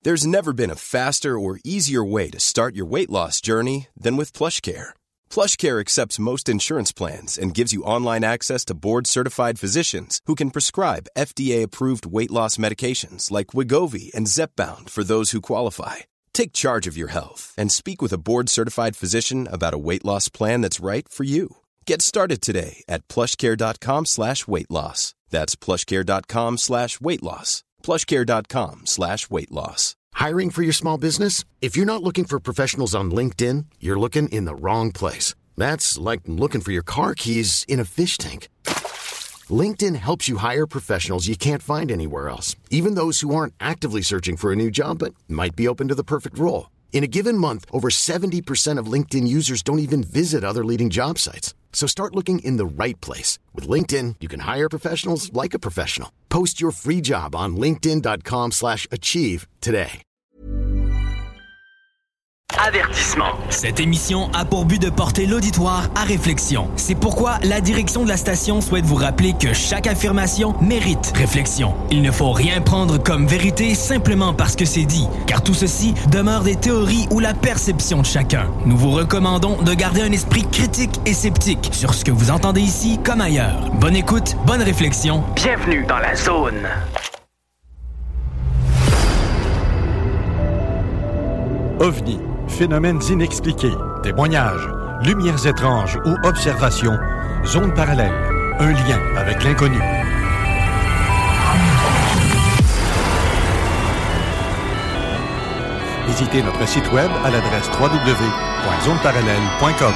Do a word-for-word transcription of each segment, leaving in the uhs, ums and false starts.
There's never been a faster or easier way to start your weight loss journey than with PlushCare. PlushCare accepts most insurance plans and gives you online access to board-certified physicians who can prescribe F D A-approved weight loss medications like Wegovy and Zepbound for those who qualify. Take charge of your health and speak with a board-certified physician about a weight loss plan that's right for you. Get started today at plushcare.com slash weight loss. That's plushcare.com slash weight loss. plushcare.com slash weight loss. Hiring for your small business? If you're not looking for professionals on LinkedIn, you're looking in the wrong place. That's like looking for your car keys in a fish tank. LinkedIn helps you hire professionals you can't find anywhere else, even those who aren't actively searching for a new job but might be open to the perfect role. In a given month, over seventy percent of LinkedIn users don't even visit other leading job sites. So start looking in the right place. With LinkedIn, you can hire professionals like a professional. Post your free job on linkedin.com slash achieve today. Avertissement. Cette émission a pour but de porter l'auditoire à réflexion. C'est pourquoi la direction de la station souhaite vous rappeler que chaque affirmation mérite réflexion. Il ne faut rien prendre comme vérité simplement parce que c'est dit, car tout ceci demeure des théories ou la perception de chacun. Nous vous recommandons de garder un esprit critique et sceptique sur ce que vous entendez ici comme ailleurs. Bonne écoute, bonne réflexion. Bienvenue dans la zone. OVNI, phénomènes inexpliqués, témoignages, lumières étranges ou observations, zone parallèle, un lien avec l'inconnu. Visitez notre site web à l'adresse w w w point zone parallèle point com.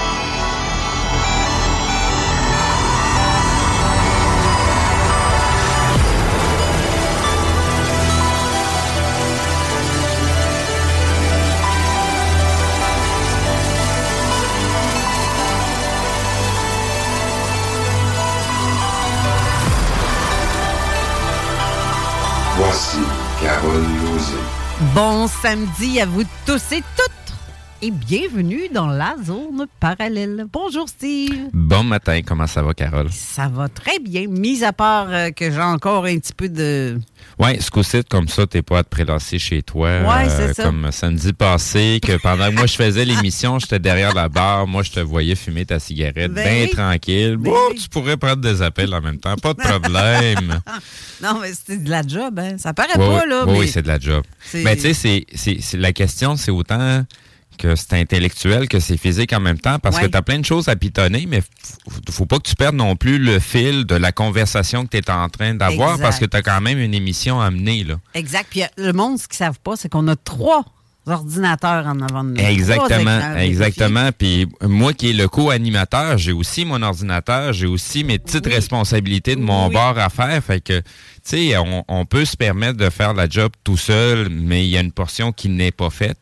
Voici Carole Lauzé. Bon samedi à vous tous et toutes et bienvenue dans la zone parallèle. Bonjour Steve. Bon matin, comment ça va Carole? Ça va très bien, mis à part euh, que j'ai encore un petit peu de... Oui, ce coup-ci, comme ça, t'es pas à te prélasser chez toi. Oui, euh, c'est ça. Comme samedi passé, que pendant que moi je faisais l'émission, j'étais derrière la barre, moi je te voyais fumer ta cigarette, bien ben oui. tranquille. Ben oh, oui. Tu pourrais prendre des appels en même temps, pas de problème. Non, mais c'était de la job, hein. Ça paraît oui, pas, là. Oui, mais oui, c'est de la job. c'est... Mais tu sais, c'est, c'est, c'est, la question, c'est autant que c'est intellectuel que c'est physique en même temps, parce ouais. que tu as plein de choses à pitonner, mais faut, faut pas que tu perdes non plus le fil de la conversation que tu es en train d'avoir, exact. Parce que tu as quand même une émission à mener, là. Exact. Puis le monde, ce qu'ils savent pas, c'est qu'on a trois ordinateurs en avant de nous. Exactement, exactement. Puis moi qui est le co-animateur, j'ai aussi mon ordinateur, j'ai aussi mes petites oui. responsabilités de mon oui. bord à faire. Fait que, tu sais, on, on peut se permettre de faire la job tout seul, mais il y a une portion qui n'est pas faite,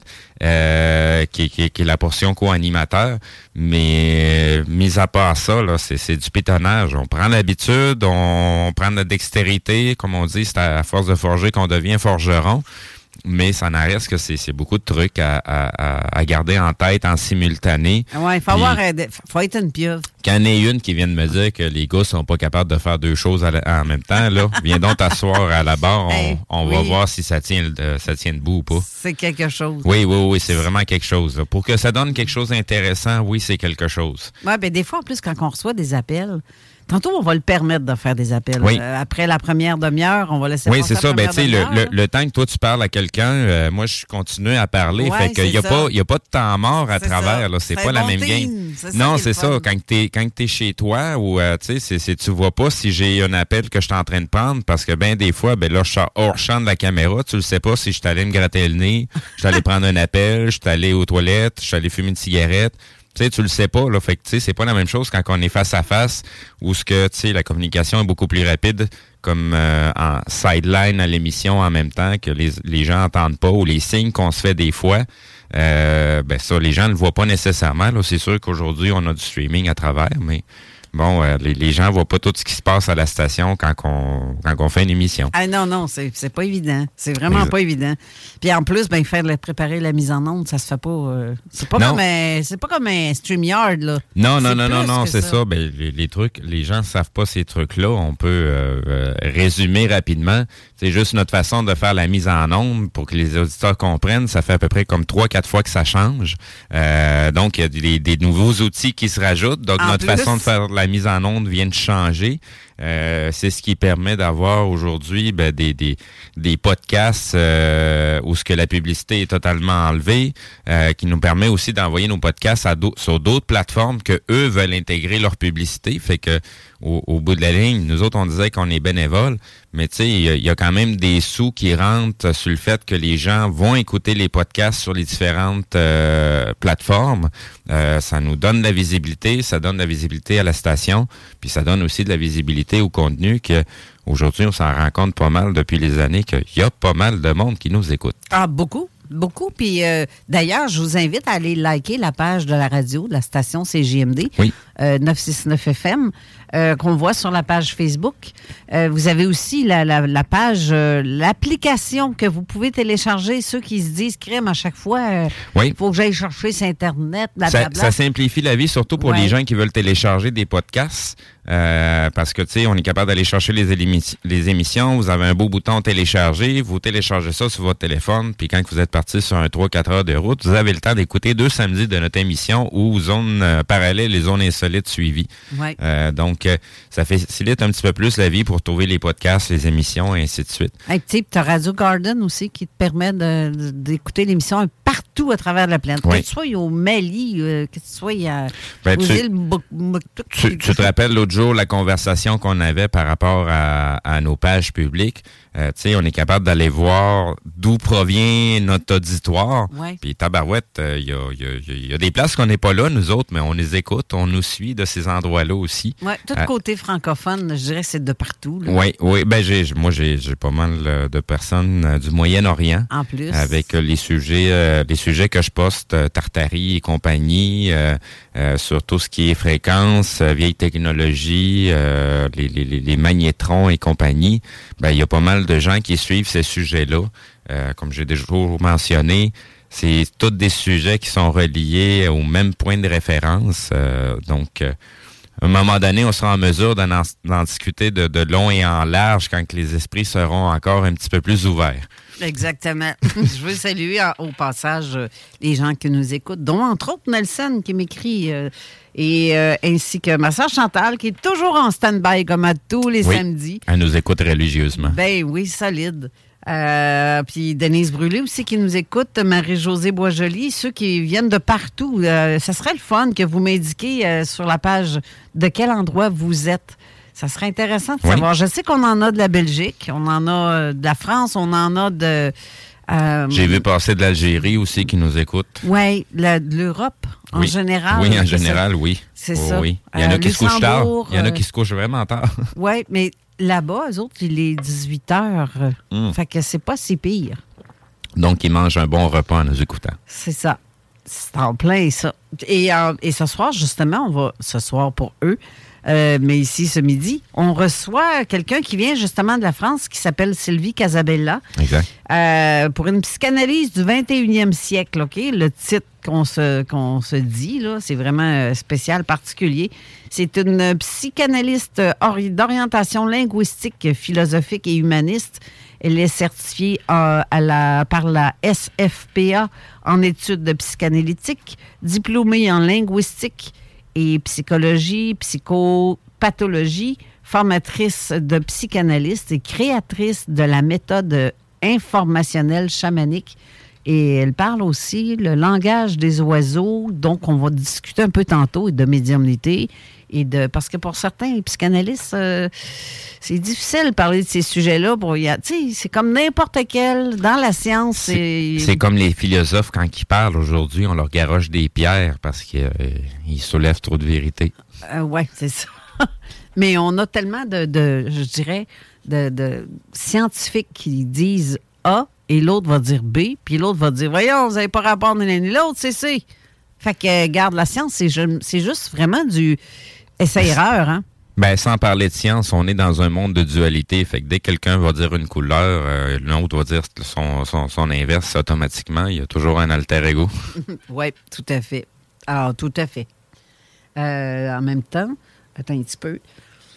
euh, qui, qui, qui est la portion co-animateur. Mais, euh, mis à part ça, là, c'est, c'est du pitonnage. On prend l'habitude, on, on prend la dextérité, comme on dit, c'est à force de forger qu'on devient forgeron. Mais ça n'en reste que c'est, c'est beaucoup de trucs à, à, à garder en tête en simultané. Oui, il faut Puis, avoir, faut être une pieuvre. Qu'il y en ait une qui vient de me dire que les gars sont pas capables de faire deux choses à la, en même temps, là, viens donc t'asseoir à la barre, on, hey, on oui. va voir si ça tient, euh, ça tient debout ou pas. C'est quelque chose. Oui, oui, oui, c'est vraiment quelque chose. Là. Pour que ça donne quelque chose d'intéressant, oui, c'est quelque chose. Oui, bien des fois, en plus, quand on reçoit des appels, tantôt, on va le permettre de faire des appels. Oui. Euh, après la première demi-heure, on va laisser Oui, passer c'est ça. la Ben, première tu sais, le, demi-heure. le, le temps que toi, tu parles à quelqu'un, euh, moi, je continue à parler. Ouais, fait qu'il n'y a, pas, y a pas de temps mort à c'est travers. ça. Là, c'est, c'est pas la bon même team. game. C'est ça non, qui est c'est le ça. fun. Quand t'es, quand t'es chez toi ou, euh, tu sais, c'est, c'est, tu vois pas si j'ai un appel que je suis en train de prendre parce que, ben, des fois, ben là, je suis hors champ de la caméra. Tu le sais pas si je suis allé me gratter le nez, je suis allé prendre un appel, je suis allé aux toilettes, je suis allé fumer une cigarette. Tu sais, tu le sais pas, là. Fait que, tu sais, c'est pas la même chose quand on est face à face où ce que, tu sais, la communication est beaucoup plus rapide, comme euh, en sideline à l'émission en même temps, que les, les gens entendent pas, ou les signes qu'on se fait des fois. Euh, ben ça, les gens ne le voient pas nécessairement, là. C'est sûr qu'aujourd'hui, on a du streaming à travers, mais bon, euh, les, les gens voient pas tout ce qui se passe à la station quand on, quand on fait une émission. Ah non, non, c'est, c'est pas évident. C'est vraiment Exact. pas évident. Puis en plus, ben faire le, préparer la mise en onde, ça se fait pas. Euh, c'est pas Non. comme un, c'est pas comme un StreamYard, là. Non, non, C'est non, non, plus non, que c'est ça. ça. Ben, les, les trucs, les gens ne savent pas ces trucs-là. On peut euh, euh, résumer rapidement. C'est juste notre façon de faire la mise en onde pour que les auditeurs comprennent. Ça fait à peu près comme trois, quatre fois que ça change. Euh, donc, il y a des, des nouveaux outils qui se rajoutent. Donc, En notre plus. façon de faire la mise en onde vient de changer. Euh, c'est ce qui permet d'avoir aujourd'hui ben, des, des, des podcasts euh, où ce que la publicité est totalement enlevée, euh, qui nous permet aussi d'envoyer nos podcasts à d'au- sur d'autres plateformes que eux veulent intégrer leur publicité. Fait que au, au bout de la ligne, nous autres, on disait qu'on est bénévoles, mais tu sais, il y, y a quand même des sous qui rentrent sur le fait que les gens vont écouter les podcasts sur les différentes euh, plateformes. Euh, ça nous donne de la visibilité, ça donne de la visibilité à la station, puis ça donne aussi de la visibilité au contenu que aujourd'hui, on s'en rend compte pas mal depuis les années qu'il y a pas mal de monde qui nous écoute. Ah, beaucoup. Beaucoup. Puis euh, d'ailleurs, je vous invite à aller liker la page de la radio, de la station C J M D, Oui. euh, neuf cent soixante-neuf F M, euh, qu'on voit sur la page Facebook. Euh, vous avez aussi la, la, la page, euh, l'application que vous pouvez télécharger. Ceux qui se disent crème à chaque fois, il Oui. faut que j'aille chercher sur Internet, Ça, blablabla. ça simplifie la vie, surtout pour Ouais. les gens qui veulent télécharger des podcasts. Euh, parce que, tu sais, on est capable d'aller chercher les, émi- les émissions. Vous avez un beau bouton télécharger. Vous téléchargez ça sur votre téléphone. Puis quand vous êtes parti sur un trois quatre heures de route, vous avez le temps d'écouter deux samedis de notre émission ou zones euh, parallèles et zones insolites suivies. Ouais. Euh, donc, euh, ça facilite un petit peu plus la vie pour trouver les podcasts, les émissions et ainsi de suite. Hey, tu as Radio Garden aussi qui te permet de- de- d'écouter l'émission partout à travers la planète. Oui. Que tu sois au Mali, euh, que tu sois à, Ben, aux tu- îles Mouk- Mouktouk. Tu, tu te rappelles l'autre jour la conversation qu'on avait par rapport à, à nos pages publiques? Euh, tu sais, on est capable d'aller voir d'où provient notre auditoire. Ouais. Puis tabarouette, il euh, y, a, y, a, y a des places qu'on n'est pas là, nous autres, mais on les écoute, on nous suit de ces endroits-là aussi. Oui, tout Euh, côté francophone, je dirais que c'est de partout. là. Oui, oui. Ben, j'ai, moi, j'ai, j'ai pas mal euh, de personnes euh, du Moyen-Orient. En plus. Avec euh, les sujets euh, les sujets que je poste, euh, Tartarie et compagnie, euh, euh, sur tout ce qui est fréquence, euh, vieille technologie, euh, les, les, les les magnétrons et compagnie. Ben, il y a pas mal de gens qui suivent ces sujets-là. Euh, comme j'ai déjà mentionné, c'est tous des sujets qui sont reliés au même point de référence. Euh, donc, euh, à un moment donné, on sera en mesure d'en, d'en discuter de, de long et en large quand que les esprits seront encore un petit peu plus ouverts. Exactement. Je veux saluer en- au passage euh, les gens qui nous écoutent, dont entre autres Nelson qui m'écrit, euh, et euh, ainsi que ma soeur Chantal qui est toujours en stand-by comme à tous les Oui. samedis. Elle nous écoute religieusement. Ben oui, solide. Euh, puis Denise Brûlé aussi qui nous écoute, Marie-Josée Boisjoli, ceux qui viennent de partout. Euh, ça serait le fun que vous m'indiquiez euh, sur la page de quel endroit vous êtes. Ça serait intéressant de Oui. savoir. Je sais qu'on en a de la Belgique, on en a euh, de la France, on en a de... Euh, J'ai vu passer de l'Algérie aussi qui nous écoute. Oui, de l'Europe en Oui. général. Oui, en C'est général, oui. C'est Oh, ça. Oui. Il y en a Euh, qui se couchent tard. Luxembourg, Il y en a euh, qui se couchent vraiment tard. Oui, mais là-bas, eux autres, il est dix-huit heures. Mm. Fait que c'est pas si pire. Donc, ils mangent un bon repas en nous écoutant. C'est ça. C'est en plein ça. Et, euh, et ce soir, justement, on va, ce soir pour eux, euh, mais ici, ce midi, on reçoit quelqu'un qui vient justement de la France qui s'appelle Sylvie Casabella Exact. euh, pour une psychanalyse du vingt et unième siècle, OK? Le titre qu'on se, qu'on se dit, là, c'est vraiment euh, spécial, particulier. C'est une psychanalyste ori- d'orientation linguistique, philosophique et humaniste. Elle est certifiée euh, à la, par la S F P A en études psychanalytiques, diplômée en linguistique et psychologie, psychopathologie, formatrice de psychanalyste et créatrice de la méthode informationnelle chamanique. Et elle parle aussi le langage des oiseaux, donc on va discuter un peu tantôt de médiumnité. Et de, parce que pour certains les psychanalystes, euh, c'est difficile de parler de ces sujets-là. Pour, y a, c'est comme n'importe quel. Dans la science, c'est... C'est comme les philosophes, quand ils parlent aujourd'hui, on leur garoche des pierres parce qu'ils euh, soulèvent trop de vérité. Euh, oui, c'est ça. Mais on a tellement de, de je dirais, de, de scientifiques qui disent A et l'autre va dire B, puis l'autre va dire, voyons, vous n'avez pas rapport ni l'un ni l'autre, c'est C. Fait que, euh, garde la science, c'est, c'est juste vraiment du... Essai-erreur, hein? Ben, sans parler de science, on est dans un monde de dualité. Fait que dès que quelqu'un va dire une couleur, euh, l'autre va dire son, son, son inverse automatiquement. Il y a toujours un alter ego. Oui, tout à fait. Alors, tout à fait. Euh, en même temps, attends un petit peu.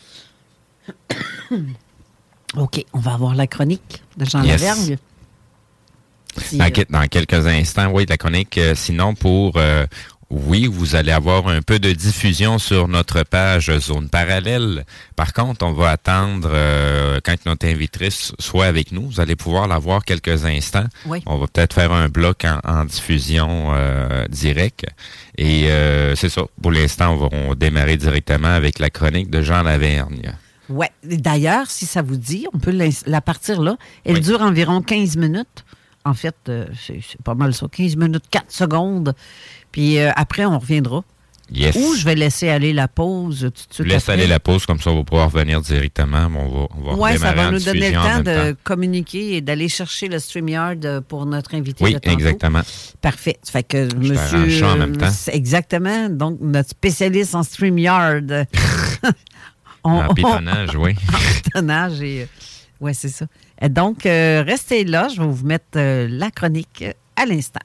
OK, on va avoir la chronique de Jean Yes. Lavergne. Si, Dans, euh, dans quelques instants, oui, la chronique. Euh, sinon, pour... Euh, oui, vous allez avoir un peu de diffusion sur notre page Zone Parallèle. Par contre, on va attendre euh, quand notre invitée soit avec nous. Vous allez pouvoir la voir quelques instants. Oui. On va peut-être faire un bloc en, en diffusion euh, directe. Et euh, c'est ça. Pour l'instant, on va on va démarrer directement avec la chronique de Jean Lavergne. Oui. D'ailleurs, si ça vous dit, on peut la, la partir là. Elle Oui. dure environ quinze minutes. En fait, euh, c'est, c'est pas mal ça. quinze minutes, quatre secondes. Puis euh, après, on reviendra. Yes. Ou je vais laisser aller la pause tout de suite. Laisse après. aller la pause, comme ça on va pouvoir revenir directement. On va, on va Oui, ça redémarrer va en nous donner le diffusion en temps même de temps. communiquer et d'aller chercher le StreamYard pour notre invité Oui, de tantôt. exactement. Parfait. Fait que Je monsieur. t'arrange ça en même temps. c'est exactement. Donc, notre spécialiste en StreamYard. on, En pitonnage, oui. en pitonnage et. Oui, c'est ça. Et donc, euh, restez là. Je vais vous mettre euh, la chronique à l'instant.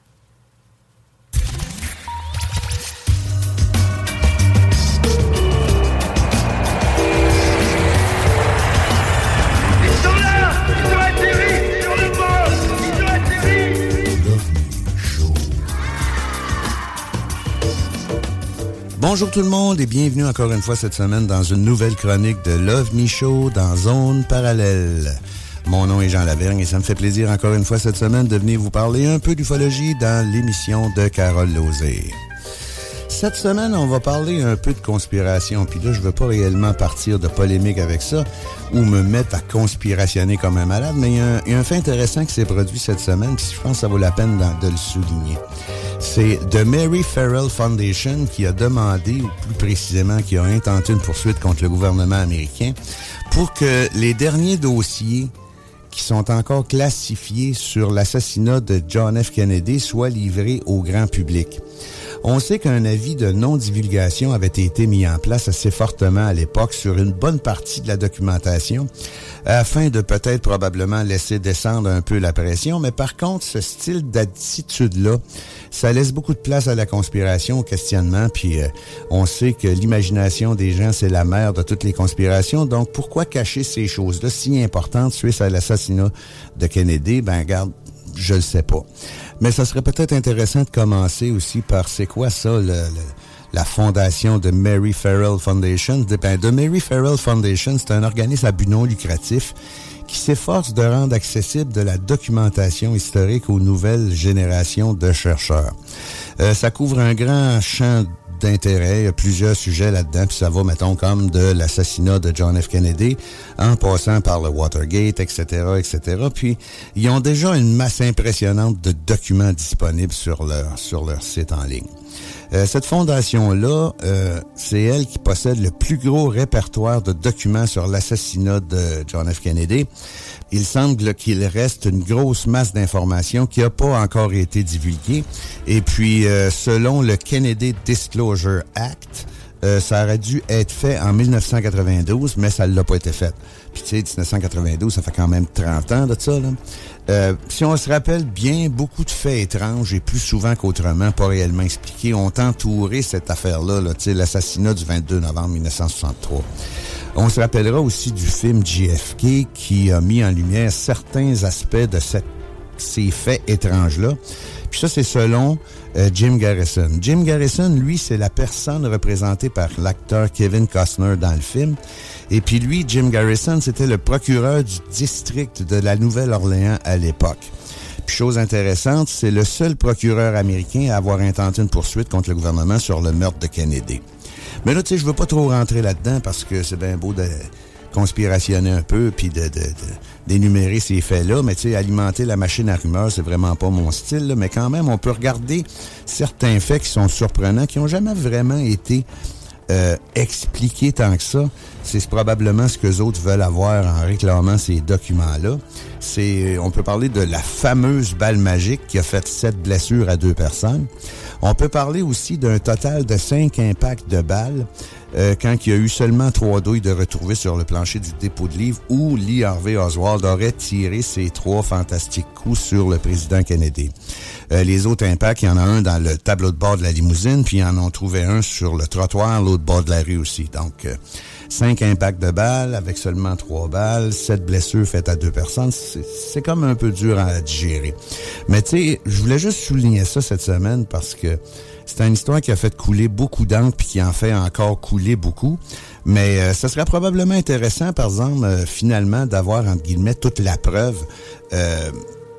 Ils sont là! Ils ont atterri sur le bord! Ils ont atterri! Bonjour tout le monde et bienvenue encore une fois cette semaine dans une nouvelle chronique de l'OVNI Show dans Zone Parallèle. Mon nom est Jean Lavergne et ça me fait plaisir encore une fois cette semaine de venir vous parler un peu d'ufologie dans l'émission de Carole Lauzé. Cette semaine, on va parler un peu de conspiration. Puis là, je veux pas réellement partir de polémique avec ça ou me mettre à conspirationner comme un malade, mais il y a un, il y a un fait intéressant qui s'est produit cette semaine, puis je pense que ça vaut la peine de, de le souligner. C'est The Mary Farrell Foundation qui a demandé, ou plus précisément, qui a intenté une poursuite contre le gouvernement américain pour que les derniers dossiers qui sont encore classifiés sur l'assassinat de John F. Kennedy soient livrés au grand public. On sait qu'un avis de non-divulgation avait été mis en place assez fortement à l'époque sur une bonne partie de la documentation afin de peut-être probablement laisser descendre un peu la pression. Mais par contre, ce style d'attitude-là, ça laisse beaucoup de place à la conspiration, au questionnement. Puis euh, on sait que l'imagination des gens, c'est la mère de toutes les conspirations. Donc pourquoi cacher ces choses-là si importantes suite à l'assassinat de Kennedy? Ben regarde, je le sais pas. Mais ça serait peut-être intéressant de commencer aussi par c'est quoi ça, le, le, la fondation de Mary Farrell Foundation. De, ben, de Mary Farrell Foundation, c'est un organisme à but non lucratif qui s'efforce de rendre accessible de la documentation historique aux nouvelles générations de chercheurs. Euh, ça couvre un grand champ d'intérêt, il y a plusieurs sujets là-dedans, puis ça va, mettons, comme de l'assassinat de John F. Kennedy, en passant par le Watergate, et cetera, et cetera. Puis, ils ont déjà une masse impressionnante de documents disponibles sur leur, sur leur site en ligne. Euh, cette fondation-là, euh, c'est elle qui possède le plus gros répertoire de documents sur l'assassinat de John F. Kennedy. Il semble qu'il reste une grosse masse d'informations qui n'a pas encore été divulguée. Et puis, euh, selon le Kennedy Disclosure Act, euh, ça aurait dû être fait en dix-neuf cent quatre-vingt-douze, mais ça ne l'a pas été fait. Puis tu sais, dix-neuf cent quatre-vingt-douze, ça fait quand même trente ans de ça, là. Euh, si on se rappelle bien, beaucoup de faits étranges et plus souvent qu'autrement, pas réellement expliqués, ont entouré cette affaire-là, là, tu sais, l'assassinat du vingt-deux novembre mille neuf cent soixante-trois. On se rappellera aussi du film J F K qui a mis en lumière certains aspects de cette, ces faits étranges-là. Puis ça, c'est selon euh, Jim Garrison. Jim Garrison, lui, c'est la personne représentée par l'acteur Kevin Costner dans le film. Et puis lui, Jim Garrison, c'était le procureur du district de la Nouvelle-Orléans à l'époque. Puis chose intéressante, c'est le seul procureur américain à avoir intenté une poursuite contre le gouvernement sur le meurtre de Kennedy. Mais là, tu sais, je veux pas trop rentrer là-dedans parce que c'est bien beau de conspirationner un peu puis de, de, de d'énumérer ces faits-là, mais tu sais, alimenter la machine à rumeurs, c'est vraiment pas mon style, là. Mais quand même, on peut regarder certains faits qui sont surprenants, qui ont jamais vraiment été euh, expliqués tant que ça. C'est probablement ce que les autres veulent avoir en réclamant ces documents-là. C'est, on peut parler de la fameuse balle magique qui a fait sept blessures à deux personnes. On peut parler aussi d'un total de cinq impacts de balles euh, quand il y a eu seulement trois douilles de retrouvées sur le plancher du dépôt de livres où Lee Harvey Oswald aurait tiré ses trois fantastiques coups sur le président Kennedy. Euh, les autres impacts, il y en a un dans le tableau de bord de la limousine, puis ils en ont trouvé un sur le trottoir, l'autre bord de la rue aussi. Donc, euh, cinq impacts de balles avec seulement trois balles, sept blessures faites à deux personnes. C'est, c'est comme un peu dur à digérer. Mais tu sais, je voulais juste souligner ça cette semaine parce que c'est une histoire qui a fait couler beaucoup d'encre puis qui en fait encore couler beaucoup. Mais euh, ça serait probablement intéressant, par exemple, euh, finalement, d'avoir, entre guillemets, toute la preuve. Euh,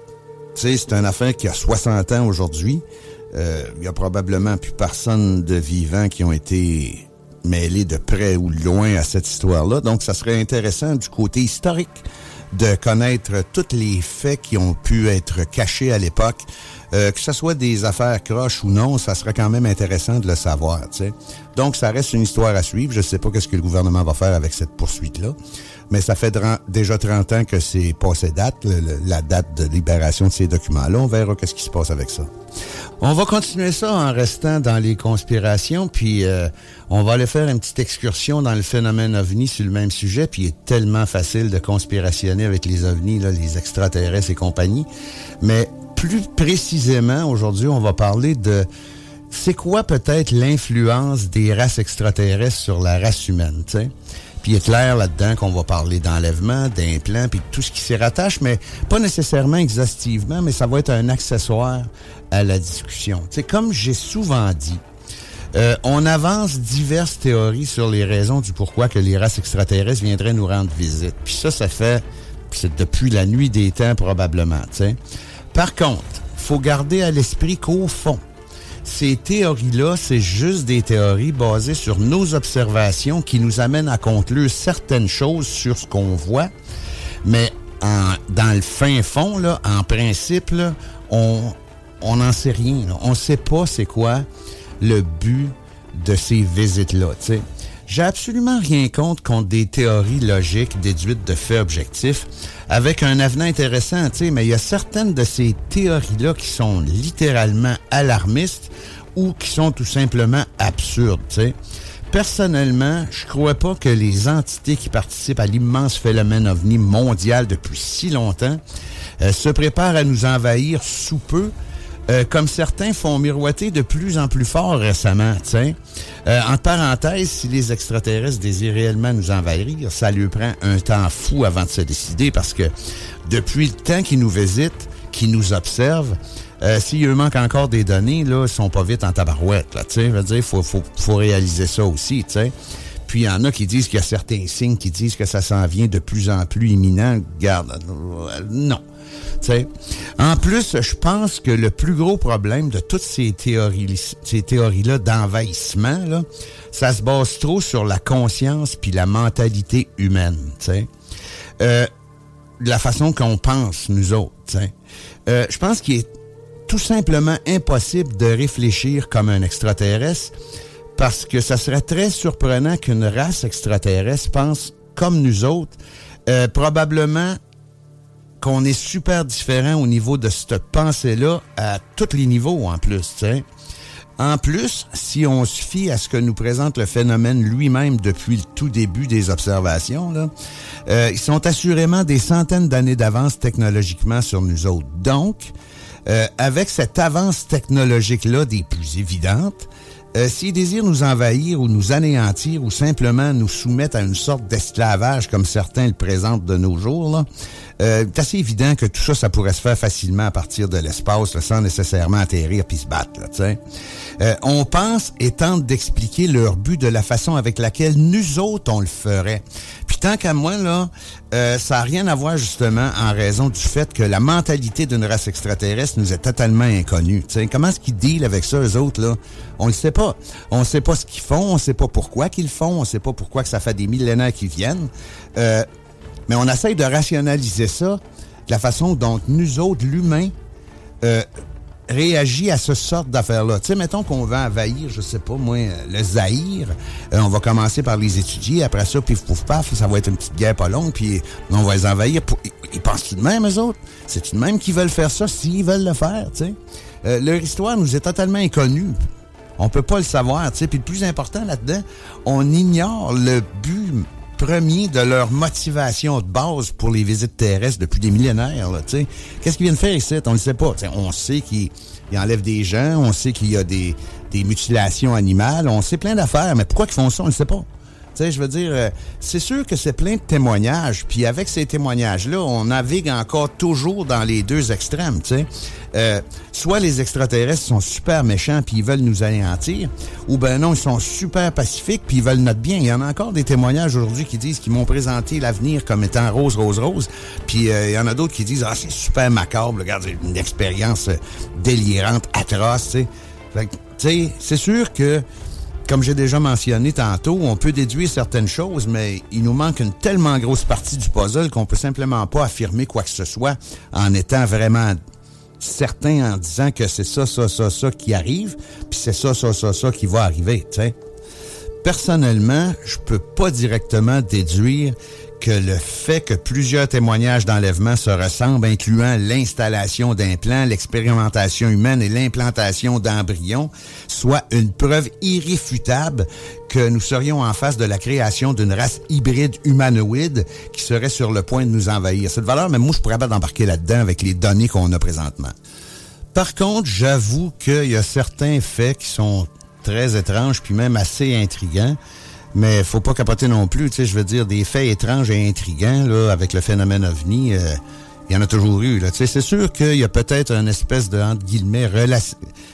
tu sais, c'est une affaire qui a soixante ans aujourd'hui. Euh, il y a probablement plus personne de vivant qui ont été mêlés de près ou de loin à cette histoire-là. Donc, ça serait intéressant du côté historique de connaître tous les faits qui ont pu être cachés à l'époque. Euh, que ce soit des affaires croches ou non, ça serait quand même intéressant de le savoir, tu sais. Donc, ça reste une histoire à suivre. Je sais pas qu'est-ce que le gouvernement va faire avec cette poursuite-là, mais ça fait déjà trente ans que c'est passé date, le, le, la date de libération de ces documents-là. On verra qu'est-ce qui se passe avec ça. On va continuer ça en restant dans les conspirations, puis euh, on va aller faire une petite excursion dans le phénomène ovni sur le même sujet, puis il est tellement facile de conspirationner avec les ovnis, là, les extraterrestres et compagnie, mais plus précisément, aujourd'hui, on va parler de c'est quoi peut-être l'influence des races extraterrestres sur la race humaine, tu sais. Puis il est clair là-dedans qu'on va parler d'enlèvement, d'implants, puis tout ce qui s'y rattache, mais pas nécessairement exhaustivement, mais ça va être un accessoire à la discussion. Tu sais, comme j'ai souvent dit, euh, on avance diverses théories sur les raisons du pourquoi que les races extraterrestres viendraient nous rendre visite. Puis ça, ça fait, c'est depuis la nuit des temps probablement, tu sais. Par contre, faut garder à l'esprit qu'au fond, ces théories-là, c'est juste des théories basées sur nos observations qui nous amènent à conclure certaines choses sur ce qu'on voit. Mais en, dans le fin fond, là, en principe, là, on on n'en sait rien. Là. On ne sait pas c'est quoi le but de ces visites-là. T'sais. J'ai absolument rien contre contre des théories logiques déduites de faits objectifs avec un avenant intéressant, tu sais, mais il y a certaines de ces théories-là qui sont littéralement alarmistes ou qui sont tout simplement absurdes, tu sais. Personnellement, je crois pas que les entités qui participent à l'immense phénomène ovni mondial depuis si longtemps euh, se préparent à nous envahir sous peu, Euh, comme certains font miroiter de plus en plus fort récemment, tiens. Euh, entre parenthèses, si les extraterrestres désirent réellement nous envahir, ça lui prend un temps fou avant de se décider parce que depuis le temps qu'ils nous visitent, qu'ils nous observent, euh, s'il eux manque encore des données, là, ils sont pas vite en tabarouette, là, tu sais. Je veux dire, faut, faut, faut réaliser ça aussi, tu sais. Puis il y en a qui disent qu'il y a certains signes qui disent que ça s'en vient de plus en plus imminent. Regarde, euh, non. T'sais. En plus, je pense que le plus gros problème de toutes ces théories, ces théories-là d'envahissement, là, ça se base trop sur la conscience puis la mentalité humaine, t'sais. Euh, de la façon qu'on pense, nous autres, t'sais. Euh, je pense qu'il est tout simplement impossible de réfléchir comme un extraterrestre parce que ça serait très surprenant qu'une race extraterrestre pense comme nous autres, euh, probablement qu'on est super différent au niveau de cette pensée-là à tous les niveaux en plus, tu sais. En plus, si on se fie à ce que nous présente le phénomène lui-même depuis le tout début des observations, là, euh, ils sont assurément des centaines d'années d'avance technologiquement sur nous autres. Donc, euh, avec cette avance technologique-là des plus évidentes, Euh, s'ils désirent nous envahir ou nous anéantir ou simplement nous soumettre à une sorte d'esclavage comme certains le présentent de nos jours, là, euh, c'est assez évident que tout ça, ça pourrait se faire facilement à partir de l'espace, là, sans nécessairement atterrir puis se battre, là, tu sais. Euh, on pense et tente d'expliquer leur but de la façon avec laquelle nous autres, on le ferait. Puis tant qu'à moi, là, euh, ça n'a rien à voir justement en raison du fait que la mentalité d'une race extraterrestre nous est totalement inconnue. Tu sais, comment est-ce qu'ils dealent avec ça, eux autres, là? On le sait pas. On sait pas ce qu'ils font, on sait pas pourquoi qu'ils le font, on sait pas pourquoi que ça fait des millénaires qu'ils viennent. Euh, mais on essaye de rationaliser ça de la façon dont nous autres, l'humain, euh, réagit à ce sorte d'affaires-là. Tu sais, mettons qu'on va envahir, je sais pas moi, le Zaïre. Euh, on va commencer par les étudier. Après ça, pif, pouf, paf, ça va être une petite guerre pas longue, puis on va les envahir. Pour... Ils pensent tout de même, eux autres. C'est tout de même qu'ils veulent faire ça s'ils veulent le faire, tu sais. Euh, leur histoire nous est totalement inconnue. On peut pas le savoir, tu sais. Puis le plus important là-dedans, on ignore le but premier de leur motivation de base pour les visites terrestres depuis des millénaires, là, tu sais. Qu'est-ce qu'ils viennent faire ici? On le sait pas. T'sais, on sait qu'ils ils enlèvent des gens, on sait qu'il y a des, des mutilations animales, on sait plein d'affaires, mais pourquoi ils font ça? On le sait pas. Tu sais, je veux dire, euh, c'est sûr que c'est plein de témoignages, puis avec ces témoignages-là, on navigue encore toujours dans les deux extrêmes, tu sais. Euh, soit les extraterrestres sont super méchants puis ils veulent nous anéantir, ou ben non, ils sont super pacifiques puis ils veulent notre bien. Il y en a encore des témoignages aujourd'hui qui disent qu'ils m'ont présenté l'avenir comme étant rose, rose, rose, puis euh, il y en a d'autres qui disent « Ah, c'est super macabre, regarde, c'est une expérience délirante, atroce, tu sais. » Fait que, tu sais, c'est sûr que comme j'ai déjà mentionné tantôt, on peut déduire certaines choses, mais il nous manque une tellement grosse partie du puzzle qu'on peut simplement pas affirmer quoi que ce soit en étant vraiment certain, en disant que c'est ça, ça, ça, ça qui arrive, puis c'est ça, ça, ça, ça qui va arriver, tu sais. Personnellement, je peux pas directement déduire que le fait que plusieurs témoignages d'enlèvement se ressemblent, incluant l'installation d'implants, l'expérimentation humaine et l'implantation d'embryons, soit une preuve irréfutable que nous serions en face de la création d'une race hybride humanoïde qui serait sur le point de nous envahir. Cette valeur, même moi, je pourrais pas embarquer là-dedans avec les données qu'on a présentement. Par contre, j'avoue qu'il y a certains faits qui sont très étranges, puis même assez intriguants. Mais faut pas capoter non plus, tu sais, je veux dire, des faits étranges et intrigants, là, avec le phénomène ovni, euh, il y en a toujours eu, là, tu sais. C'est sûr qu'il y a peut-être une espèce de, entre guillemets, rela-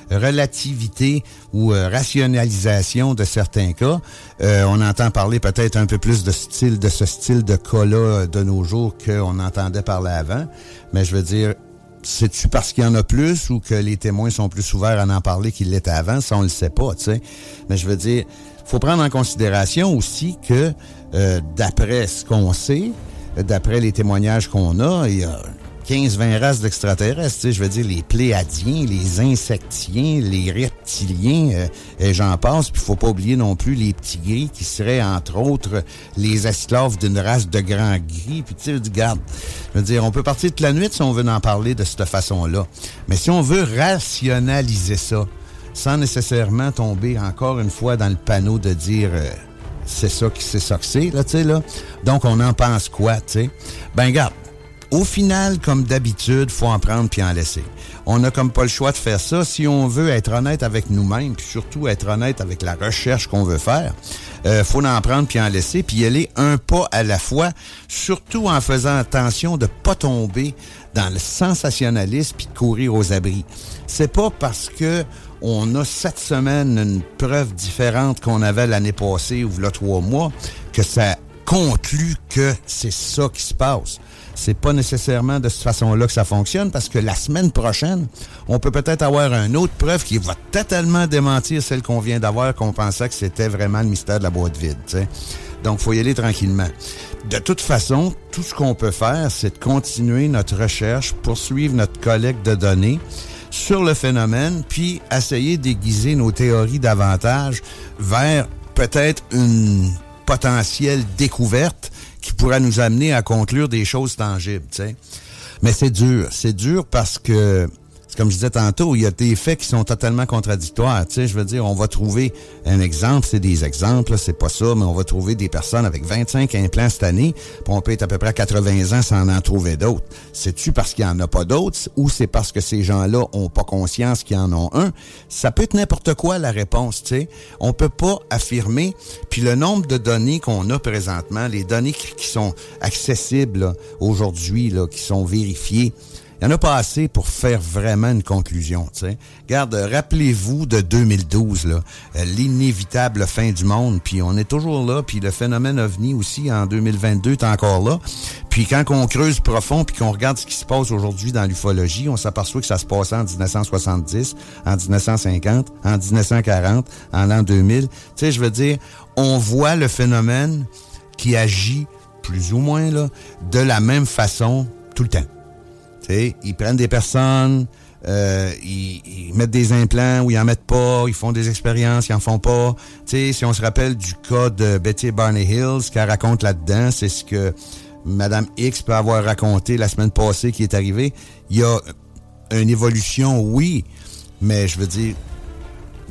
relativité ou euh, rationalisation de certains cas. Euh, on entend parler peut-être un peu plus de style, de ce style de cas-là de nos jours qu'on entendait parler avant. Mais je veux dire, c'est-tu parce qu'il y en a plus ou que les témoins sont plus ouverts à en parler qu'ils l'étaient avant? Ça, on le sait pas, tu sais. Mais je veux dire, faut prendre en considération aussi que, euh, d'après ce qu'on sait, d'après les témoignages qu'on a, il y a quinze vingt races d'extraterrestres, tu sais, je veux dire, les pléadiens, les insectiens, les reptiliens, euh, et j'en passe, puis faut pas oublier non plus les petits gris qui seraient, entre autres, les esclaves d'une race de grands gris, puis tu sais, regarde, je veux dire, on peut partir toute la nuit si on veut en parler de cette façon-là, mais si on veut rationaliser ça, sans nécessairement tomber encore une fois dans le panneau de dire euh, c'est ça qui c'est ça que c'est, là, tu sais, là. Donc, on en pense quoi, tu sais? Ben, regarde, au final, comme d'habitude, faut en prendre puis en laisser. On n'a comme pas le choix de faire ça si on veut être honnête avec nous-mêmes, puis surtout être honnête avec la recherche qu'on veut faire. Euh, faut en prendre puis en laisser, puis y aller un pas à la fois, surtout en faisant attention de pas tomber dans le sensationnalisme puis de courir aux abris. C'est pas parce que on a cette semaine une preuve différente qu'on avait l'année passée ou là trois mois que ça conclut que c'est ça qui se passe. C'est pas nécessairement de cette façon-là que ça fonctionne parce que la semaine prochaine, on peut peut-être avoir une autre preuve qui va totalement démentir celle qu'on vient d'avoir, qu'on pensait que c'était vraiment le mystère de la boîte vide, tu sais. Donc, faut y aller tranquillement. De toute façon, tout ce qu'on peut faire, c'est de continuer notre recherche, poursuivre notre collecte de données sur le phénomène, puis essayer d'aiguiser nos théories davantage vers peut-être une potentielle découverte qui pourra nous amener à conclure des choses tangibles, tu sais. Mais c'est dur. C'est dur parce que, comme je disais tantôt, il y a des faits qui sont totalement contradictoires. Tu sais, je veux dire, on va trouver un exemple, c'est des exemples, là, c'est pas ça, mais on va trouver des personnes avec vingt-cinq implants cette année, puis on peut être à peu près à quatre-vingts ans sans en trouver d'autres. C'est-tu parce qu'il y en a pas d'autres ou c'est parce que ces gens-là ont pas conscience qu'ils en ont un? Ça peut être n'importe quoi la réponse, tu sais. On peut pas affirmer, puis le nombre de données qu'on a présentement, les données qui, qui sont accessibles là, aujourd'hui, là, qui sont vérifiées, il n'y en a pas assez pour faire vraiment une conclusion, tu sais. Regarde, rappelez-vous de deux mille douze, là, l'inévitable fin du monde, puis on est toujours là, puis le phénomène ovni aussi, en deux mille vingt-deux, est encore là. Puis quand on creuse profond, puis qu'on regarde ce qui se passe aujourd'hui dans l'ufologie, on s'aperçoit que ça se passait en dix-neuf cent soixante-dix, en dix-neuf cent cinquante, en dix-neuf cent quarante, en l'an deux mille. Tu sais, je veux dire, on voit le phénomène qui agit, plus ou moins, là, de la même façon tout le temps. T'sais, ils prennent des personnes, euh, ils, ils mettent des implants ou ils en mettent pas, ils font des expériences, ils en font pas. T'sais, si on se rappelle du cas de Betty Barney Hill, ce qu'elle raconte là-dedans, c'est ce que Madame X peut avoir raconté la semaine passée qui est arrivé. Il y a une évolution, oui, mais je veux dire,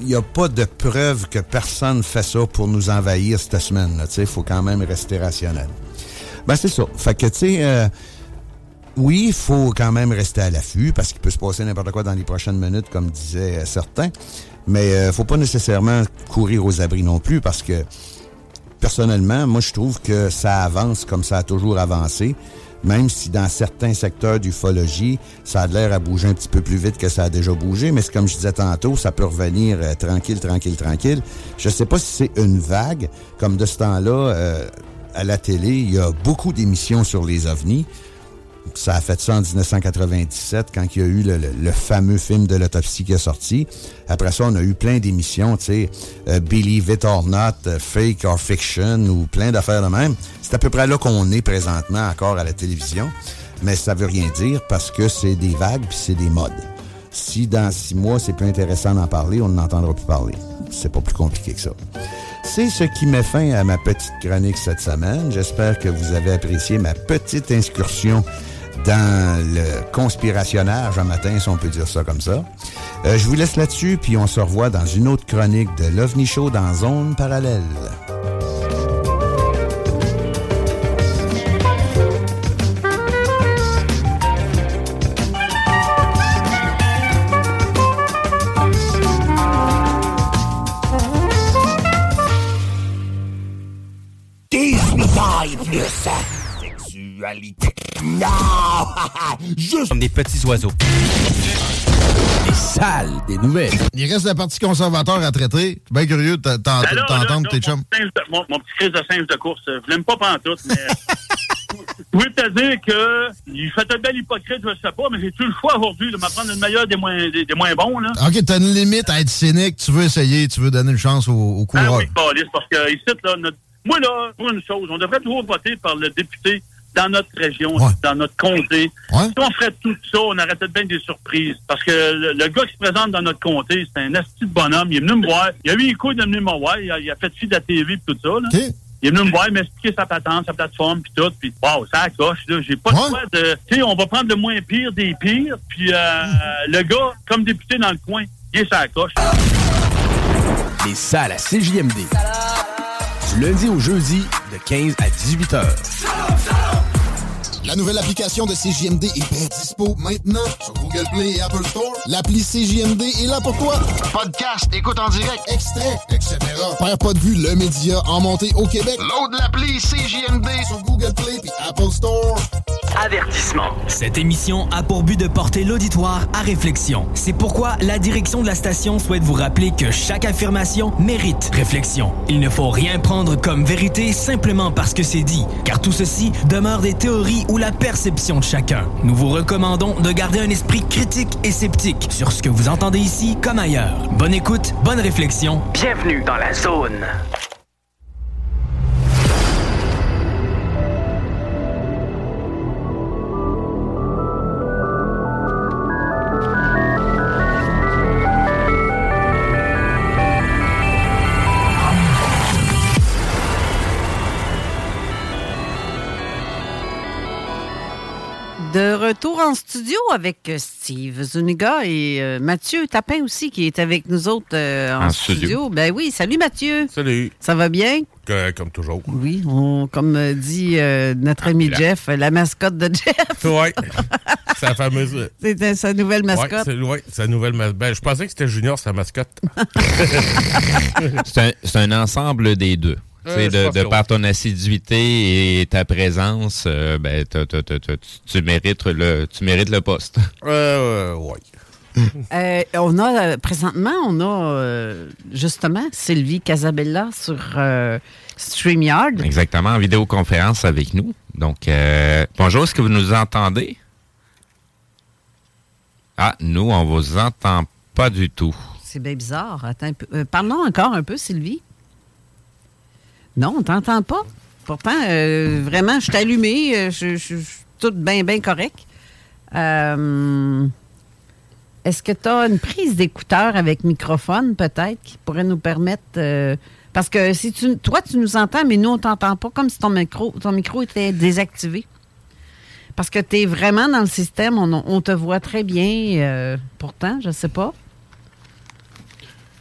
il n'y a pas de preuve que personne fait ça pour nous envahir cette semaine. Il faut quand même rester rationnel. Ben, c'est ça. Fait que, tu sais, euh, oui, il faut quand même rester à l'affût parce qu'il peut se passer n'importe quoi dans les prochaines minutes, comme disaient euh, certains. Mais il euh, ne faut pas nécessairement courir aux abris non plus parce que, personnellement, moi, je trouve que ça avance comme ça a toujours avancé. Même si dans certains secteurs d'ufologie, ça a l'air à bouger un petit peu plus vite que ça a déjà bougé, mais c'est comme je disais tantôt, ça peut revenir euh, tranquille, tranquille, tranquille. Je sais pas si c'est une vague, comme de ce temps-là, euh, à la télé, il y a beaucoup d'émissions sur les ovnis. Ça a fait ça en dix-neuf cent quatre-vingt-dix-sept, quand il y a eu le, le, le fameux film de l'autopsie qui est sorti. Après ça, on a eu plein d'émissions, tu sais, euh, Believe It or Not, euh, Fake or Fiction, ou plein d'affaires de même. C'est à peu près là qu'on est présentement encore à la télévision. Mais ça veut rien dire parce que c'est des vagues puis c'est des modes. Si dans six mois, c'est plus intéressant d'en parler, on n'entendra plus parler. C'est pas plus compliqué que ça. C'est ce qui met fin à ma petite chronique cette semaine. J'espère que vous avez apprécié ma petite incursion dans le conspirationnage un matin, si on peut dire ça comme ça. Euh, je vous laisse là-dessus, puis on se revoit dans une autre chronique de l'OVNI Show dans Zone Parallèle. dix-huit ans et plus. Sexualité. Non! Juste comme des petits oiseaux. Des salles, des nouvelles. Il reste la partie conservateur à traiter. Je suis bien curieux de t'entendre tes chums. Mon, mon petit crise de singe de course, je l'aime pas pantoute, mais... Je voulais te dire que il fait un bel hypocrite, je sais pas, mais j'ai-tu le choix aujourd'hui de m'apprendre le meilleur des moins, des, des moins bons, là? OK, t'as une limite à être cynique, tu veux essayer, tu veux donner une chance au, au coureur. Ah oui, Pauliste, parce que ici, là, notre... moi, là, pour une chose, on devrait toujours voter par le député dans notre région, ouais. dans notre comté. Ouais. Si on ferait tout ça, on aurait peut-être bien des surprises. Parce que le, le gars qui se présente dans notre comté, c'est un asti de bonhomme. Il est venu me voir. Il a eu les couilles de venir me voir. Il a, il a fait fi de la T V et tout ça. Là. Okay. Il est venu me voir, m'expliquer sa patente, sa plateforme, puis tout. Puis, wow, ça accroche, là. J'ai pas ouais. le choix de... Tu sais, on va prendre le moins pire des pires. Puis, euh, mmh. le gars, comme député dans le coin, il est sa coche. Les salles à C J M D. Du lundi au jeudi, de quinze à dix-huit heures. La nouvelle application de C J M D est bien dispo maintenant sur Google Play et Apple Store. L'appli C J M D est là pour toi. Podcast, écoute en direct, extrait, et cetera. Perds pas de vue, le média en montée au Québec. Load l'appli C J M D sur Google Play et Apple Store. Avertissement. Cette émission a pour but de porter l'auditoire à réflexion. C'est pourquoi la direction de la station souhaite vous rappeler que chaque affirmation mérite réflexion. Il ne faut rien prendre comme vérité simplement parce que c'est dit, car tout ceci demeure des théories ou la perception de chacun. Nous vous recommandons de garder un esprit critique et sceptique sur ce que vous entendez ici comme ailleurs. Bonne écoute, bonne réflexion. Bienvenue dans la zone. De retour en studio avec Steve Zuniga et euh, Mathieu Tapin aussi qui est avec nous autres euh, en, en studio. studio. Ben oui, salut Mathieu. Salut. Ça va bien? Que, comme toujours. Oui, on, comme dit euh, notre ami ah, Jeff, la mascotte de Jeff. Oui, sa fameuse... C'était sa nouvelle mascotte. Oui, ouais, sa nouvelle mascotte. Ben, je pensais que c'était Junior, sa mascotte. c'est, un, c'est un ensemble des deux. Euh, de, de par ton assiduité et ta présence, euh, ben, t- t- t- t- tu, mérites le, tu mérites le poste. Euh, oui. euh, on a, présentement, on a euh, justement Sylvie Casabella sur euh, StreamYard. Exactement, en vidéoconférence avec nous. Donc, euh, bonjour, est-ce que vous nous entendez? Ah, nous, on vous entend pas du tout. C'est bien bizarre. Attends un peu. Euh, parlons encore un peu, Sylvie. Non, on t'entend pas. Pourtant, euh, vraiment, je suis allumée. Je suis toute bien, bien correct. Euh, est-ce que tu as une prise d'écouteur avec microphone, peut-être, qui pourrait nous permettre... Euh, parce que si tu, toi, tu nous entends, mais nous, on t'entend pas, comme si ton micro, ton micro était désactivé. Parce que tu es vraiment dans le système. On, on te voit très bien. Euh, pourtant, je sais pas.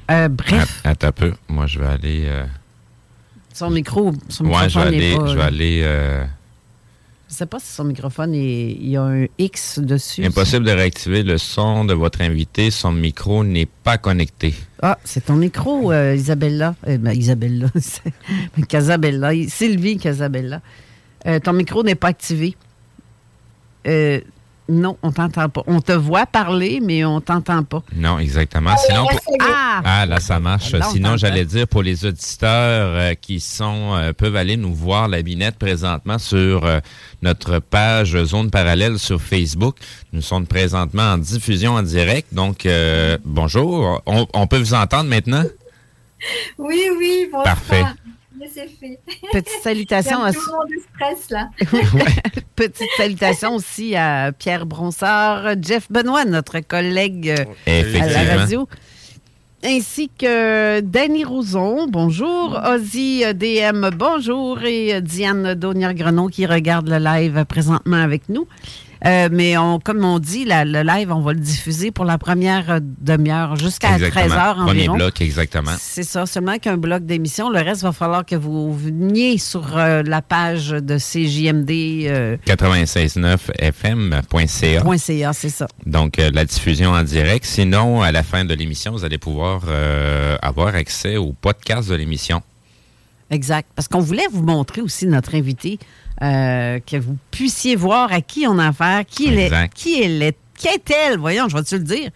Euh, bref. Attends un peu. Moi, je vais aller... Euh... Son micro, son ouais, microphone je vais aller... n'est pas... Je vais aller euh... Je ne sais pas si son microphone, est, il y a un X dessus. Impossible de réactiver le son de votre invité. Son micro n'est pas connecté. Ah, c'est ton micro, euh, Isabella. Euh, ben, Isabella. Casabella. Sylvie Casabella. Euh, ton micro n'est pas activé. Euh, non, on t'entend pas. On te voit parler, mais on t'entend pas. Non, exactement. Sinon, pour... ah! ah, là, ça marche. Là, Sinon, j'allais dire, pour les auditeurs euh, qui sont euh, peuvent aller nous voir la binette présentement sur euh, notre page Zone Parallèle sur Facebook. Nous sommes présentement en diffusion en direct. Donc, euh, bonjour. On, on peut vous entendre maintenant? Oui, oui, bonjour. Parfait. C'est fait. Petite salutation à... à... tout le monde de stress, là. Petite salutation aussi à Pierre Bronsard, Jeff Benoît, notre collègue à la radio, ainsi que Danny Rouzon, bonjour, Ozzy D M, bonjour, et Diane Daunière-Grenon qui regarde le live présentement avec nous. Euh, mais on, comme on dit, la, le live, on va le diffuser pour la première demi-heure jusqu'à treize heures environ. Premier bloc, exactement. C'est ça, seulement qu'un bloc d'émission. Le reste, va falloir que vous veniez sur euh, la page de C J M D. Euh, quatre-vingt-seize neuf F M point C A. .ca, c'est ça. Donc, euh, la diffusion en direct. Sinon, à la fin de l'émission, vous allez pouvoir euh, avoir accès au podcast de l'émission. Exact. Parce qu'on voulait vous montrer aussi notre invité, euh, que vous puissiez voir à qui on a affaire, qui elle est, qui elle est, qui est-elle? Voyons, je vais-tu le dire?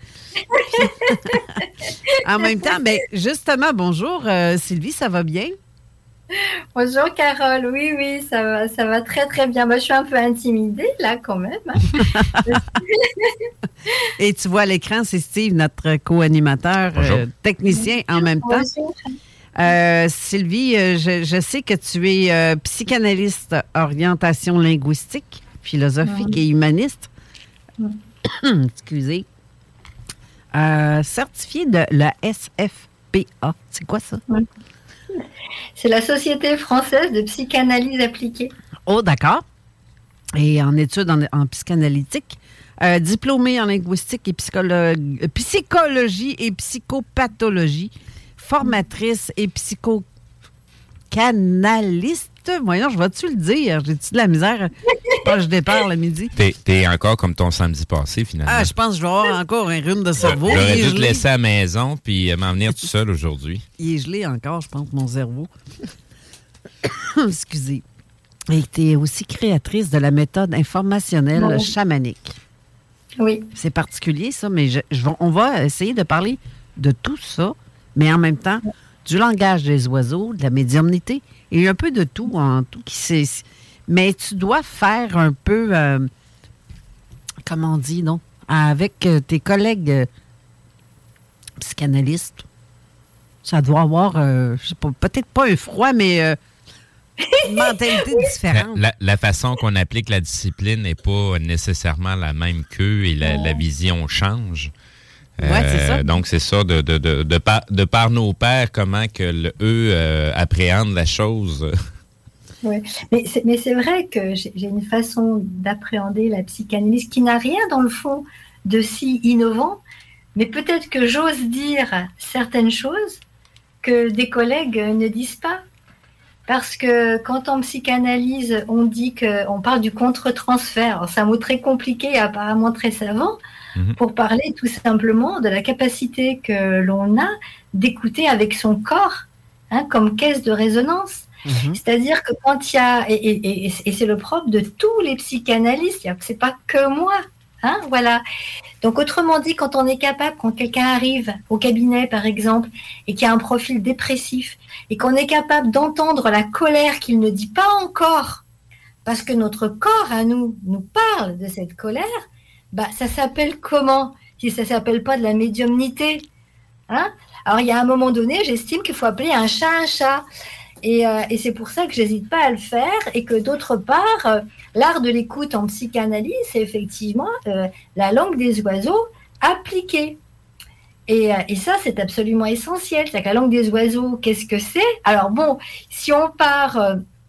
En même temps, ben, justement, bonjour euh, Sylvie, ça va bien? Bonjour Carole, oui, oui, ça va, ça va très très bien. Moi, je suis un peu intimidée là quand même. Hein. Et tu vois à l'écran, c'est Steve, notre co-animateur, euh, technicien en même temps. Bonjour. Euh, Sylvie, euh, je, je sais que tu es euh, psychanalyste, orientation linguistique, philosophique mmh. et humaniste. Mmh. Excusez. Euh, certifié de la S F P A. C'est quoi ça? Mmh. C'est la Société française de psychanalyse appliquée. Oh, d'accord. Et en études en, en psychanalytique. Euh, diplômée en linguistique et psycholo- psychologie et psychopathologie. Formatrice et psychocanaliste. Voyons, je vais-tu le dire? J'ai-tu de la misère? Je pense que je départ le midi. T'es, t'es encore comme ton samedi passé, finalement. Ah, je pense que je vais avoir encore un rhume de cerveau. J'aurais dû te laisser à la maison puis m'en venir tout seul aujourd'hui. Il est gelé encore, je pense, mon cerveau. Excusez. Et tu es aussi créatrice de la méthode informationnelle oui. chamanique. Oui. C'est particulier, ça, mais je, je, on va essayer de parler de tout ça, mais en même temps, du langage des oiseaux, de la médiumnité, et un peu de tout, en tout qui c'est. Mais tu dois faire un peu, euh, comment on dit, non? Avec euh, tes collègues euh, psychanalystes. Ça doit avoir, euh, je sais pas, peut-être pas un froid, mais euh, une mentalité différente. La, la, la façon qu'on applique la discipline n'est pas nécessairement la même qu'eux et la, la vision change. Oui, c'est ça. Euh, donc, c'est ça, de, de, de, de, par, de par nos pairs, comment que le, eux euh, appréhendent la chose. Oui, mais c'est, mais c'est vrai que j'ai, j'ai une façon d'appréhender la psychanalyse qui n'a rien, dans le fond, de si innovant, mais peut-être que j'ose dire certaines choses que des collègues ne disent pas. Parce que quand en psychanalyse, on dit qu'on parle du contre-transfert, alors c'est un mot très compliqué et apparemment très savant, mmh. pour parler tout simplement de la capacité que l'on a d'écouter avec son corps, hein, comme caisse de résonance. Mmh. C'est-à-dire que quand il y a, et, et, et, et c'est le propre de tous les psychanalystes, c'est pas que moi, hein, voilà. Donc autrement dit, quand on est capable, quand quelqu'un arrive au cabinet par exemple, et qu'il y a un profil dépressif, et qu'on est capable d'entendre la colère qu'il ne dit pas encore, parce que notre corps à nous nous parle de cette colère, bah ça s'appelle comment? Si ça s'appelle pas de la médiumnité, hein? Alors il y a un moment donné, j'estime qu'il faut appeler un chat un chat. Et, euh, et c'est pour ça que j'hésite pas à le faire et que d'autre part, euh, l'art de l'écoute en psychanalyse, c'est effectivement euh, la langue des oiseaux appliquée. Et, euh, et ça, c'est absolument essentiel. C'est-à-dire que la langue des oiseaux, qu'est-ce que c'est? Alors bon, si on part euh,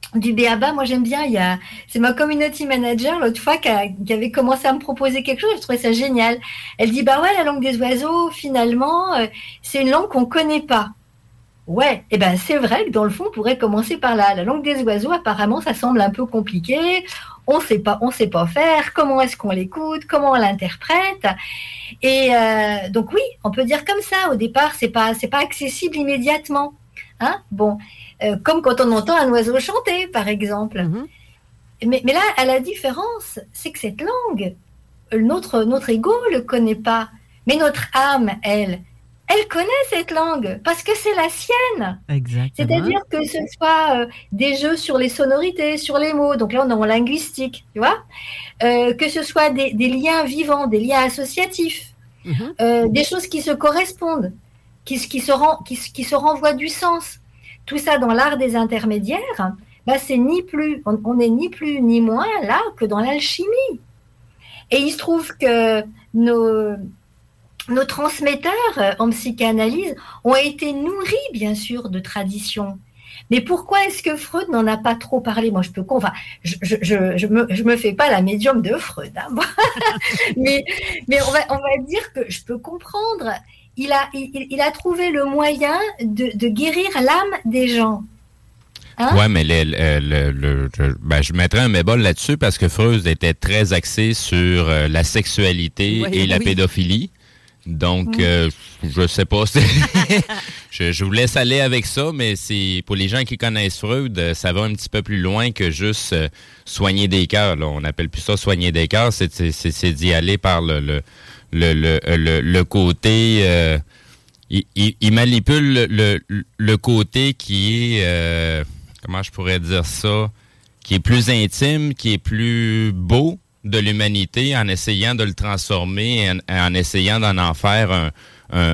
du B A B A, moi j'aime bien. Il y a, c'est ma community manager l'autre fois qui, a, qui avait commencé à me proposer quelque chose. Je trouvais ça génial. Elle dit bah ouais, la langue des oiseaux, finalement, euh, c'est une langue qu'on connaît pas. Ouais, et eh ben c'est vrai que dans le fond, on pourrait commencer par là. La langue des oiseaux, apparemment, ça semble un peu compliqué. On sait pas, on sait pas faire. Comment est-ce qu'on l'écoute? Comment on l'interprète? Et euh, donc oui, on peut dire comme ça. Au départ, c'est pas, c'est pas accessible immédiatement. Hein? Bon. Euh, comme quand on entend un oiseau chanter, par exemple. Mm-hmm. Mais, mais là, à la différence, c'est que cette langue, notre, notre ego ne le connaît pas. Mais notre âme, elle, elle connaît cette langue parce que c'est la sienne. Exactement. C'est-à-dire que ce soit euh, des jeux sur les sonorités, sur les mots, donc là on est en linguistique, tu vois, euh, que ce soit des, des liens vivants, des liens associatifs, mm-hmm. euh, des choses qui se correspondent, qui, qui, se, ren, qui, qui se renvoient du sens. Tout ça dans l'art des intermédiaires, bah c'est ni plus, on, on est ni plus ni moins là que dans l'alchimie. Et il se trouve que nos, nos transmetteurs en psychanalyse ont été nourris, bien sûr, de traditions. Mais pourquoi est-ce que Freud n'en a pas trop parlé? Moi, je peux, enfin, je, je, je, je me, je me fais pas la médium de Freud, hein, mais, mais on va, on va dire que je peux comprendre. Il a, il, il a trouvé le moyen de, de guérir l'âme des gens. Hein? Oui, mais le, le, le, le, le, ben, je mettrais un mébol là-dessus parce que Freud était très axé sur euh, la sexualité oui, et la oui. pédophilie. Donc, mmh. euh, je sais pas. je, je vous laisse aller avec ça, mais c'est pour les gens qui connaissent Freud, ça va un petit peu plus loin que juste euh, soigner des cœurs. Là. On n'appelle plus ça soigner des cœurs, c'est, c'est, c'est, c'est d'y aller par le... le Le, le, le, le côté... Euh, il, il, il manipule le, le, le côté qui est... Euh, comment je pourrais dire ça? Qui est plus intime, qui est plus beau de l'humanité en essayant de le transformer, en, en essayant d'en en faire un, un,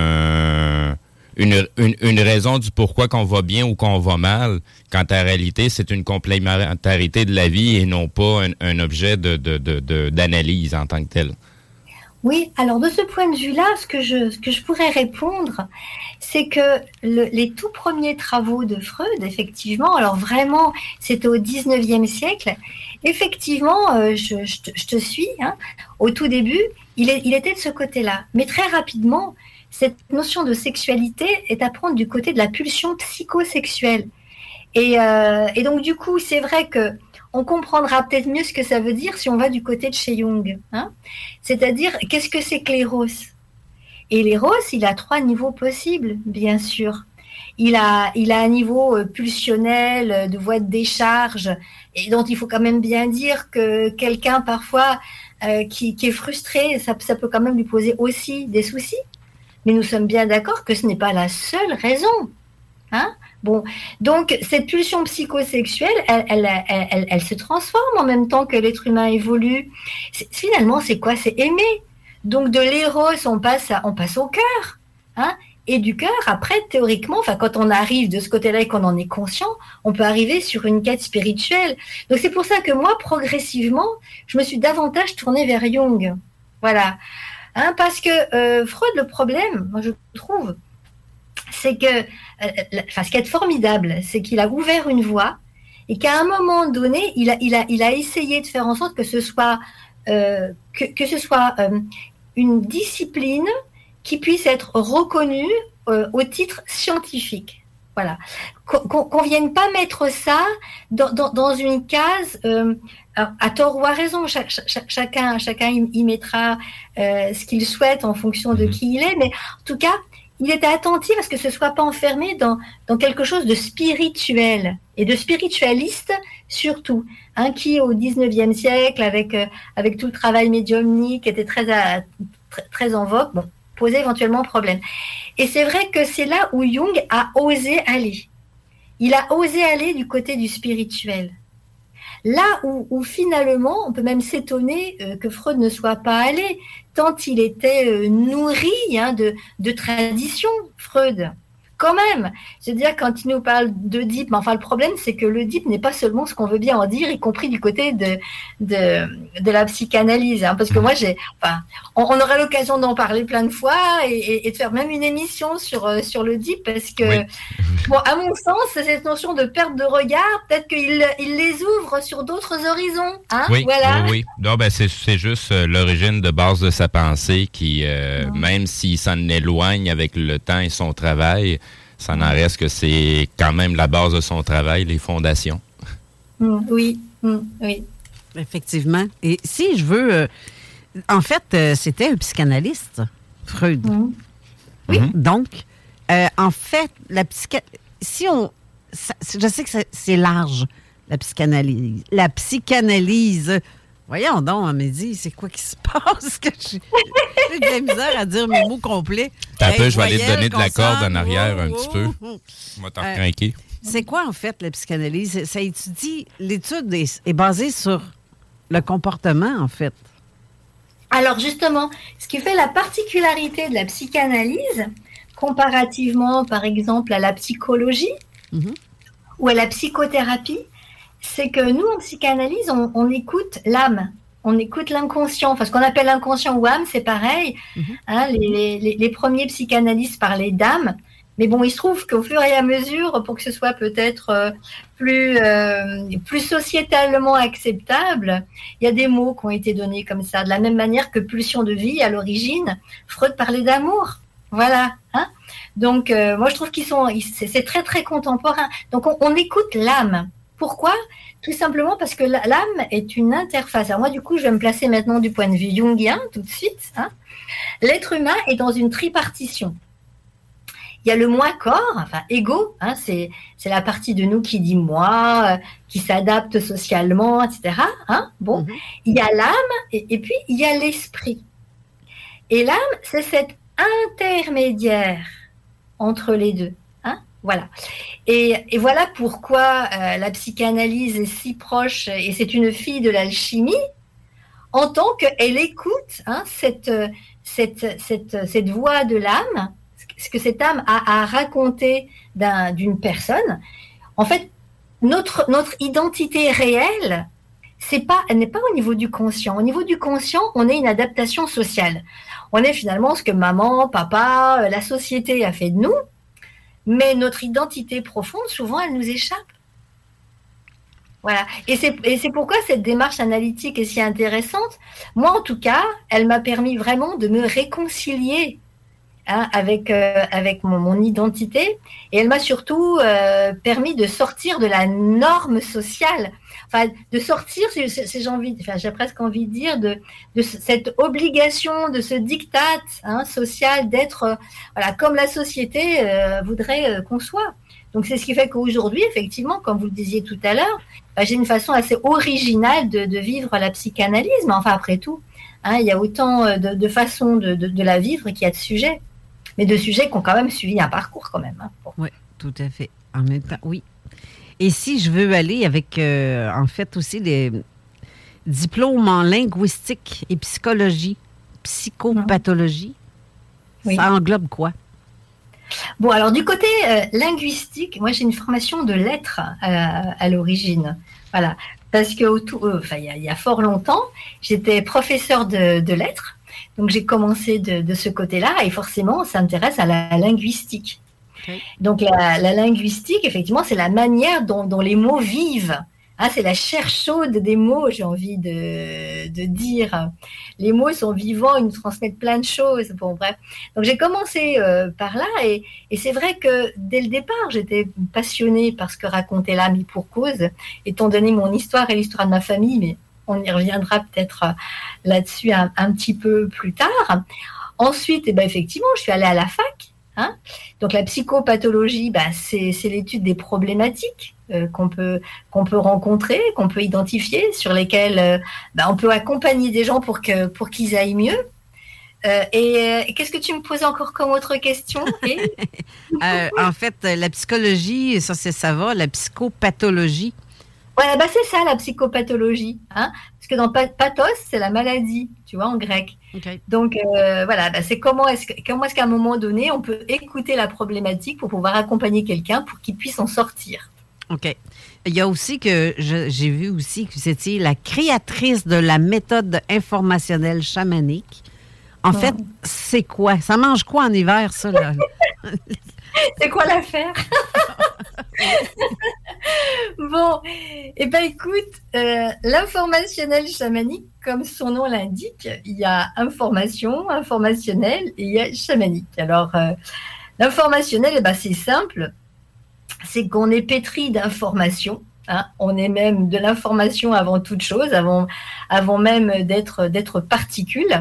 un, une, une, une raison du pourquoi qu'on va bien ou qu'on va mal, quand en réalité, c'est une complémentarité de la vie et non pas un, un objet de, de, de, de, d'analyse en tant que tel. Oui, alors de ce point de vue-là, ce que je, ce que je pourrais répondre, c'est que le, les tout premiers travaux de Freud, effectivement, alors vraiment, c'était au dix-neuvième siècle, effectivement, euh, je, je, te, je te suis, hein, au tout début, il, est, il était de ce côté-là. Mais très rapidement, cette notion de sexualité est à prendre du côté de la pulsion psychosexuelle. Et, euh, et donc, du coup, c'est vrai que on comprendra peut-être mieux ce que ça veut dire si on va du côté de chez Jung. Hein, c'est-à-dire, qu'est-ce que c'est que l'éros? Et l'éros, il a trois niveaux possibles, bien sûr. Il a, il a un niveau pulsionnel, de voie de décharge, et dont il faut quand même bien dire que quelqu'un, parfois, euh, qui, qui est frustré, ça, ça peut quand même lui poser aussi des soucis. Mais nous sommes bien d'accord que ce n'est pas la seule raison. Hein? Bon, donc cette pulsion psychosexuelle, elle, elle, elle, elle, elle se transforme en même temps que l'être humain évolue. C'est, finalement, c'est quoi? C'est aimer. Donc de l'éros, on passe, à, on passe au cœur. Hein? Et du cœur, après, théoriquement, enfin, quand on arrive de ce côté-là et qu'on en est conscient, on peut arriver sur une quête spirituelle. Donc c'est pour ça que moi, progressivement, je me suis davantage tournée vers Jung. Voilà. Hein, parce que euh, Freud, le problème, moi je trouve, c'est que, euh, enfin, ce qui est formidable, c'est qu'il a ouvert une voie et qu'à un moment donné, il a, il a, il a essayé de faire en sorte que ce soit, euh, que, que ce soit euh, une discipline qui puisse être reconnue euh, au titre scientifique. Voilà. Qu'on, qu'on vienne pas mettre ça dans, dans, dans une case, euh, à tort ou à raison. Cha, cha, chacun, chacun y mettra euh, ce qu'il souhaite en fonction de qui il est, mais en tout cas, il était attentif à ce que ce soit pas enfermé dans, dans quelque chose de spirituel et de spiritualiste surtout, hein, qui au dix-neuvième siècle, avec, euh, avec tout le travail médiumnique, était très, à, très, très en vogue, bon, posait éventuellement problème. Et c'est vrai que c'est là où Jung a osé aller. Il a osé aller du côté du spirituel. Là où, où finalement, on peut même s'étonner euh, que Freud ne soit pas allé, tant il était euh, nourri hein, de, de tradition, Freud. quand même. C'est-à-dire, quand il nous parle d'Oedipe, mais enfin, le problème, c'est que l'Oedipe n'est pas seulement ce qu'on veut bien en dire, y compris du côté de, de, de la psychanalyse. Hein, parce que moi, j'ai, enfin, on, on aura l'occasion d'en parler plein de fois et, et, et de faire même une émission sur, euh, sur l'Oedipe, parce que, oui. bon, à mon sens, cette notion de perte de regard, peut-être qu'il il les ouvre sur d'autres horizons. Hein, oui, voilà. oui, oui. Non, ben, c'est, c'est juste euh, l'origine de base de sa pensée qui, euh, mmh. même s'il s'en éloigne avec le temps et son travail, ça n'en reste que c'est quand même la base de son travail, les fondations. Mmh, oui, mmh, oui. Effectivement. Et si je veux... Euh, en fait, euh, c'était un psychanalyste, Freud. Mmh. Oui. Mmh. Donc, euh, en fait, la psycha... Si on... Ça, je sais que c'est, c'est large, la psychanalyse. La psychanalyse... Voyons donc, Amélie, c'est quoi qui se passe? Que j'ai, j'ai de la misère à dire mes mots complets. T'as hey, peu, je vais aller te donner consonne, de la corde en arrière oh, un oh, petit peu. oh. On va t'en recrinquer. Euh, c'est quoi, en fait, la psychanalyse? Ça étudie... L'étude est, est basée sur le comportement, en fait. Alors, justement, ce qui fait la particularité de la psychanalyse, comparativement, par exemple, à la psychologie mm-hmm. ou à la psychothérapie, c'est que nous, en psychanalyse, on, on écoute l'âme, on écoute l'inconscient. Enfin, ce qu'on appelle l'inconscient ou âme, c'est pareil. Mm-hmm. Hein, les, les, les premiers psychanalystes parlaient d'âme. Mais bon, il se trouve qu'au fur et à mesure, pour que ce soit peut-être euh, plus, euh, plus sociétalement acceptable, il y a des mots qui ont été donnés comme ça. De la même manière que pulsion de vie, à l'origine, Freud parlait d'amour. Voilà. Hein, donc, euh, moi, je trouve qu'ils sont, c'est, c'est très, très contemporain. Donc, on, on écoute l'âme. Pourquoi ? Tout simplement parce que l'âme est une interface. Alors moi, du coup, je vais me placer maintenant du point de vue jungien, tout de suite. Hein. L'être humain est dans une tripartition. Il y a le moi-corps, enfin ego, hein, c'est, c'est la partie de nous qui dit moi, euh, qui s'adapte socialement, et cetera. Hein, bon, mm-hmm. Il y a l'âme et, et puis il y a l'esprit. Et l'âme, c'est cet intermédiaire entre les deux. Voilà. Et, et voilà pourquoi euh, la psychanalyse est si proche, et c'est une fille de l'alchimie, en tant qu'elle écoute hein, cette, cette, cette, cette voix de l'âme, ce que cette âme a à raconter d'un, d'une personne. En fait, notre, notre identité réelle, c'est pas, elle n'est pas au niveau du conscient. Au niveau du conscient, on est une adaptation sociale. On est finalement ce que maman, papa, la société a fait de nous. Mais notre identité profonde, souvent, elle nous échappe. Voilà. Et c'est, et c'est pourquoi cette démarche analytique est si intéressante. Moi, en tout cas, elle m'a permis vraiment de me réconcilier hein, avec, euh, avec mon, mon identité. Et elle m'a surtout euh, permis de sortir de la norme sociale. Enfin, de sortir, c'est, c'est, j'ai, envie, enfin, j'ai presque envie de dire, de, de cette obligation, de ce diktat hein, social d'être euh, voilà, comme la société euh, voudrait euh, qu'on soit. Donc, c'est ce qui fait qu'aujourd'hui, effectivement, comme vous le disiez tout à l'heure, bah, j'ai une façon assez originale de, de vivre la psychanalyse. Mais enfin, après tout, hein, il y a autant de, de façons de, de, de la vivre qu'il y a de sujets. Mais de sujets qui ont quand même suivi un parcours, quand même. Hein, bon. Oui, tout à fait. En même temps, oui. Et si je veux aller avec, euh, en fait, aussi les diplômes en linguistique et psychologie, psychopathologie, oui. Ça englobe quoi? Bon, alors du côté euh, linguistique, moi j'ai une formation de lettres euh, à l'origine. Voilà. Parce que euh, enfin, il y, y a fort longtemps, j'étais professeure de, de lettres. Donc j'ai commencé de, de ce côté-là et forcément, on s'intéresse à la linguistique. Okay. Donc la, la linguistique, effectivement, c'est la manière dont, dont les mots vivent. Hein, c'est la chair chaude des mots, j'ai envie de, de dire. Les mots sont vivants, ils nous transmettent plein de choses. Bon, bref. Donc j'ai commencé euh, par là et, et c'est vrai que dès le départ, j'étais passionnée par ce que racontait l'âme pour cause, étant donné mon histoire et l'histoire de ma famille, mais on y reviendra peut-être là-dessus un, un petit peu plus tard. Ensuite, eh ben, effectivement, je suis allée à la fac. Hein, donc la psychopathologie, bah, c'est, c'est l'étude des problématiques euh, qu'on peut qu'on peut rencontrer, qu'on peut identifier, sur lesquelles euh, bah, on peut accompagner des gens pour que pour qu'ils aillent mieux. Euh, et, euh, et qu'est-ce que tu me poses encore comme autre question? Et... euh, en fait, la psychologie, ça c'est ça va. La psychopathologie, Voilà, bah c'est ça la psychopathologie, hein, parce que dans pathos, c'est la maladie, tu vois, en grec. Okay. Donc euh, voilà, bah, c'est comment est-ce que, comment est-ce qu'à un moment donné, on peut écouter la problématique pour pouvoir accompagner quelqu'un pour qu'il puisse en sortir. OK. Il y a aussi que je, j'ai vu aussi que vous étiez la créatrice de la méthode informationnelle chamanique. En ouais. fait, c'est quoi? Ça mange quoi en hiver, ça, là? C'est quoi l'affaire? Bon, eh bien écoute, euh, l'informationnel chamanique, comme son nom l'indique, il y a information, informationnel et il y a chamanique. Alors, euh, l'informationnel, eh ben, c'est simple, c'est qu'on est pétri d'informations. Hein, on est même de l'information avant toute chose, avant, avant même d'être, d'être particule.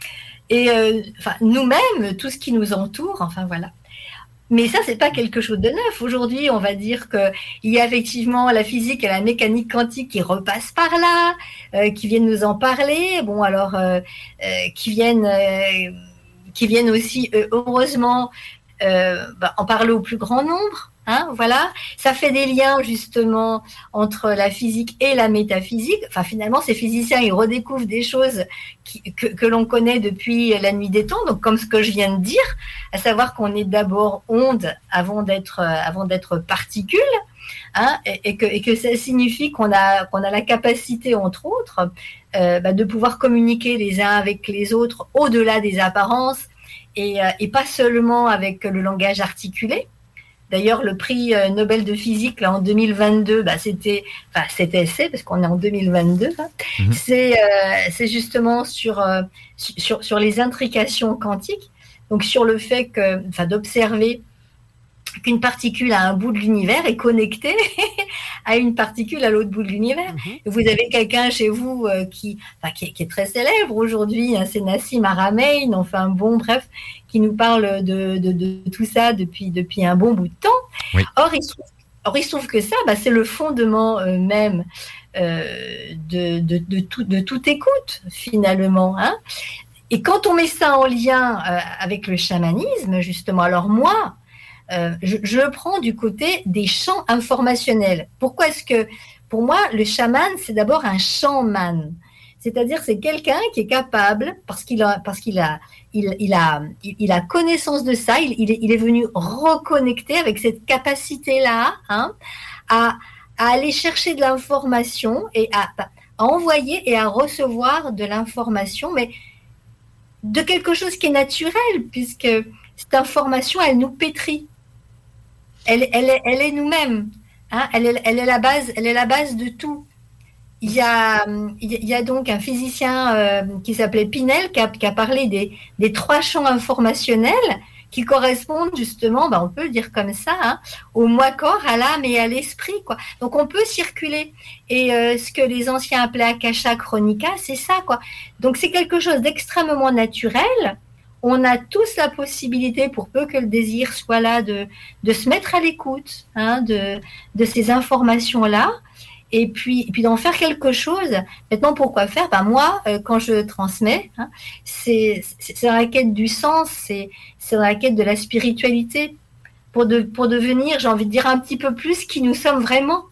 Et euh, enfin, nous-mêmes, tout ce qui nous entoure, enfin voilà. Mais ça, c'est pas quelque chose de neuf. Aujourd'hui, on va dire qu'il y a effectivement la physique et la mécanique quantique qui repassent par là, euh, qui viennent nous en parler. Bon, alors, euh, euh, qui viennent, euh, qui viennent aussi, euh, heureusement, euh, bah, en parler au plus grand nombre. Hein, voilà, ça fait des liens justement entre la physique et la métaphysique. Enfin, finalement, ces physiciens, ils redécouvrent des choses qui, que, que l'on connaît depuis la nuit des temps. Donc, comme ce que je viens de dire, à savoir qu'on est d'abord onde avant d'être avant d'être particule, hein, et, et que et que ça signifie qu'on a qu'on a la capacité, entre autres, euh, bah, de pouvoir communiquer les uns avec les autres au-delà des apparences et euh, et pas seulement avec le langage articulé. D'ailleurs, le prix Nobel de physique là en deux mille vingt-deux, bah c'était, enfin c'était c'est parce qu'on est en deux mille vingt-deux, hein, mmh. c'est euh, c'est justement sur euh, sur sur les intrications quantiques, donc sur le fait que, enfin d'observer qu'une particule à un bout de l'univers est connectée à une particule à l'autre bout de l'univers. Mmh. Vous avez quelqu'un chez vous euh, qui, enfin, qui, qui est très célèbre aujourd'hui, hein, c'est Nassim Haramein, enfin bon, bref, qui nous parle de, de, de tout ça depuis, depuis un bon bout de temps. Oui. Or, il se trouve, or, il se trouve que ça, bah, c'est le fondement euh, même euh, de, de, de, tout, de toute écoute, finalement. Hein. Et quand on met ça en lien euh, avec le chamanisme, justement, alors moi, Euh, je, je le prends du côté des champs informationnels. Pourquoi est-ce que, pour moi, le chaman, c'est d'abord un shaman. C'est-à-dire, c'est quelqu'un qui est capable, parce qu'il a, parce qu'il a, il, il a, il, il a connaissance de ça, il, il, est, il est venu reconnecter avec cette capacité-là, hein, à, à aller chercher de l'information et à, à envoyer et à recevoir de l'information, mais de quelque chose qui est naturel, puisque cette information, elle nous pétrit. Elle, elle, est, elle est nous-mêmes. Hein, elle, est, elle, est la base, elle est la base de tout. Il y a, il y a donc un physicien euh, qui s'appelait Pinel qui a, qui a parlé des, des trois champs informationnels qui correspondent justement, ben on peut le dire comme ça, hein, au moi-corps, à l'âme et à l'esprit, quoi. Donc on peut circuler. Et euh, ce que les anciens appelaient Akasha Chronica, c'est ça, quoi. Donc c'est quelque chose d'extrêmement naturel. On a tous la possibilité, pour peu que le désir soit là, de, de se mettre à l'écoute, hein, de, de ces informations-là, et puis, et puis d'en faire quelque chose. Maintenant, pourquoi faire? Ben moi, euh, quand je transmets, hein, c'est, c'est, c'est dans la quête du sens, c'est, c'est dans la quête de la spiritualité, pour, de, pour devenir, j'ai envie de dire, un petit peu plus qui nous sommes vraiment.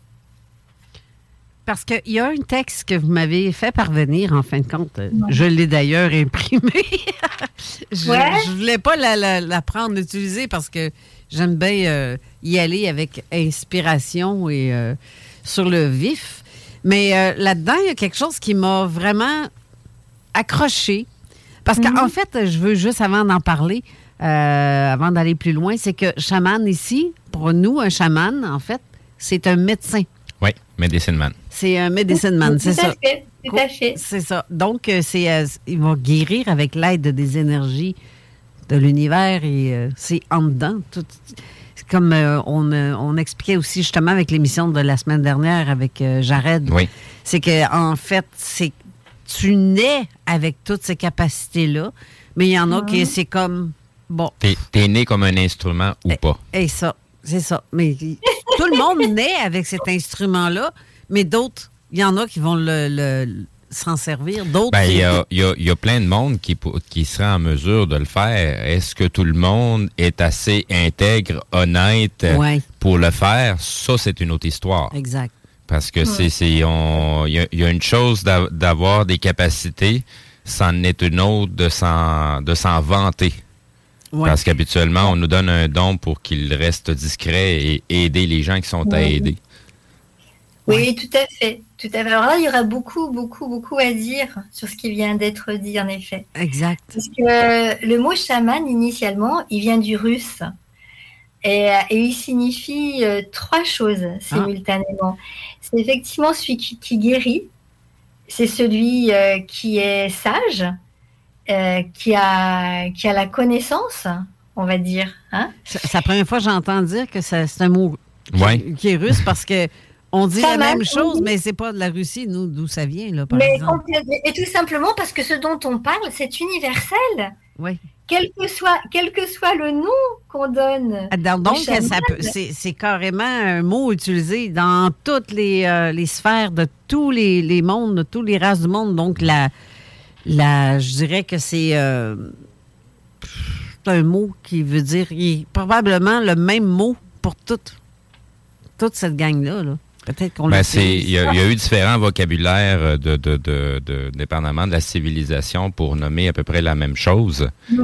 Parce qu'il y a un texte que vous m'avez fait parvenir, en fin de compte. Non. Je l'ai d'ailleurs imprimé. je ouais. ne voulais pas la, la, la prendre, l'utiliser, parce que j'aime bien euh, y aller avec inspiration et euh, sur le vif. Mais euh, là-dedans, il y a quelque chose qui m'a vraiment accroché. Parce mm-hmm. qu'en fait, je veux juste, avant d'en parler, euh, avant d'aller plus loin, c'est que chaman ici, pour nous, un chaman, en fait, c'est un médecin. Oui, medicine man. C'est un medicine man, c'est ça. Tout à fait, tout à fait. C'est ça. Donc, c'est, euh, il va guérir avec l'aide des énergies de l'univers et euh, c'est en dedans. Tout, c'est comme euh, on, euh, on expliquait aussi justement avec l'émission de la semaine dernière avec euh, Jared. Oui. C'est que en fait, c'est tu nais avec toutes ces capacités-là, mais il y en a mmh. qui c'est comme bon. T'es, t'es né comme un instrument ou et, pas. Et ça. C'est ça. Mais tout le monde naît avec cet instrument-là, mais d'autres, il y en a qui vont le, le, s'en servir. D'autres. Ben, il y a, y, a, y a plein de monde qui, qui serait en mesure de le faire. Est-ce que tout le monde est assez intègre, honnête ouais. pour le faire? Ça, c'est une autre histoire. Exact. Parce que Ouais. c'est, c'est, on, il y a, il y a une chose d'a- d'avoir des capacités, c'en est une autre de s'en, de s'en vanter. Ouais. Parce qu'habituellement, on nous donne un don pour qu'il reste discret et aider les gens qui sont à Ouais. aider. Oui, tout à fait. Tout à fait. Alors là, il y aura beaucoup, beaucoup, beaucoup à dire sur ce qui vient d'être dit, en effet. Exact. Parce que euh, le mot chaman, initialement, il vient du russe. Et, euh, et il signifie euh, trois choses simultanément. C'est effectivement celui qui, qui guérit. C'est celui euh, qui est sage, euh, qui a, qui a la connaissance, on va dire. Hein? C'est c'est la première fois que j'entends dire que ça- c'est un mot qui, Ouais. qui est russe parce que on dit Chaman, la même chose, oui. mais c'est pas de la Russie, nous, d'où ça vient, là, par Mais exemple. complètement- et tout simplement parce que ce dont on parle, c'est universel. Oui. Quel que soit, quel que soit le nom qu'on donne. Donc, donc, au chaman, ça peut- c'est c'est carrément un mot utilisé dans toutes les, euh, les sphères de tous les, les mondes, de toutes les races du monde. Donc, la, la, je dirais que c'est euh, c'est un mot qui veut dire, il est probablement le même mot pour toute, toute cette gang-là. Là. Peut-être qu'on Ben, le c'est, il y, a- il y a eu différents vocabulaires de, de, de, de, dépendamment de la civilisation pour nommer à peu près la même chose. Mm.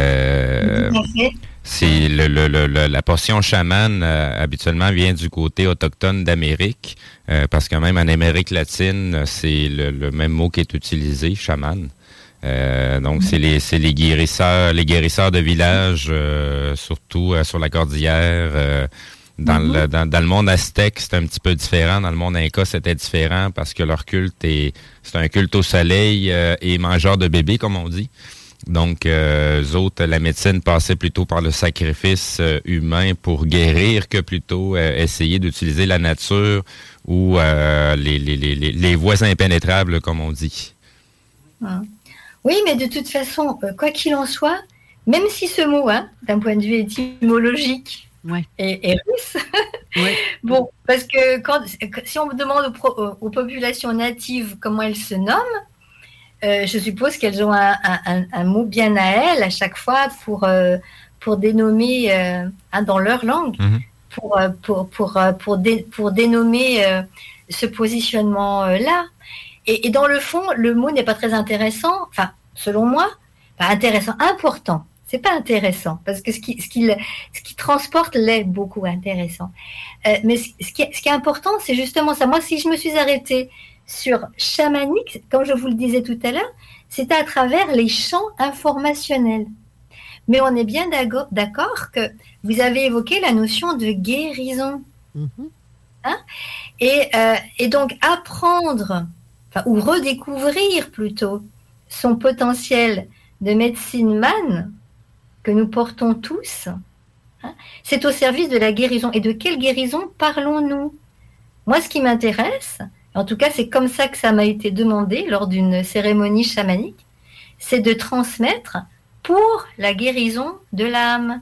Euh, Tout à fait. c'est le, le, le, le- la portion chamane euh, habituellement vient du côté autochtone d'Amérique, euh, parce que même en Amérique latine, c'est le, le même mot qui est utilisé, chaman. Euh, donc c'est les c'est les guérisseurs, les guérisseurs de village, euh, surtout euh, sur la cordillère. Euh, Dans, Mhm. le, dans, dans le monde aztèque, c'était un petit peu différent. Dans le monde inca, c'était différent parce que leur culte est c'est un culte au soleil euh, et mangeur de bébés, comme on dit. Donc, euh, eux autres, la médecine passait plutôt par le sacrifice euh, humain pour guérir que plutôt euh, essayer d'utiliser la nature ou euh, les, les, les, les, les voies impénétrables, comme on dit. Hein. Oui, mais de toute façon, euh, quoi qu'il en soit, même si ce mot, hein, d'un point de vue étymologique, Ouais. est, est russe, Ouais. bon, parce que quand, si on demande aux, pro- aux- aux populations natives comment elles se nomment, euh, je suppose qu'elles ont un, un- un- un mot bien à elles à chaque fois pour, euh, pour dénommer euh, hein, dans leur langue, Mhm. pour, euh, pour, pour, euh, pour, dé- pour dénommer euh, ce positionnement-là. Et, et dans le fond, le mot n'est pas très intéressant, enfin, selon moi, pas intéressant, important. C'est pas intéressant, parce que ce qui, ce qui, ce qui transporte l'est beaucoup intéressant. Euh, mais ce, ce, qui est, ce qui est important, c'est justement ça. Moi, si je me suis arrêtée sur chamanique, comme je vous le disais tout à l'heure, c'était à travers les champs informationnels. Mais on est bien d'accord, d'accord que vous avez évoqué la notion de guérison. Mhm. Hein? Et, euh, et donc, apprendre, enfin, ou redécouvrir plutôt, son potentiel de médecine man, que nous portons tous, hein, c'est au service de la guérison. Et de quelle guérison parlons-nous? Moi, ce qui m'intéresse, en tout cas, c'est comme ça que ça m'a été demandé lors d'une cérémonie chamanique, c'est de transmettre pour la guérison de l'âme.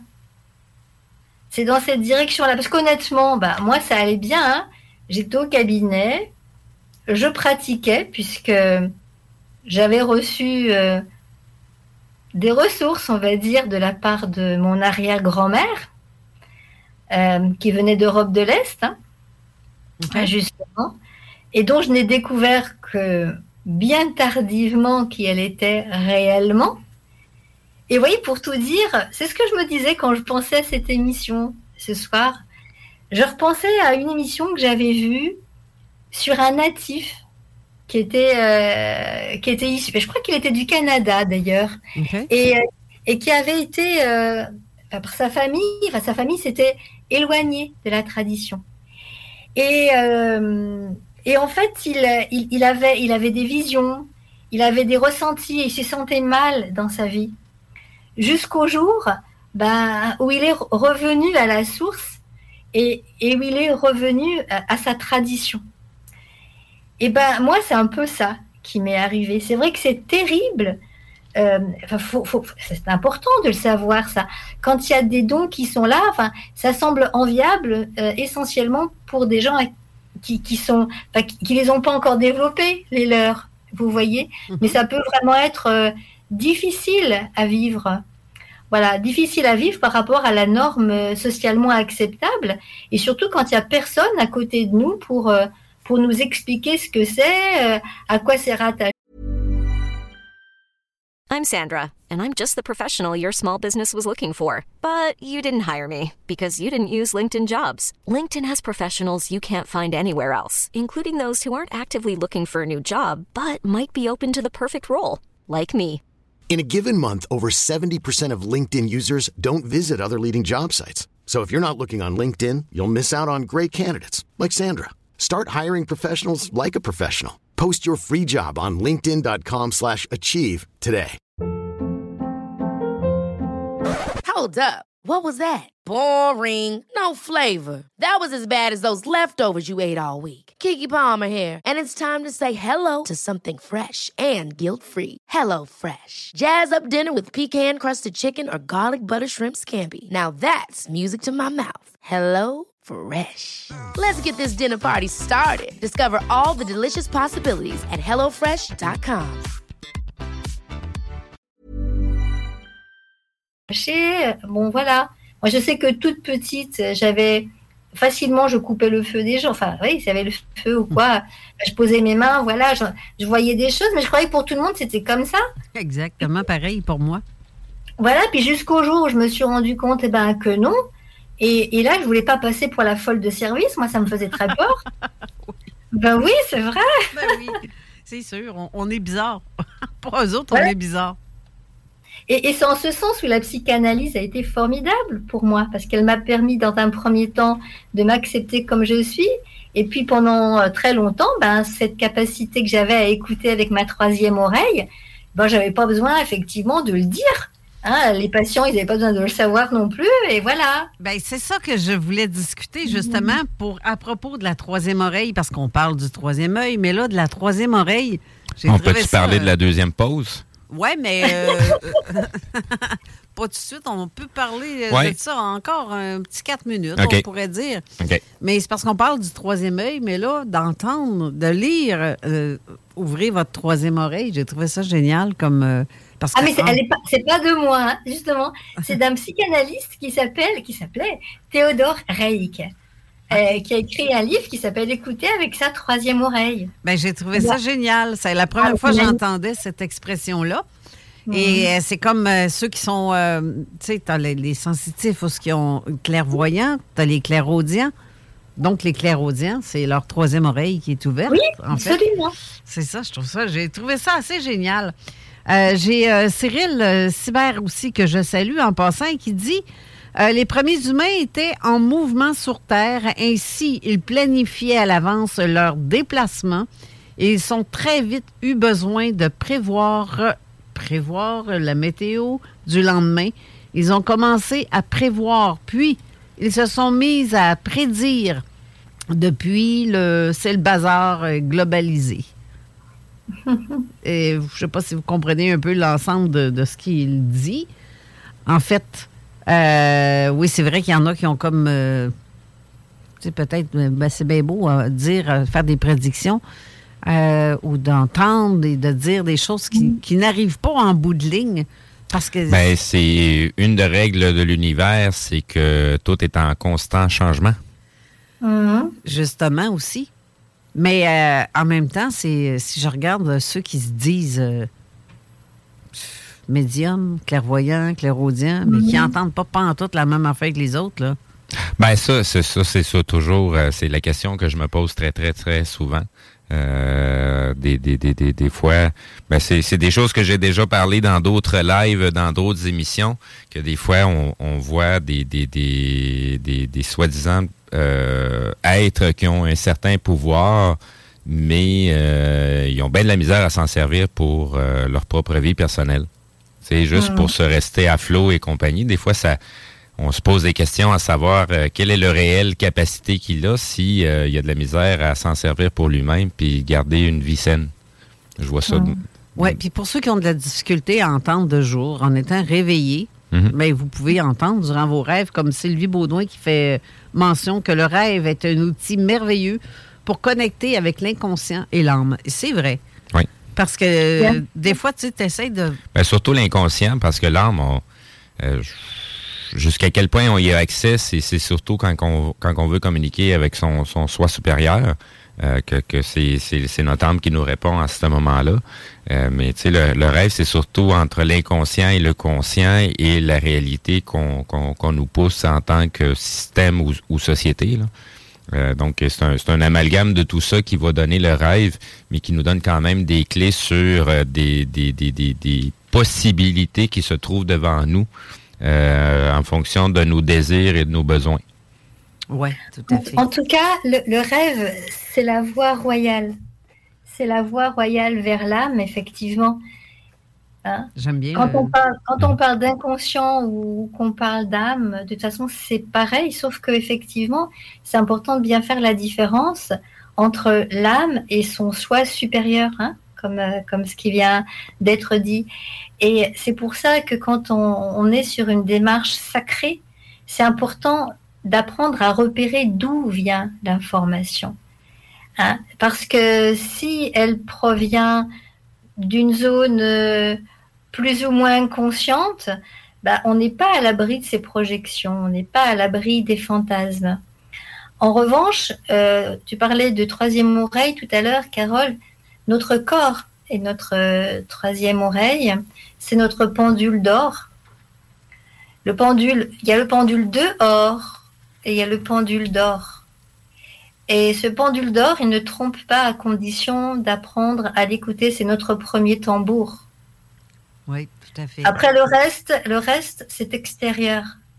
C'est dans cette direction-là. Parce qu'honnêtement, bah, moi, ça allait bien. Hein. J'étais au cabinet, je pratiquais, puisque j'avais reçu... Euh, des ressources, on va dire, de la part de mon arrière-grand-mère, euh, qui venait d'Europe de l'Est, hein, Okay. justement, et dont je n'ai découvert que bien tardivement qui elle était réellement. Et vous voyez, pour tout dire, c'est ce que je me disais quand je pensais à cette émission ce soir. Je repensais à une émission que j'avais vue sur un natif qui était, euh, qui était issu, je crois qu'il était du Canada d'ailleurs, Okay. et, et qui avait été, euh, par sa famille, enfin sa famille s'était éloignée de la tradition. Et, euh, et en fait, il, il, il, avait, il avait des visions, il avait des ressentis, et il se sentait mal dans sa vie. Jusqu'au jour ben, où il est revenu à la source et, et où il est revenu à, à sa tradition. Et ben moi, c'est un peu ça qui m'est arrivé. C'est vrai que c'est terrible. Euh, enfin, faut, faut, c'est important de le savoir, ça. Quand il y a des dons qui sont là, enfin, ça semble enviable euh, essentiellement pour des gens qui, qui sont, enfin, qui, qui les ont pas encore développés, les leurs. Vous voyez, mm-hmm. Mais ça peut vraiment être euh, difficile à vivre. Voilà, difficile à vivre par rapport à la norme socialement acceptable, et surtout quand il y a personne à côté de nous pour euh, pour nous expliquer ce que c'est, euh, à quoi c'est rattaché. I'm Sandra, and I'm just the professional your small business was looking for. But you didn't hire me because you didn't use LinkedIn Jobs. LinkedIn has professionals you can't find anywhere else, including those who aren't actively looking for a new job, but might be open to the perfect role, like me. In a given month, over seventy percent of LinkedIn users don't visit other leading job sites. So if you're not looking on LinkedIn, you'll miss out on great candidates like Sandra. Start hiring professionals like a professional. Post your free job on linkedin.com slash achieve today. Hold up. What was that? Boring. No flavor. That was as bad as those leftovers you ate all week. Keke Palmer here, and it's time to say hello to something fresh and guilt-free. Hello Fresh. Jazz up dinner with pecan-crusted chicken or garlic butter shrimp scampi. Now that's music to my mouth. Hello Fresh. Let's get this dinner party started. Discover all the delicious possibilities at hello fresh dot com. Bon, voilà. Moi, je sais que toute petite, j'avais facilement, je coupais le feu des gens. Enfin, oui, s'il y avait le feu ou quoi, je posais mes mains, voilà, je, je voyais des choses, mais je croyais que pour tout le monde, c'était comme ça. Exactement, pareil pour moi. Voilà, puis jusqu'au jour où je me suis rendu compte eh ben, que non. Et, et là, je voulais pas passer pour la folle de service. Moi, ça me faisait très peur. oui. Ben oui, c'est vrai. Ben oui, c'est sûr. On, on est bizarre. Pour eux autres, ouais. On est bizarre. Et, et c'est en ce sens où la psychanalyse a été formidable pour moi, parce qu'elle m'a permis, dans un premier temps, de m'accepter comme je suis. Et puis, pendant très longtemps, ben, cette capacité que j'avais à écouter avec ma troisième oreille, ben, j'avais pas besoin, effectivement, de le dire. Hein, les patients, ils n'avaient pas besoin de le savoir non plus, et voilà. Ben, c'est ça que je voulais discuter, justement, pour, à propos de la troisième oreille, parce qu'on parle du troisième œil, mais là, de la troisième oreille, j'ai On trouvé peut-tu ça, parler euh... de la deuxième pause? Oui, mais euh, pas tout de suite. On peut parler ouais. de ça encore un petit quatre minutes, okay. on pourrait dire. Okay. Mais c'est parce qu'on parle du troisième œil, mais là, d'entendre, de lire, euh, ouvrez votre troisième oreille, j'ai trouvé ça génial comme... Euh, Parce ah, que, mais c'est, en... elle est pas, c'est pas de moi, hein, justement. C'est d'un psychanalyste qui s'appelle, qui s'appelait Théodore Reik, euh, qui a écrit un livre qui s'appelle Écouter avec sa troisième oreille. Ben, j'ai trouvé ça génial. C'est la première ah, fois que j'entendais cette expression-là. Mm-hmm. Et euh, c'est comme euh, ceux qui sont, euh, tu sais, t'as les, les sensitifs ou ceux qui ont clairvoyants, t'as les clairaudients. Donc, les clairaudients, c'est leur troisième oreille qui est ouverte. Oui, en fait. absolument. C'est ça, je trouve ça, j'ai trouvé ça assez génial. Euh, j'ai euh, Cyril euh, Sibert aussi, que je salue en passant, qui dit euh, « Les premiers humains étaient en mouvement sur Terre, ainsi ils planifiaient à l'avance leur déplacement et ils ont très vite eu besoin de prévoir, euh, prévoir la météo du lendemain. Ils ont commencé à prévoir, puis ils se sont mis à prédire depuis le c'est le bazar euh, globalisé. » Et je ne sais pas si vous comprenez un peu l'ensemble de, de ce qu'il dit. En fait, euh, oui, c'est vrai qu'il y en a qui ont comme... Euh, tu sais, peut-être, ben, c'est bien beau à dire, à faire des prédictions euh, ou d'entendre et de dire des choses qui, qui n'arrivent pas en bout de ligne. Parce que... Ben, c'est une des règles de l'univers, c'est que tout est en constant changement. Mm-hmm. Justement aussi. Mais euh, en même temps, c'est si je regarde ceux qui se disent euh, médiums, clairvoyants, clairaudients, mais mm-hmm. qui n'entendent pas pantoute la même affaire que les autres, là. Ben ça, c'est ça, c'est ça toujours. Euh, c'est la question que je me pose très, très, très souvent. Euh, des, des, des, des, des fois, ben c'est, c'est des choses que j'ai déjà parlé dans d'autres lives, dans d'autres émissions, que des fois, on, on voit des, des, des, des, des soi-disant euh, êtres qui ont un certain pouvoir, mais euh, ils ont bien de la misère à s'en servir pour euh, leur propre vie personnelle. C'est juste mmh. pour se rester à flot et compagnie. Des fois, ça... On se pose des questions à savoir euh, quelle est le réelle capacité qu'il a si euh, il y a de la misère à s'en servir pour lui-même puis garder une vie saine. Je vois ça. Mmh. Oui, puis pour ceux qui ont de la difficulté à entendre de jour, en étant réveillés, mmh. bien, vous pouvez entendre durant vos rêves, comme Sylvie Baudouin qui fait mention que le rêve est un outil merveilleux pour connecter avec l'inconscient et l'âme. Et c'est vrai. Oui. Parce que euh, des fois, tu essaies de... Bien, surtout l'inconscient, parce que l'âme, on... Euh, jusqu'à quel point on y a accès, c'est, c'est surtout quand on, quand on veut communiquer avec son, son soi supérieur, euh, que, que c'est, c'est, c'est notre âme qui nous répond à ce moment-là. Euh, mais tu sais, le, le rêve, c'est surtout entre l'inconscient et le conscient et la réalité qu'on, qu'on, qu'on nous pousse en tant que système ou, ou société, là. Euh, donc, c'est un, c'est un amalgame de tout ça qui va donner le rêve, mais qui nous donne quand même des clés sur euh, des, des, des, des, des possibilités qui se trouvent devant nous euh, en fonction de nos désirs et de nos besoins. Oui, tout à fait. En, en tout cas, le, le rêve, c'est la voie royale. C'est la voie royale vers l'âme, effectivement. Hein? J'aime bien. Quand, le... on parle, quand on parle d'inconscient ou qu'on parle d'âme, de toute façon, c'est pareil, sauf qu'effectivement, c'est important de bien faire la différence entre l'âme et son soi supérieur, hein, comme, euh, comme ce qui vient d'être dit. Et c'est pour ça que quand on, on est sur une démarche sacrée, c'est important d'apprendre à repérer d'où vient l'information. Hein, parce que si elle provient d'une zone... Euh, plus ou moins consciente, bah, on n'est pas à l'abri de ces projections, on n'est pas à l'abri des fantasmes. En revanche, euh, tu parlais de troisième oreille tout à l'heure, Carole, notre corps est notre euh, troisième oreille, c'est notre pendule d'or. Le pendule, il y a le pendule de or et il y a le pendule d'or. Et ce pendule d'or, il ne trompe pas à condition d'apprendre à l'écouter, c'est notre premier tambour. Oui, tout à fait. Après, le reste, le reste, c'est extérieur.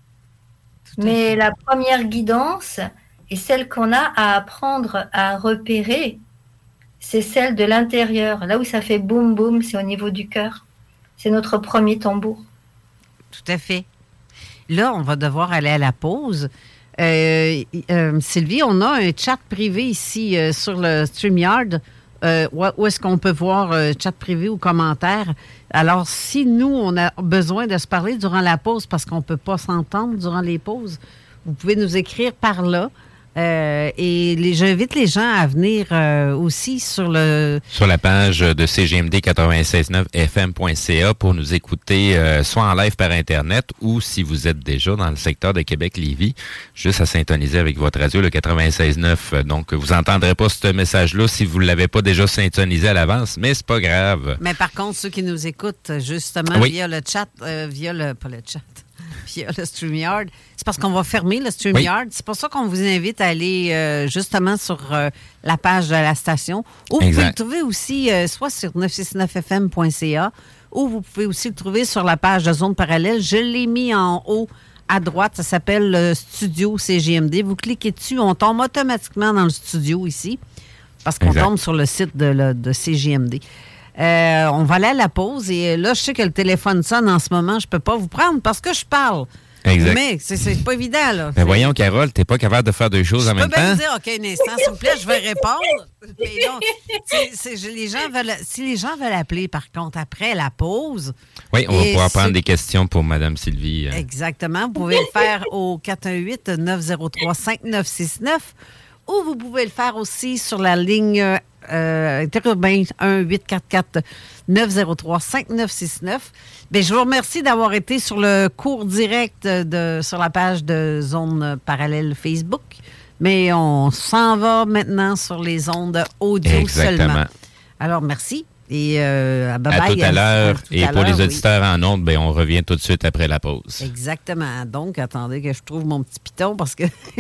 Mais la première guidance et celle qu'on a à apprendre à repérer, c'est celle de l'intérieur. Là où ça fait boum boum, c'est au niveau du cœur. C'est notre premier tambour. Tout à fait. Là, on va devoir aller à la pause. Euh, euh, Sylvie, on a un chat privé ici euh, sur le StreamYard. Euh, où est-ce qu'on peut voir euh, chat privé ou commentaires. Alors, si nous, on a besoin de se parler durant la pause parce qu'on ne peut pas s'entendre durant les pauses, vous pouvez nous écrire par là. Euh, et les, j'invite les gens à venir euh, aussi sur le... Sur la page de C G M D quatre-vingt-seize neuf F M point C A pour nous écouter euh, soit en live par Internet ou si vous êtes déjà dans le secteur de Québec-Lévis, juste à syntoniser avec votre radio, le quatre-vingt-seize neuf. Donc, vous n'entendrez pas ce message-là si vous ne l'avez pas déjà syntonisé à l'avance, mais c'est pas grave. Mais par contre, ceux qui nous écoutent justement oui. via le chat, euh, via le... pas le chat... via le StreamYard. C'est parce qu'on va fermer le StreamYard. Oui. C'est pour ça qu'on vous invite à aller euh, justement sur euh, la page de la station. Ou vous pouvez le trouver aussi euh, soit sur neuf cent soixante-neuf F M point C A ou vous pouvez aussi le trouver sur la page de Zone Parallèle. Je l'ai mis en haut à droite. Ça s'appelle le Studio C G M D. Vous cliquez dessus, on tombe automatiquement dans le studio ici parce qu'on exact. tombe sur le site de, le, de C G M D. Euh, on va aller à la pause et là, je sais que le téléphone sonne en ce moment. Je peux pas vous prendre parce que je parle. Exact. Mais c'est, c'est pas évident, là. Mais voyons, Carole, t'es pas capable de faire deux choses je en même temps? Je peux bien vous dire, OK, un instant, s'il vous plaît, je vais répondre. Mais non, c'est, c'est, les gens veulent, si les gens veulent appeler, par contre, après la pause... Oui, on va pouvoir prendre des questions pour Mme Sylvie. Exactement. Vous pouvez le faire au quatre un huit neuf zéro trois cinq neuf six neuf ou vous pouvez le faire aussi sur la ligne... Euh, interurbain un huit quatre quatre neuf zéro trois cinq neuf six neuf. Bien, je vous remercie d'avoir été sur le cours direct de, sur la page de Zone Parallèle Facebook. Mais on s'en va maintenant sur les ondes audio Exactement. Seulement. Alors, merci. Et euh, bye bye. À tout à l'heure. À tout et à pour l'heure, les auditeurs oui. en ondes, bien, on revient tout de suite après la pause. Exactement. Donc, attendez que je trouve mon petit piton parce que...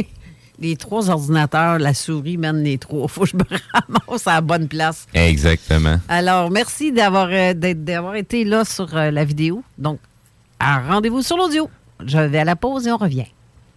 Les trois ordinateurs, la souris mène les trois. Il faut que je me ramasse à la bonne place. Exactement. Alors, merci d'avoir, euh, d'avoir été là sur euh, la vidéo. Donc, à rendez-vous sur l'audio. Je vais à la pause et on revient.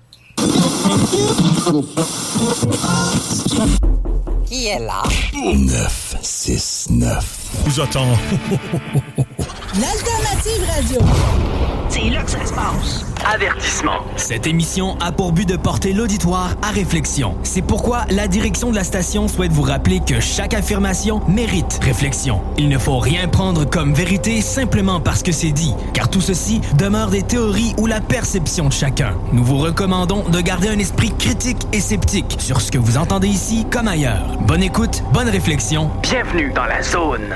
Qui est là? neuf six neuf. Vous attend. L'Alternative Radio. C'est là que ça se passe. Avertissement. Cette émission a pour but de porter l'auditoire à réflexion. C'est pourquoi la direction de la station souhaite vous rappeler que chaque affirmation mérite réflexion. Il ne faut rien prendre comme vérité simplement parce que c'est dit, car tout ceci demeure des théories ou la perception de chacun. Nous vous recommandons de garder un esprit critique et sceptique sur ce que vous entendez ici comme ailleurs. Bonne écoute, bonne réflexion. Bienvenue dans la zone.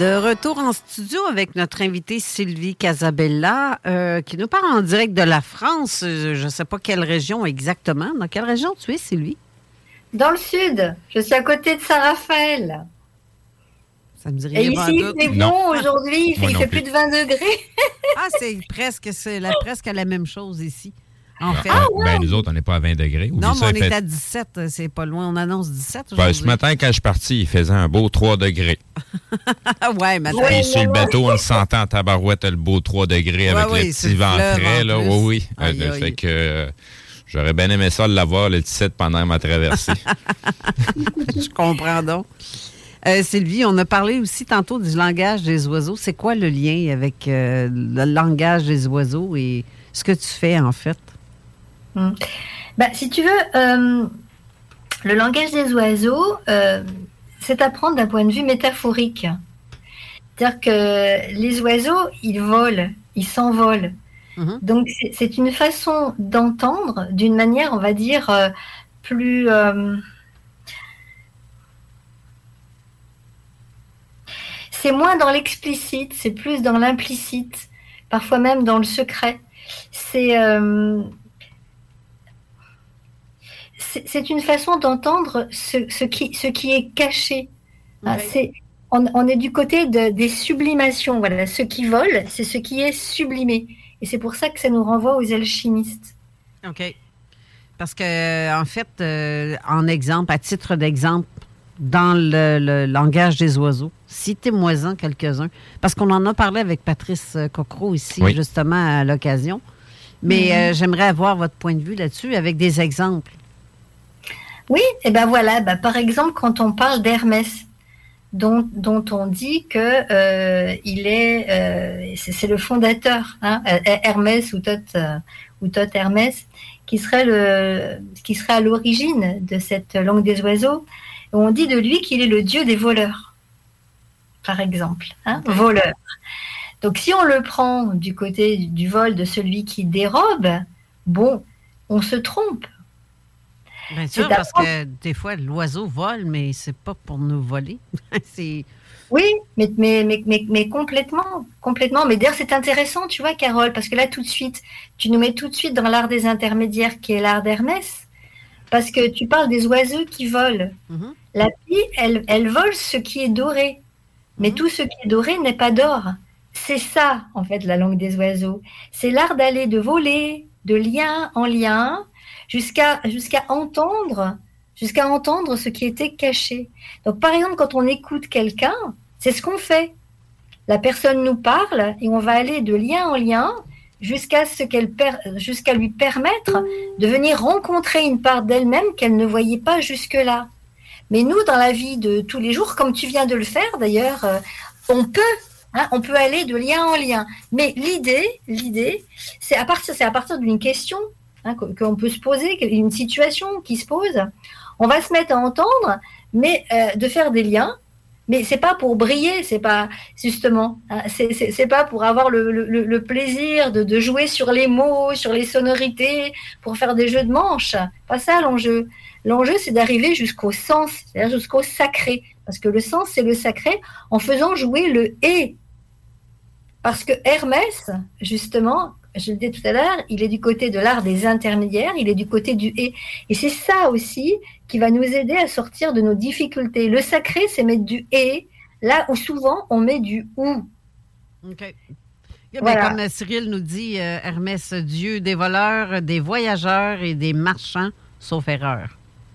De retour en studio avec notre invitée Sylvie Casabella, euh, qui nous parle en direct de la France. Je ne sais pas quelle région exactement. Dans quelle région tu es, Sylvie? Dans le sud. Je suis à côté de Saint-Raphaël. Ça me dit Et rien. ici, il fait bon aujourd'hui. Il fait, il fait plus de vingt degrés. Ah, c'est presque, c'est la, presque la même chose ici. En fait. Ah, ouais. Ben, nous autres, on n'est pas à vingt degrés. Non, mais ça, on est fait... à dix-sept. C'est pas loin. On annonce dix-sept aujourd'hui. Ben, ce matin, quand je suis parti, il faisait un beau trois degrés. ouais, matin. Puis sur le bateau, on sentait en tabarouette le beau trois degrés avec ouais, les oui, petits vents frais. Là. Oui, oui. Aïe, euh, aïe. Fait que euh, j'aurais bien aimé ça de l'avoir le dix-sept pendant ma traversée. Je comprends donc. Euh, Sylvie, on a parlé aussi tantôt du langage des oiseaux. C'est quoi le lien avec euh, le langage des oiseaux et ce que tu fais, en fait? Hum. Ben, si tu veux, euh, le langage des oiseaux, euh, c'est à prendre d'un point de vue métaphorique. C'est-à-dire que les oiseaux, ils volent, ils s'envolent. Mmh. Donc, c'est, c'est une façon d'entendre d'une manière, on va dire, euh, plus... Euh, c'est moins dans l'explicite, c'est plus dans l'implicite, parfois même dans le secret. C'est... Euh, C'est une façon d'entendre ce, ce, qui, ce qui est caché. Oui. C'est, on, on est du côté de, des sublimations. Voilà. Ce qui vole, c'est ce qui est sublimé. Et c'est pour ça que ça nous renvoie aux alchimistes. OK. Parce que, en fait, euh, en exemple, à titre d'exemple, dans le, le langage des oiseaux, citez-moi-en quelques-uns. Parce qu'on en a parlé avec Patrice Cocro ici, oui. justement, à l'occasion. Mais mmh. euh, j'aimerais avoir votre point de vue là-dessus avec des exemples. Oui, et ben voilà, ben par exemple, quand on parle d'Hermès, dont, dont on dit que euh, il est, euh, c'est, c'est le fondateur, hein, Hermès ou Thoth, euh, ou Thoth Hermès, qui serait le, qui serait à l'origine de cette langue des oiseaux. Et on dit de lui qu'il est le dieu des voleurs, par exemple, hein, okay. voleur. Donc, si on le prend du côté du vol de celui qui dérobe, bon, on se trompe. Bien sûr, parce que des fois, l'oiseau vole, mais c'est pas pour nous voler. c'est... Oui, mais, mais, mais, mais, mais complètement, complètement. Mais d'ailleurs, c'est intéressant, tu vois, Carole, parce que là, tout de suite, tu nous mets tout de suite dans l'art des intermédiaires, qui est l'art d'Hermès, parce que tu parles des oiseaux qui volent. Mm-hmm. La pie, elle, elle vole ce qui est doré, mais mm-hmm. tout ce qui est doré n'est pas d'or. C'est ça, en fait, la langue des oiseaux. C'est l'art d'aller de voler, de lien en lien, jusqu'à jusqu'à entendre, jusqu'à entendre ce qui était caché. Donc, par exemple, quand on écoute quelqu'un, c'est ce qu'on fait. La personne nous parle et on va aller de lien en lien jusqu'à ce qu'elle per... jusqu'à lui permettre de venir rencontrer une part d'elle-même qu'elle ne voyait pas jusque-là. Mais nous, dans la vie de tous les jours, comme tu viens de le faire d'ailleurs, euh, on peut Hein, on peut aller de lien en lien. Mais l'idée, l'idée, c'est à partir, c'est à partir d'une question hein, qu'on peut se poser, une situation qui se pose. On va se mettre à entendre, mais euh, de faire des liens. Mais c'est pas pour briller, c'est pas justement, hein, c'est, c'est, c'est pas pour avoir le, le, le plaisir de, de jouer sur les mots, sur les sonorités, pour faire des jeux de manches. Pas ça l'enjeu. L'enjeu, c'est d'arriver jusqu'au sens, c'est-à-dire jusqu'au sacré. Parce que le sens, c'est le sacré, en faisant jouer le « et ». Parce que Hermès, justement, je le disais tout à l'heure, il est du côté de l'art des intermédiaires, il est du côté du « et ». Et c'est ça aussi qui va nous aider à sortir de nos difficultés. Le sacré, c'est mettre du « et », là où souvent on met du « ou ». OK. Voilà. Comme Cyril nous dit, euh, Hermès, dieu des voleurs, des voyageurs et des marchands, sauf erreur.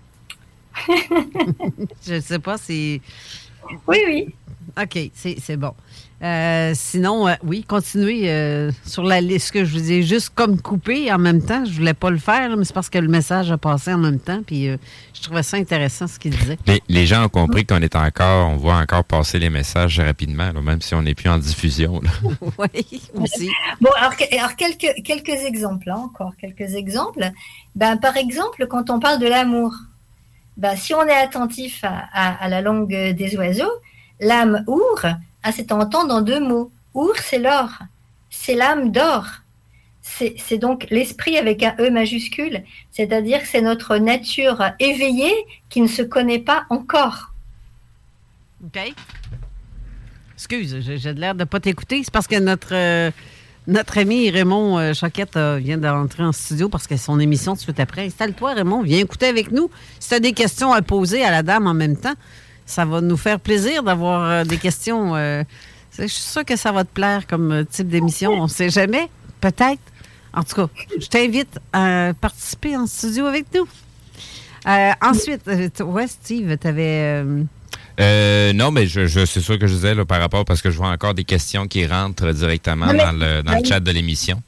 Je ne sais pas si... Oui, oui. OK, c'est, c'est bon. Euh, sinon, euh, oui, continuez euh, sur la liste que je vous ai juste comme coupé en même temps. Je ne voulais pas le faire, là, mais c'est parce que le message a passé en même temps. Puis euh, je trouvais ça intéressant ce qu'il disait. Les, les gens ont compris qu'on est encore, on voit encore passer les messages rapidement, là, même si on n'est plus en diffusion. Oui, aussi. Bon, alors, alors quelques, quelques exemples, hein, encore quelques exemples. Ben, par exemple, quand on parle de l'amour, ben, si on est attentif à, à, à la langue des oiseaux, l'âme our, ah, c'est à entendre en deux mots. Our, c'est l'or. C'est l'âme d'or. C'est, c'est donc l'esprit avec un E majuscule. C'est-à-dire que c'est notre nature éveillée qui ne se connaît pas encore. OK. Excuse, j'ai, j'ai l'air de ne pas t'écouter. C'est parce que notre, euh, notre ami Raymond euh, Choquette euh, vient d'entrer en studio parce que son émission tout de suite après. Installe-toi, Raymond, viens écouter avec nous. Si tu as des questions à poser à la dame en même temps, ça va nous faire plaisir d'avoir euh, des questions. Euh, je suis sûre que ça va te plaire comme euh, type d'émission. On ne sait jamais. Peut-être. En tout cas, je t'invite à participer en studio avec nous. Euh, ensuite, ouais, Steve, tu avais... Euh... Euh, non, mais je, je, c'est sûr que je disais là, par rapport, parce que je vois encore des questions qui rentrent directement non, mais, dans le, dans le chat de l'émission.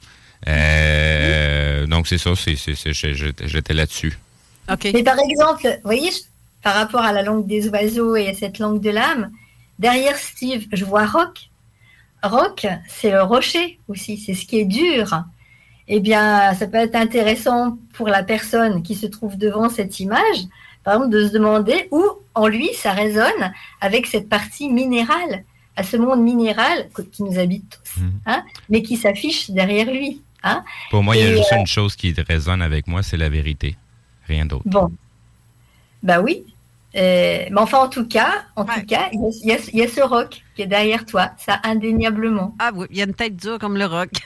Euh, oui. Donc, c'est ça, c'est, c'est, c'est, j'étais, j'étais là-dessus. Okay. Mais par exemple, vous voyez, je, par rapport à la langue des oiseaux et à cette langue de l'âme, derrière Steve, je vois Rock. Rock, c'est le rocher aussi, c'est ce qui est dur. Eh bien, ça peut être intéressant pour la personne qui se trouve devant cette image, par exemple, de se demander où, en lui, ça résonne avec cette partie minérale, à ce monde minéral qui nous habite tous, mmh. hein, mais qui s'affiche derrière lui. Hein. Pour moi, il y a juste euh... une chose qui résonne avec moi, c'est la vérité. Rien d'autre. Bon. Ben oui. Euh, mais enfin, en tout cas, en ouais. tout cas, il y, a, y a ce roc qui est derrière toi, ça indéniablement. Ah oui, il y a une tête dure comme le roc.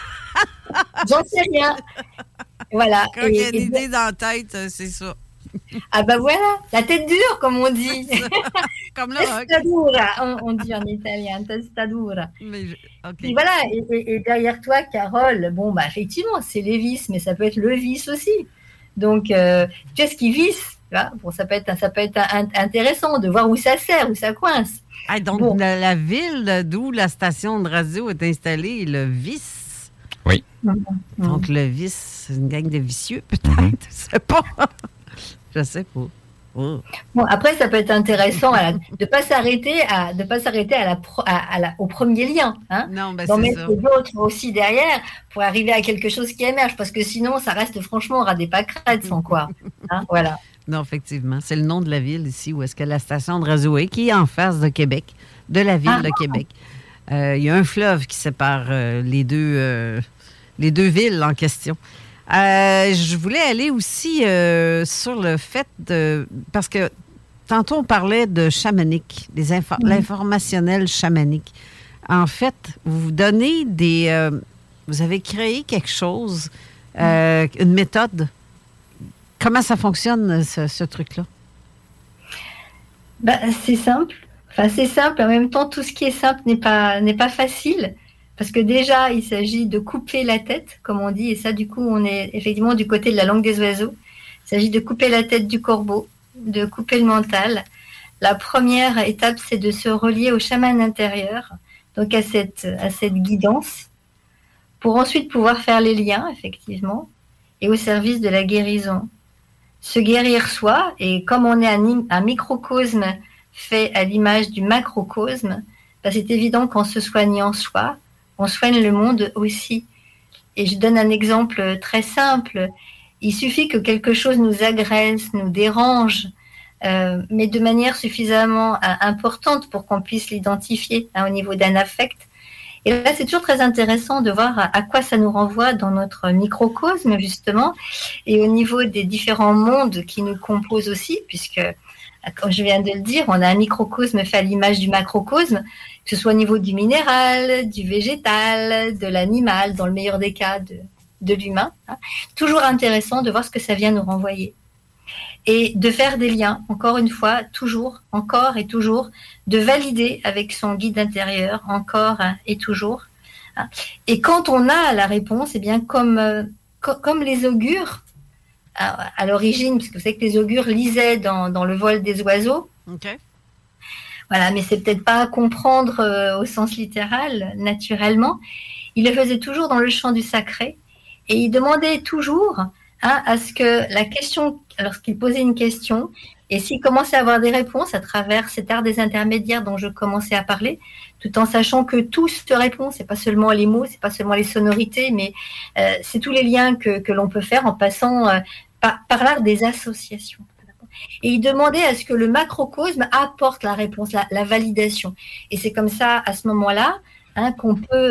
J'en sais rien. Voilà. Quand il y a une et, idée et... dans la tête, c'est ça. Ah ben voilà, la tête dure, comme on dit. Comme le roc. Testa dura, on, on dit en italien, testa dura. Mais je... okay. Et voilà, et, et, et derrière toi, Carole, bon, bah effectivement, c'est les vis, mais ça peut être le vis aussi. Donc, euh, tu sais ce qui visse. Bon, ça peut être, ça peut être intéressant de voir où ça sert, où ça coince. Ah, donc, bon. la, la ville d'où la station de radio est installée, le vice. Oui. Mm-hmm. Donc, le vice, c'est une gang de vicieux, peut-être. Mm-hmm. Je sais pas. Je sais pas. Oh. Bon, après, ça peut être intéressant à la, de ne pas s'arrêter, à, de pas s'arrêter à la, à, à la, au premier lien. Hein, non, ben d'en c'est mettre ça. d'autres aussi derrière pour arriver à quelque chose qui émerge. Parce que sinon, ça reste franchement, on aura des pâquerettes sans quoi. Hein, voilà. Non, effectivement. C'est le nom de la ville ici où est-ce que la station de radio est, qui est en face de Québec, de la ville ah. de Québec. Euh, il y a un fleuve qui sépare euh, les, deux, euh, les deux villes en question. Euh, je voulais aller aussi euh, sur le fait de... Parce que tantôt, on parlait de chamanique, des infor- mmh. l'informationnel chamanique. En fait, vous donnez des... Euh, vous avez créé quelque chose, euh, mmh. une méthode. Comment ça fonctionne, ce, ce truc-là? Ben, c'est simple. Enfin, c'est simple. En même temps, tout ce qui est simple n'est pas, n'est pas facile. Parce que déjà, il s'agit de couper la tête, comme on dit. Et ça, du coup, on est effectivement du côté de la langue des oiseaux. Il s'agit de couper la tête du corbeau, de couper le mental. La première étape, c'est de se relier au chaman intérieur, donc à cette, à cette guidance, pour ensuite pouvoir faire les liens, effectivement, et au service de la guérison. Se guérir soi, et comme on est un, un microcosme fait à l'image du macrocosme, ben c'est évident qu'en se soignant soi, on soigne le monde aussi. Et je donne un exemple très simple. Il suffit que quelque chose nous agresse, nous dérange, euh, mais de manière suffisamment euh, importante pour qu'on puisse l'identifier hein, au niveau d'un affect. Et là, c'est toujours très intéressant de voir à, à quoi ça nous renvoie dans notre microcosme, justement, et au niveau des différents mondes qui nous composent aussi, puisque, comme je viens de le dire, on a un microcosme fait à l'image du macrocosme, que ce soit au niveau du minéral, du végétal, de l'animal, dans le meilleur des cas, de, de l'humain. Hein. Toujours intéressant de voir ce que ça vient nous renvoyer. Et de faire des liens, encore une fois, toujours, encore et toujours, de valider avec son guide intérieur, encore et toujours. Et quand on a la réponse, eh bien, comme, euh, co- comme les augures, à, à l'origine, parce que vous savez que les augures lisaient dans, dans le vol des oiseaux. Okay. Voilà, mais c'est peut-être pas à comprendre euh, au sens littéral, naturellement. Ils le faisaient toujours dans le champ du sacré. Et ils demandaient toujours hein, à ce que la question, lorsqu'ils posaient une question, et s'ils commençaient à avoir des réponses à travers cet art des intermédiaires dont je commençais à parler, tout en sachant que tout se répond, c'est pas seulement les mots, c'est pas seulement les sonorités, mais euh, c'est tous les liens que, que l'on peut faire en passant euh, par, par l'art des associations. Et il demandait à ce que le macrocosme apporte la réponse, la, la validation. Et c'est comme ça, à ce moment-là, hein, qu'on peut euh,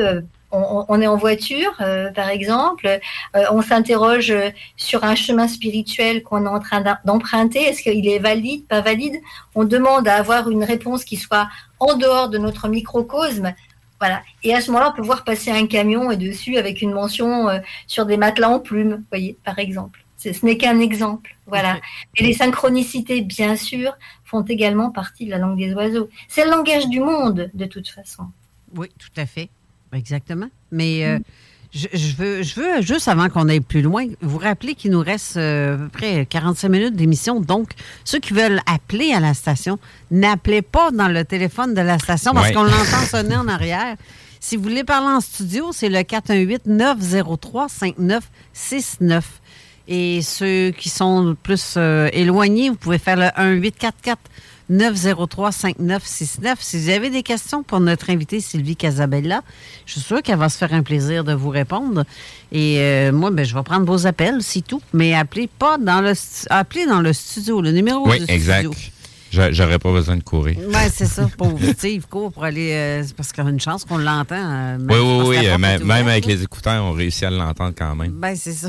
on, on est en voiture, euh, par exemple, euh, on s'interroge sur un chemin spirituel qu'on est en train d'emprunter. Est-ce qu'il est valide, pas valide? On demande à avoir une réponse qui soit en dehors de notre microcosme. Voilà. Et à ce moment-là, on peut voir passer un camion et dessus avec une mention euh, sur des matelas en plumes, vous voyez, par exemple. C'est, ce n'est qu'un exemple. Voilà. Et les synchronicités, bien sûr, font également partie de la langue des oiseaux. C'est le langage du monde, de toute façon. Oui, tout à fait. Exactement. Mais euh, mm. je, je, veux, je veux, juste avant qu'on aille plus loin, vous rappeler qu'il nous reste euh, à peu près quarante-cinq minutes d'émission. Donc, ceux qui veulent appeler à la station, n'appelez pas dans le téléphone de la station parce ouais. qu'on l'entend sonner en arrière. Si vous voulez parler en studio, c'est le quatre un huit neuf zéro trois cinq neuf six neuf. Et ceux qui sont plus euh, éloignés, vous pouvez faire le un huit quatre quatre neuf zéro trois cinq neuf six neuf. Si vous avez des questions pour notre invitée Sylvie Casabella, je suis sûre qu'elle va se faire un plaisir de vous répondre. Et euh, moi, ben, je vais prendre vos appels, c'est tout. Mais appelez pas dans le appelez dans le studio, le numéro oui, du exact. studio. Oui, j'aurais pas besoin de courir. Oui, c'est ça. Pauvre Steve court pour aller... Euh, parce qu'il y a une chance qu'on l'entend. Euh, oui, oui, oui. Euh, même ouverte, avec là. Les écouteurs, on réussit à l'entendre quand même. Ben c'est ça.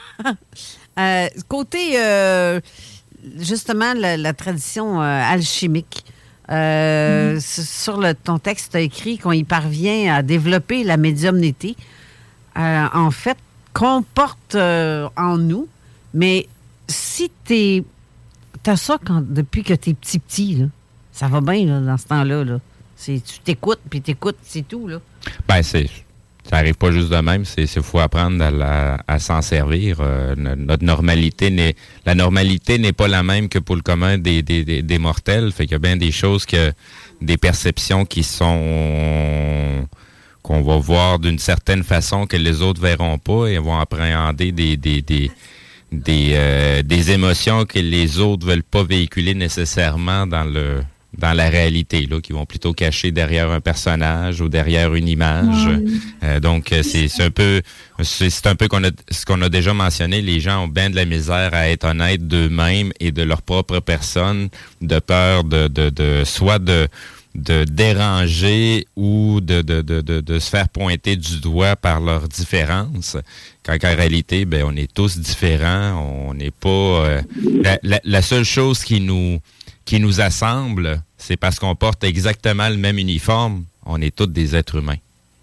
euh, côté... Euh, justement, la, la tradition euh, alchimique. Euh, mm. Sur le, ton texte, tu as écrit qu'on y parvient à développer la médiumnité. Euh, en fait, comporte euh, en nous, mais si tu as ça quand, depuis que tu es petit-petit, là, ça va bien là, dans ce temps-là. Là. C'est, tu t'écoutes, puis t'écoutes, c'est tout. Là. Ben, c'est... Ça n'arrive pas juste de même, c'est il faut apprendre à, la, à s'en servir. Euh, notre normalité n'est la normalité n'est pas la même que pour le commun des, des, des, des mortels. Fait qu'il y a bien des choses que des perceptions qui sont qu'on va voir d'une certaine façon que les autres verront pas et vont appréhender des des des des, euh, des émotions que les autres veulent pas véhiculer nécessairement dans le dans la réalité, là, qui vont plutôt cacher derrière un personnage ou derrière une image. Oui. Euh, donc, c'est, c'est un peu, c'est, c'est un peu qu'on a, ce qu'on a déjà mentionné. Les gens ont bien de la misère à être honnêtes d'eux-mêmes et de leur propre personne, de peur de, de, de soit de, de déranger ou de, de, de, de, de se faire pointer du doigt par leurs différences. Quand en réalité, ben, on est tous différents. On n'est pas. Euh, la, la, la seule chose qui nous qui nous assemble, c'est parce qu'on porte exactement le même uniforme. On est tous des êtres humains.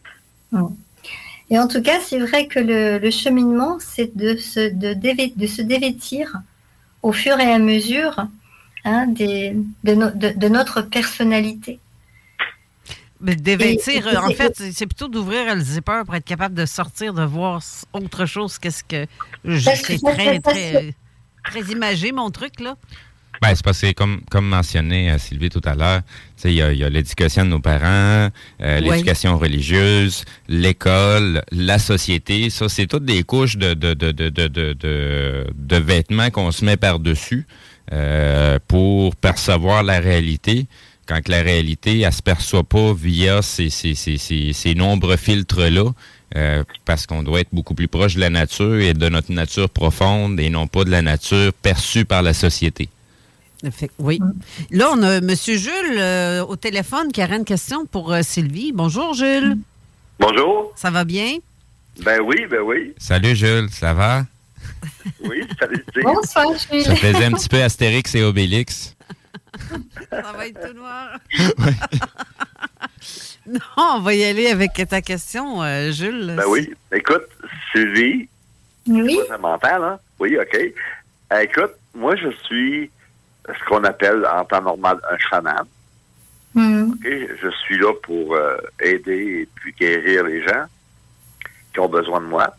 Et en tout cas, c'est vrai que le, le cheminement, c'est de se, de, dévê- de se dévêtir au fur et à mesure hein, des, de, no, de, de notre personnalité. Mais dévêtir, et, en et, fait, c'est plutôt d'ouvrir le zipper pour être capable de sortir, de voir autre chose. Qu'est-ce que... Je, c'est très, très, très imagé, mon truc, là. Ben, c'est parce que, comme, comme mentionné euh, Sylvie tout à l'heure, il y a, y a l'éducation de nos parents, euh, l'éducation oui. religieuse, l'école, la société. Ça, c'est toutes des couches de, de, de, de, de, de, de, de vêtements qu'on se met par-dessus euh, pour percevoir la réalité. Quand la réalité, elle se perçoit pas via ces, ces, ces, ces, ces nombreux filtres-là, euh, parce qu'on doit être beaucoup plus proche de la nature et de notre nature profonde et non pas de la nature perçue par la société. Fait, oui. Là, on a M. Jules euh, au téléphone qui a une question pour euh, Sylvie. Bonjour, Jules. Bonjour. Ça va bien? Ben oui, ben oui. Salut, Jules. Ça va? Oui, salut, Steve. Bonsoir, Jules. Ça faisait un petit peu Astérix et Obélix. Ça va être tout noir. Ouais. Non, on va y aller avec ta question, euh, Jules. Ben oui. Écoute, Sylvie. Oui. Ça m'entend, là? Oui, OK. Euh, écoute, moi, je suis ce qu'on appelle en temps normal un chaman. Mm. Okay? Je suis là pour euh, aider et puis guérir les gens qui ont besoin de moi.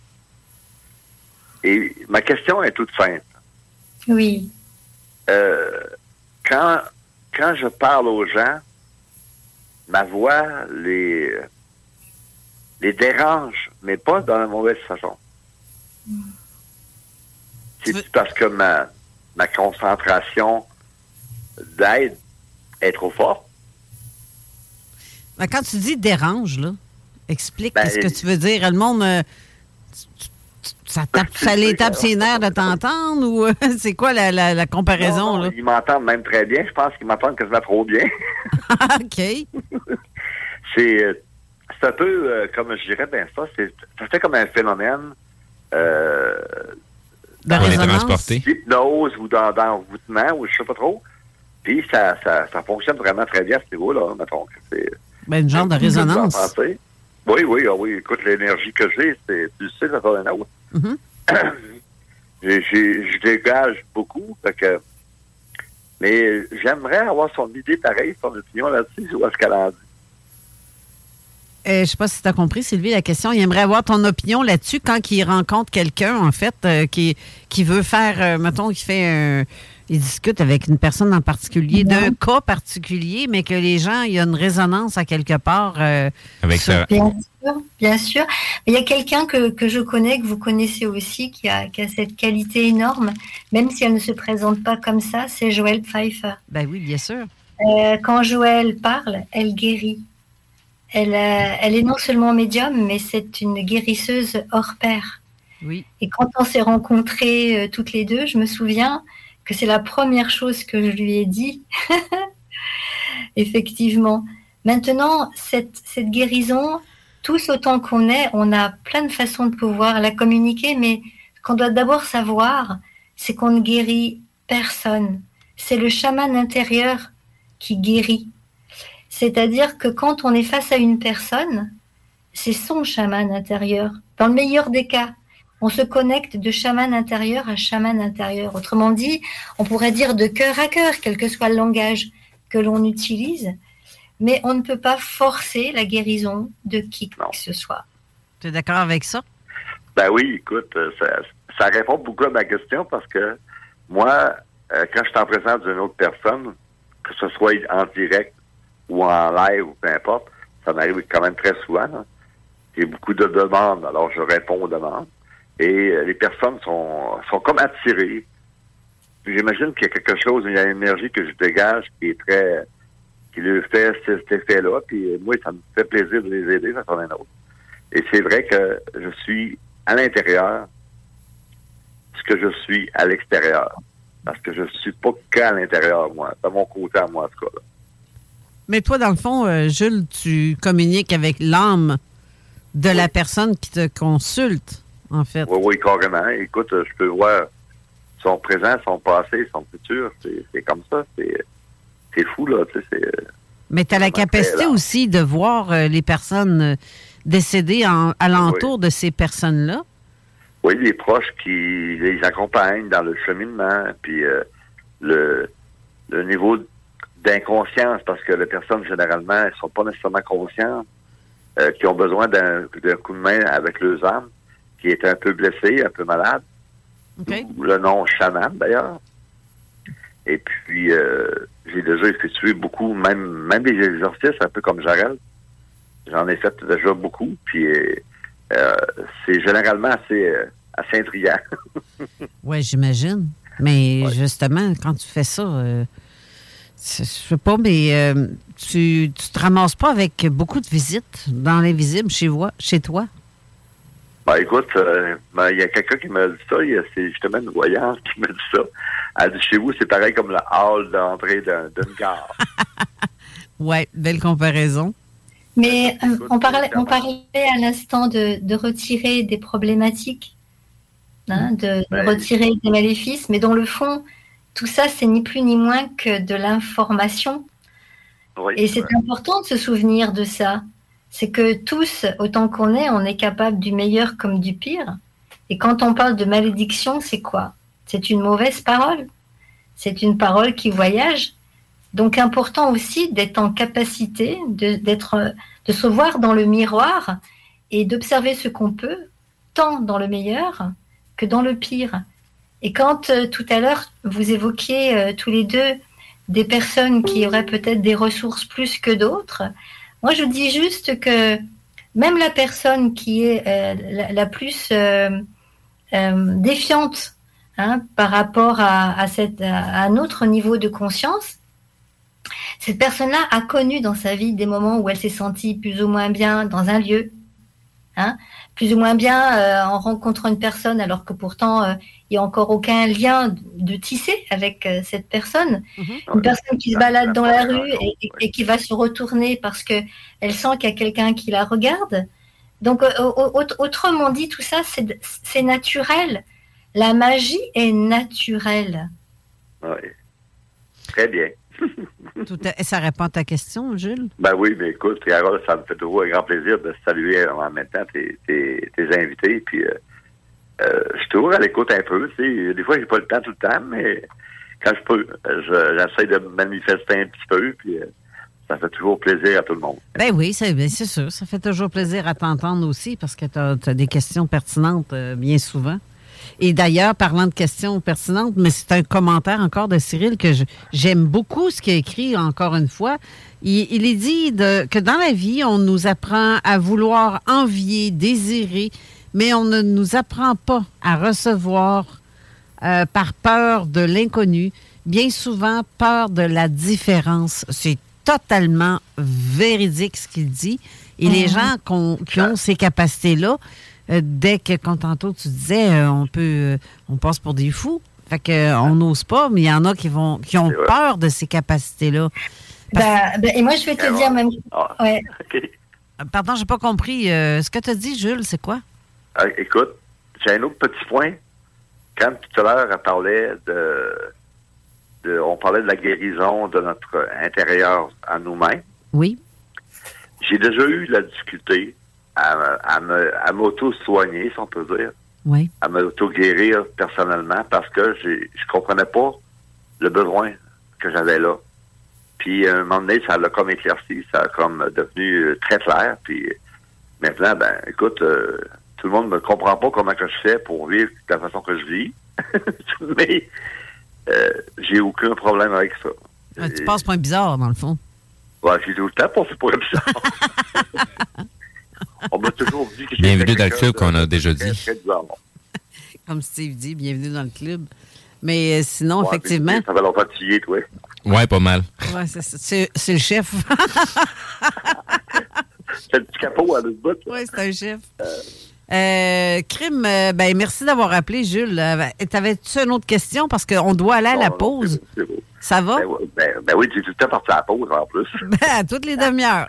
Et ma question est toute simple. Oui. Euh, quand, quand je parle aux gens, ma voix les, les dérange, mais pas dans la mauvaise façon. Mm. C'est parce que ma, ma concentration d'aide est trop forte. Ben, quand tu dis dérange, là, explique ben, ce que tu veux dire. Le monde, euh, tu, tu, ça, tape, ça les tape ses nerfs de t'entendre ou euh, c'est quoi la, la, la comparaison? Non, non, là? Ils m'entendent même très bien. Je pense qu'ils m'entendent quasiment trop bien. OK. c'est, c'est un peu, euh, comme je dirais, ben ça, c'est, ça fait comme un phénomène euh, de résonance, d'hypnose ou dans, d'envoûtement, ou je sais pas trop. Puis ça, ça, ça fonctionne vraiment très bien à ce niveau-là, mettons. C'est, ben, une genre de résonance. Oui, oui, ah oui. Écoute, l'énergie que j'ai, c'est, tu sais, ça va un autre. Mm-hmm. j'ai, j'ai, je dégage beaucoup, fait que, mais j'aimerais avoir son idée pareille, son opinion là-dessus, je vois ce qu'elle a dit. Euh, je ne sais pas si tu as compris, Sylvie, la question. Il aimerait avoir ton opinion là-dessus quand il rencontre quelqu'un, en fait, euh, qui, qui veut faire, euh, mettons, qui fait un... Il discute avec une personne en particulier, d'un cas particulier, mais que les gens, il y a une résonance à quelque part. Euh, avec ça. Bien sûr, bien sûr. Il y a quelqu'un que, que je connais, que vous connaissez aussi, qui a, qui a cette qualité énorme, même si elle ne se présente pas comme ça, c'est Joël Pfeiffer. Ben oui, bien sûr. Euh, quand Joël parle, elle guérit. Elle, euh, elle est non seulement médium, mais c'est une guérisseuse hors pair. Oui. Et quand on s'est rencontrés euh, toutes les deux, je me souviens que c'est la première chose que je lui ai dit. Effectivement. Maintenant, cette, cette guérison, tous autant qu'on est, on a plein de façons de pouvoir la communiquer, mais ce qu'on doit d'abord savoir, c'est qu'on ne guérit personne. C'est le chaman intérieur qui guérit. C'est-à-dire que quand on est face à une personne, c'est son chaman intérieur. Dans le meilleur des cas, on se connecte de chaman intérieur à chaman intérieur. Autrement dit, on pourrait dire de cœur à cœur, quel que soit le langage que l'on utilise, mais on ne peut pas forcer la guérison de qui que ce soit. Tu es d'accord avec ça? Ben oui, écoute, ça, ça répond beaucoup à ma question parce que moi, quand je suis en présence d'une autre personne, que ce soit en direct ou en live ou peu importe, ça m'arrive quand même très souvent. Là. J'ai beaucoup de demandes, alors je réponds aux demandes. Et euh, les personnes sont, sont comme attirées. Puis j'imagine qu'il y a quelque chose, il y a une énergie que je dégage qui est très, qui lui fait cet effet-là. Puis euh, moi, ça me fait plaisir de les aider, ça en est un autre. Et c'est vrai que je suis à l'intérieur ce que je suis à l'extérieur. Parce que je suis pas qu'à l'intérieur, moi. De mon côté à moi, en tout cas. Là. Mais toi, dans le fond, euh, Jules, tu communiques avec l'âme de oui. la personne qui te consulte. En fait. Oui, oui, carrément. Écoute, je peux voir son présent, son passé, son futur. C'est, c'est comme ça. C'est, c'est fou, là. Tu sais, c'est, mais tu as la capacité aussi de voir euh, les personnes décédées en, alentour oui. de ces personnes-là? Oui, les proches qui les accompagnent dans le cheminement, puis euh, le, le niveau d'inconscience, parce que les personnes, généralement, elles ne sont pas nécessairement conscientes, euh, qui ont besoin d'un, d'un coup de main avec leurs âmes, qui est un peu blessé, un peu malade. Okay. Le nom chaman, d'ailleurs. Et puis, euh, j'ai déjà effectué beaucoup, même même des exercices, un peu comme Jarel. J'en ai fait déjà beaucoup, puis euh, c'est généralement assez, euh, assez intriguant. Oui, j'imagine. Mais ouais. justement, quand tu fais ça, euh, je sais pas, mais euh, tu, tu te ramasses pas avec beaucoup de visites dans l'invisible chez, voi- chez toi? Ben écoute, il euh, ben, y a quelqu'un qui m'a dit ça, y a, c'est justement une voyante qui m'a dit ça. Elle dit, chez vous, c'est pareil comme le hall d'entrée d'un, d'une gare. Oui, belle comparaison. Mais euh, on, parlait, on parlait à l'instant de, de retirer des problématiques, hein, de, de ben, retirer des maléfices, mais dans le fond, tout ça, c'est ni plus ni moins que de l'information. Oui, Et c'est ouais. important de se souvenir de ça. C'est que tous, autant qu'on est, on est capable du meilleur comme du pire. Et quand on parle de malédiction, c'est quoi? C'est une mauvaise parole. C'est une parole qui voyage. Donc, important aussi d'être en capacité de, d'être, de se voir dans le miroir et d'observer ce qu'on peut, tant dans le meilleur que dans le pire. Et quand, euh, tout à l'heure, vous évoquiez euh, tous les deux des personnes qui auraient peut-être des ressources plus que d'autres, moi, je dis juste que même la personne qui est euh, la, la plus euh, euh, défiante hein, par rapport à, à, cette, à un autre niveau de conscience, cette personne-là a connu dans sa vie des moments où elle s'est sentie plus ou moins bien dans un lieu, hein, plus ou moins bien euh, en rencontrant une personne alors que pourtant euh, il n'y a encore aucun lien de, de tisser avec euh, cette personne. Mm-hmm. Une personne qui se balade dans la rue et, et, et qui va se retourner parce qu'elle sent qu'il y a quelqu'un qui la regarde. Donc, euh, autrement dit, tout ça, c'est, c'est naturel. La magie est naturelle. Oui. Très bien. Tout à... Ça répond à ta question, Jules? Ben oui, mais écoute, Carole, ça me fait toujours un grand plaisir de saluer en même temps tes, tes, tes invités. Puis, euh, euh, je suis toujours à l'écoute un peu. Tu sais. Des fois, j'ai pas le temps tout le temps, mais quand je peux, je, j'essaie de me manifester un petit peu. Puis, euh, ça fait toujours plaisir à tout le monde. Ben oui, c'est, ben c'est sûr. Ça fait toujours plaisir à t'entendre aussi parce que tu as des questions pertinentes euh, bien souvent. Et d'ailleurs, parlant de questions pertinentes, mais c'est un commentaire encore de Cyril que je, j'aime beaucoup ce qu'il a écrit encore une fois. Il, il est dit de, que dans la vie, on nous apprend à vouloir envier, désirer, mais on ne nous apprend pas à recevoir euh, par peur de l'inconnu. Bien souvent, peur de la différence. C'est totalement véridique ce qu'il dit. Et mmh. les gens qu'on, qui ont ces capacités-là, euh, dès que, quand tantôt tu disais, euh, on peut, euh, on passe pour des fous. Fait que euh, on n'ose pas, mais il y en a qui vont, qui ont peur de ces capacités-là. Parce... Ben, ben, et moi, je vais te dire même. Ah, ouais. okay. Pardon, j'ai pas compris. Euh, ce que tu as dit, Jules, c'est quoi? Euh, écoute, j'ai un autre petit point. Quand tout à l'heure, elle parlait de. De, on parlait de la guérison de notre intérieur à nous-mêmes. Oui. J'ai déjà eu la difficulté à, à, me, à m'auto-soigner, si on peut dire. Oui. À m'auto-guérir personnellement parce que j'ai, je comprenais pas le besoin que j'avais là. Puis, à un moment donné, ça l'a comme éclairci, ça a comme devenu très clair. Puis, maintenant, ben, écoute, euh, tout le monde ne comprend pas comment que je fais pour vivre de la façon que je vis. Mais... Euh, j'ai aucun problème avec ça. Ah, tu passes pour un bizarre, dans le fond. Ouais, j'ai tout le temps passé pour un bizarre. On m'a toujours dit que bienvenue dans le club qu'on a déjà dit. Très, très Comme Steve dit, bienvenue dans le club. Mais euh, sinon, ouais, effectivement... Ça va longtemps de fier, toi. Ouais, pas mal. Ouais, c'est, c'est, c'est le chef. C'est le petit capot à l'autre bout. Oui, c'est un chef. Euh... Euh, Crime, euh, ben merci d'avoir appelé, Jules. Euh, t'avais-tu une autre question? Parce qu'on doit aller à la non, pause. Non, c'est beau, c'est beau. Ça va? Ben, ben, ben oui, tu es tout le temps parti à la pause, en plus. Ben, à toutes les demi-heures.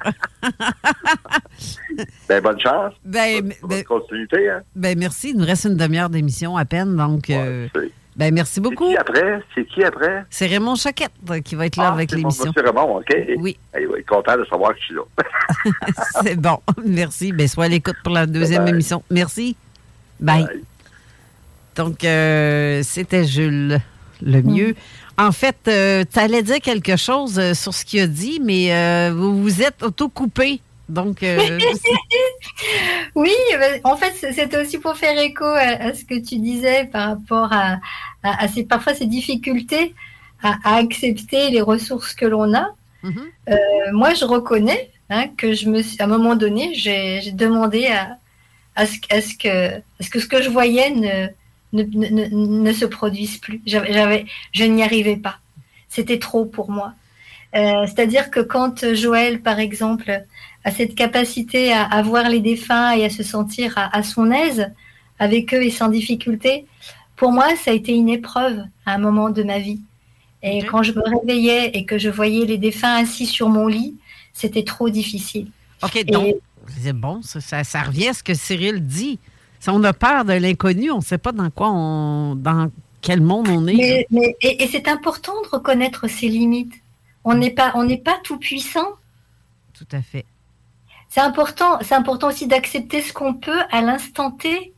ben, bonne chance. Ben, bonne, ben, bonne continuité, hein? Ben, merci. Il nous reste une demi-heure d'émission à peine, donc... Ouais, euh, ben, merci beaucoup. C'est qui après? C'est qui après? C'est Raymond Choquette qui va être là ah, avec c'est l'émission. C'est Raymond, OK. Oui. Il va être content de savoir que je suis là. C'est bon. Merci. Ben, sois à l'écoute pour la deuxième Bye. émission. Merci. Bye. Bye. Donc, euh, c'était Jules le mieux. Mm. En fait, euh, tu allais dire quelque chose euh, sur ce qu'il a dit, mais euh, vous vous êtes auto-coupé. Donc, euh, oui, en fait, c'était aussi pour faire écho à, à ce que tu disais par rapport à, à, à ces, parfois ces difficultés à, à accepter les ressources que l'on a. Mm-hmm. Euh, moi, je reconnais hein, que je me suis, à un moment donné, j'ai, j'ai demandé à, à, ce, à, ce que, à ce que ce que je voyais ne, ne, ne, ne se produise plus. J'avais, j'avais, je n'y arrivais pas. C'était trop pour moi. Euh, c'est-à-dire que quand Joël, par exemple, a cette capacité à, à voir les défunts et à se sentir à, à son aise avec eux et sans difficulté, pour moi, ça a été une épreuve à un moment de ma vie. Et okay. quand je me réveillais et que je voyais les défunts assis sur mon lit, c'était trop difficile. OK, donc, et, c'est bon, ça, ça, ça revient à ce que Cyril dit. Si on a peur de l'inconnu, on ne sait pas dans quoi on, dans quel monde on est. Mais, mais, et, et c'est important de reconnaître ses limites. On n'est pas, on n'est pas tout puissant. Tout à fait. C'est important, c'est important aussi d'accepter ce qu'on peut à l'instant T.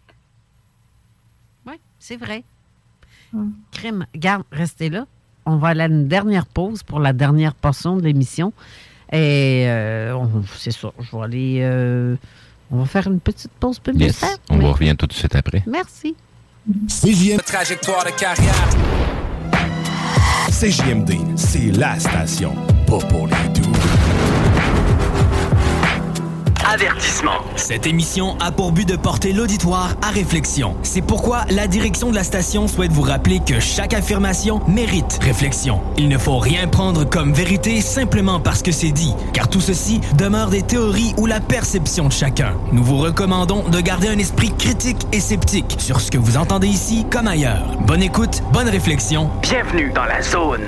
Oui, c'est vrai. Hum. Crime, garde, restez là. On va aller à une dernière pause pour la dernière portion de l'émission. Et euh, on, c'est ça, je vais aller... Euh, on va faire une petite pause publicitaire. Yes, on mais... revient tout de suite après. Merci. C J M D. Trajectoire de carrière. C J M D, c'est la station. Pas pour les doux. Avertissement. Cette émission a pour but de porter l'auditoire à réflexion. C'est pourquoi la direction de la station souhaite vous rappeler que chaque affirmation mérite réflexion. Il ne faut rien prendre comme vérité simplement parce que c'est dit, car tout ceci demeure des théories ou la perception de chacun. Nous vous recommandons de garder un esprit critique et sceptique sur ce que vous entendez ici comme ailleurs. Bonne écoute, bonne réflexion. Bienvenue dans la zone.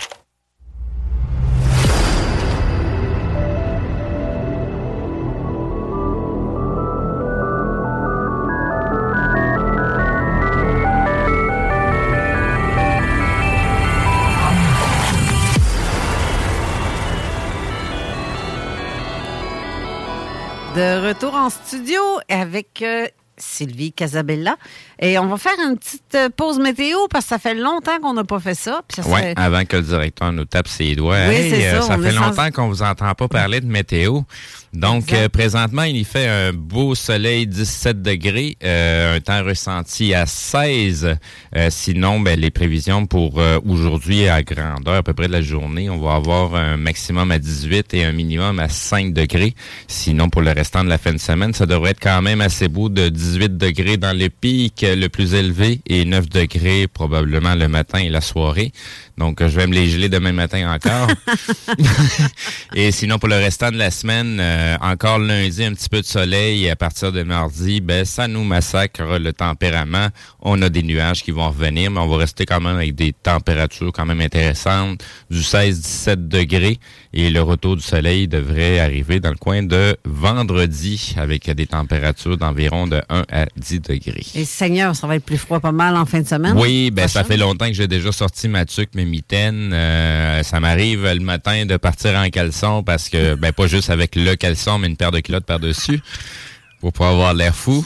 De retour en studio avec euh, Sylvie Casabella. Et on va faire une petite pause météo parce que ça fait longtemps qu'on n'a pas fait ça. Oui, serait... avant que le directeur nous tape ses doigts. Oui, hey, c'est euh, ça. Ça fait longtemps sans... qu'on vous entend pas parler de météo. Donc, euh, présentement, il y fait un beau soleil, dix-sept degrés, euh, un temps ressenti à seize. Euh, sinon, ben, les prévisions pour euh, aujourd'hui à grandeur, à peu près de la journée, on va avoir un maximum à dix-huit et un minimum à cinq degrés. Sinon, pour le restant de la fin de semaine, ça devrait être quand même assez beau de dix-huit degrés dans le pic le plus élevé et neuf degrés probablement le matin et la soirée. Donc, je vais me les geler demain matin encore. Et sinon, pour le restant de la semaine, euh, encore lundi, un petit peu de soleil. Et à partir de mardi, ben, ça nous massacre le tempérament. On a des nuages qui vont revenir, mais on va rester quand même avec des températures quand même intéressantes, du seize à dix-sept degrés. Et le retour du soleil devrait arriver dans le coin de vendredi avec des températures d'environ de un à dix degrés. Et Seigneur, ça va être plus froid pas mal en fin de semaine? Oui, ben ça fait longtemps que j'ai déjà sorti ma tuque, mes mitaines. Euh, ça m'arrive le matin de partir en caleçon parce que, ben pas juste avec le caleçon, mais une paire de culottes par-dessus pour pas avoir l'air fou.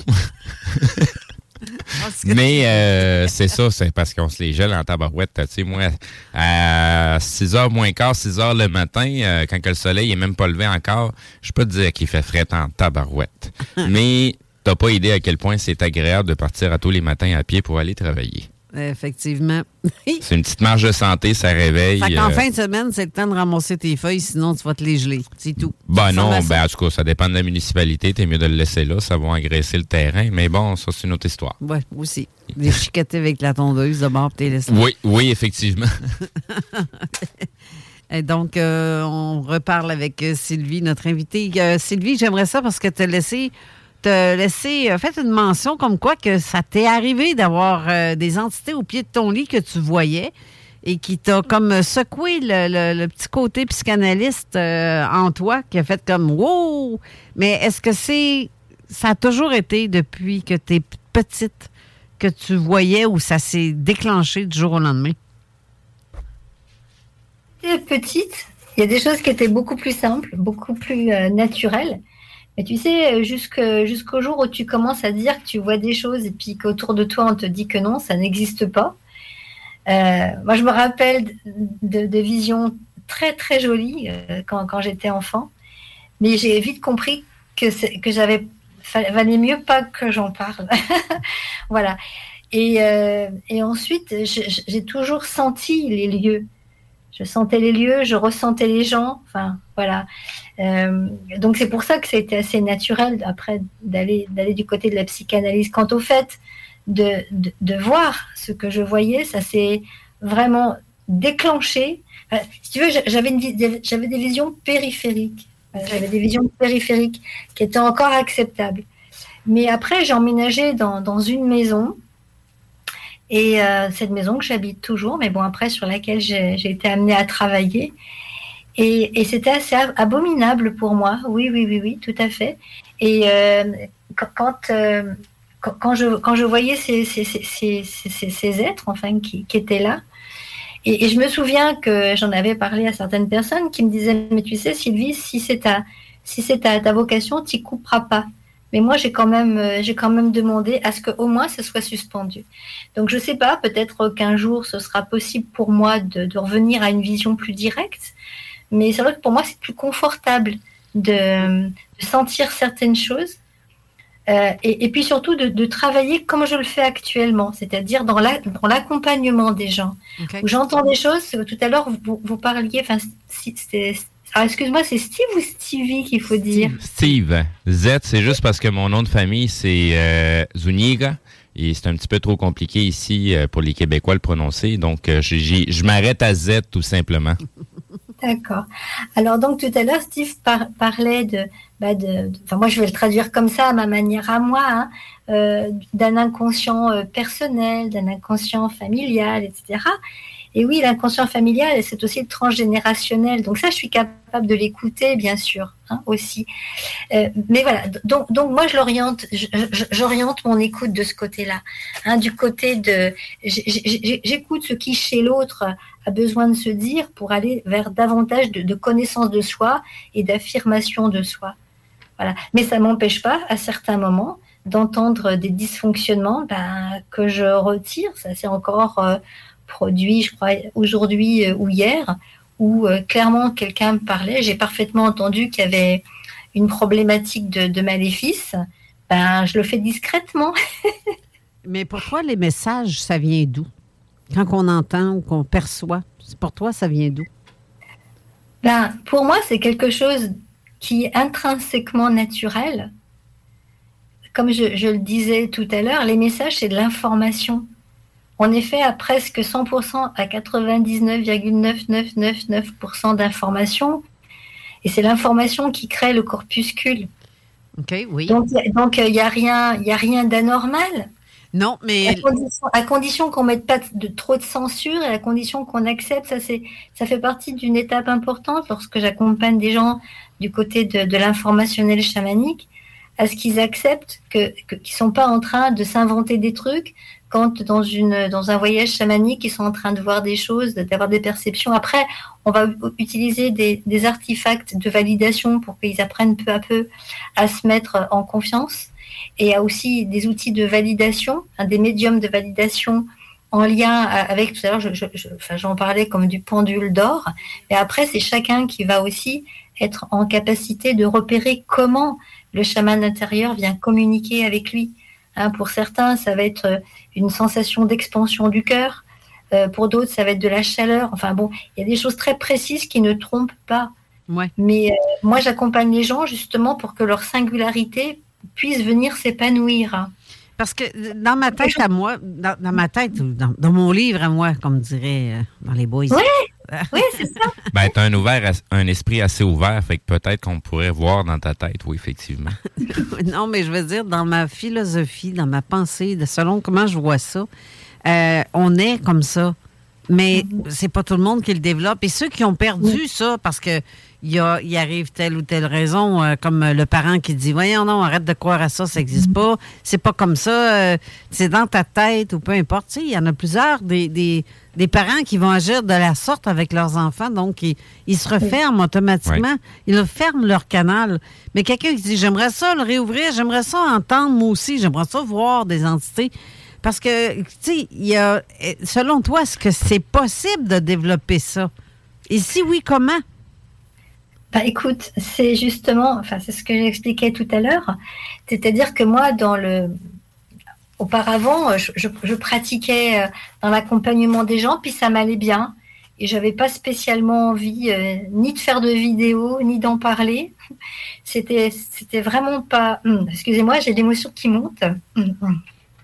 Mais euh, c'est ça, c'est parce qu'on se les gèle en tabarouette. Tu sais, moi, à six heures moins quart, six heures le matin, euh, quand que le soleil est même pas levé encore, je peux te dire qu'il fait frais en tabarouette. Mais t'as pas idée à quel point c'est agréable de partir à tous les matins à pied pour aller travailler. Effectivement. C'est une petite marge de santé, ça réveille. Fait qu'en euh... fin de semaine, c'est le temps de ramasser tes feuilles, sinon tu vas te les geler. C'est tout. Ben non, ben en tout cas, ça dépend de la municipalité. T'es mieux de le laisser là, ça va engraisser le terrain. Mais bon, ça, c'est une autre histoire. Oui, aussi. Les chiquetter avec la tondeuse de bord, t'es laissé. Oui, oui, effectivement. Et donc, euh, on reparle avec Sylvie, notre invitée. Euh, Sylvie, j'aimerais ça parce que tu as laissé... te laisser, euh, fait une mention comme quoi que ça t'est arrivé d'avoir euh, des entités au pied de ton lit que tu voyais et qui t'a comme secoué le, le, le petit côté psychanalyste euh, en toi, qui a fait comme « wow ». Mais est-ce que c'est ça a toujours été depuis que tu es petite que tu voyais ou ça s'est déclenché du jour au lendemain? Petite, il y a des choses qui étaient beaucoup plus simples, beaucoup plus euh, naturelles. Mais tu sais, jusqu'au, jusqu'au jour où tu commences à dire que tu vois des choses et puis qu'autour de toi, on te dit que non, ça n'existe pas. Euh, moi, je me rappelle de, de visions très, très jolies euh, quand, quand j'étais enfant. Mais j'ai vite compris que, c'est, que j'avais, valait mieux pas que j'en parle. Voilà. Et, euh, et ensuite, je, j'ai toujours senti les lieux. Je sentais les lieux, je ressentais les gens. Enfin, voilà. Euh, donc, c'est pour ça que ça a été assez naturel après d'aller, d'aller du côté de la psychanalyse. Quant au fait de, de, de voir ce que je voyais, ça s'est vraiment déclenché. Enfin, si tu veux, j'avais, une, j'avais des visions périphériques. J'avais des visions périphériques qui étaient encore acceptables. Mais après, j'ai emménagé dans, dans une maison. Et euh, cette maison que j'habite toujours, mais bon, après, sur laquelle j'ai, j'ai été amenée à travailler. Et, et c'était assez abominable pour moi. Oui, oui, oui, oui, tout à fait. Et euh, quand, euh, quand, quand, je, quand je voyais ces, ces, ces, ces, ces, ces êtres, enfin, qui, qui étaient là, et, et je me souviens que j'en avais parlé à certaines personnes qui me disaient, mais tu sais, Sylvie, si c'est ta, si c'est ta, ta vocation, tu n'y couperas pas. Mais moi, j'ai quand même, j'ai quand même demandé à ce qu'au moins ce soit suspendu. Donc, je sais pas, peut-être qu'un jour, ce sera possible pour moi de, de revenir à une vision plus directe. Mais c'est vrai que pour moi, c'est plus confortable de, de sentir certaines choses. Euh, et, et puis surtout, de, de travailler comme je le fais actuellement, c'est-à-dire dans, la, dans l'accompagnement des gens. Okay. Où j'entends des choses, tout à l'heure, vous, vous parliez, enfin, c'était, Ah, excuse-moi, c'est Steve ou Stevie qu'il faut dire? Steve. Z, c'est juste parce que mon nom de famille, c'est euh, Zuniga. Et c'est un petit peu trop compliqué ici euh, pour les Québécois le prononcer. Donc, euh, j'ai, je m'arrête à Z tout simplement. D'accord. Alors, donc, tout à l'heure, Steve par- parlait de, bah de, de... Enfin, moi, je vais le traduire comme ça, à ma manière à moi, hein, euh, d'un inconscient euh, personnel, d'un inconscient familial, et cetera. Et oui, l'inconscient familial, c'est aussi le transgénérationnel. Donc ça, je suis capable de l'écouter, bien sûr, hein, aussi. Euh, mais voilà, donc, donc moi, je l'oriente, je, je, j'oriente mon écoute de ce côté-là. Hein, du côté de... J'écoute ce qui, chez l'autre, a besoin de se dire pour aller vers davantage de, de connaissance de soi et d'affirmation de soi. Voilà. Mais ça ne m'empêche pas, à certains moments, d'entendre des dysfonctionnements ben, que je retire. Ça, c'est encore... Euh, produit, je crois, aujourd'hui euh, ou hier, où euh, clairement quelqu'un me parlait, j'ai parfaitement entendu qu'il y avait une problématique de, de maléfice, ben je le fais discrètement. Mais pour toi, les messages, ça vient d'où? Quand on entend ou qu'on perçoit, pour toi, ça vient d'où? Ben, pour moi, c'est quelque chose qui est intrinsèquement naturel. Comme je, je le disais tout à l'heure, les messages, c'est de l'information. On est fait à presque cent pour cent, à quatre-vingt-dix-neuf virgule neuf neuf neuf neuf pour cent d'informations. Et c'est l'information qui crée le corpuscule. OK, oui. Donc, donc il n'y a rien, il y a rien d'anormal. Non, mais... À condition, à condition qu'on ne mette pas de, trop de censure et à condition qu'on accepte, ça, c'est, ça fait partie d'une étape importante lorsque j'accompagne des gens du côté de, de l'informationnel chamanique, à ce qu'ils acceptent que, que, qu'ils ne sont pas en train de s'inventer des trucs, quand dans, une, dans un voyage chamanique, ils sont en train de voir des choses, d'avoir des perceptions. Après, on va utiliser des, des artefacts de validation pour qu'ils apprennent peu à peu à se mettre en confiance. Et il y a aussi des outils de validation, hein, des médiums de validation en lien avec, tout à l'heure, je, je, je, enfin, j'en parlais comme du pendule d'or. Et après, c'est chacun qui va aussi être en capacité de repérer comment le chaman intérieur vient communiquer avec lui. Hein, pour certains, ça va être une sensation d'expansion du cœur. Euh, pour d'autres, ça va être de la chaleur. Enfin bon, il y a des choses très précises qui ne trompent pas. Ouais. Mais euh, moi, j'accompagne les gens justement pour que leur singularité puisse venir s'épanouir. Parce que dans ma tête à moi, dans, dans ma tête, dans, dans mon livre à moi, comme dirait euh, dans les boys. Oui, oui, c'est ça. Ben, t'as un, ouvert, un esprit assez ouvert, fait que peut-être qu'on pourrait voir dans ta tête, oui, effectivement. Non, mais je veux dire, dans ma philosophie, dans ma pensée, de, selon comment je vois ça, euh, on est comme ça. Mais mm-hmm. c'est pas tout le monde qui le développe. Et ceux qui ont perdu mm. ça, parce que il, y a, il arrive telle ou telle raison, euh, comme le parent qui dit « Voyons, non, arrête de croire à ça, ça n'existe pas. C'est pas comme ça. Euh, c'est dans ta tête ou peu importe. » Tu sais, il y en a plusieurs, des, des, des parents qui vont agir de la sorte avec leurs enfants. Donc, ils, ils se referment automatiquement. Oui. Ils ferment leur canal. Mais quelqu'un qui dit « J'aimerais ça le réouvrir, j'aimerais ça entendre moi aussi, j'aimerais ça voir des entités. » Parce que, tu sais, il y a, selon toi, est-ce que c'est possible de développer ça? Et si oui, comment? Bah, écoute, c'est justement, enfin, c'est ce que j'expliquais tout à l'heure. C'est-à-dire que moi, dans le, auparavant, je, je, je pratiquais dans l'accompagnement des gens, puis ça m'allait bien. Et j'avais pas spécialement envie euh, ni de faire de vidéos, ni d'en parler. C'était, c'était vraiment pas... Hum, excusez-moi, j'ai l'émotion qui monte. Hum, hum.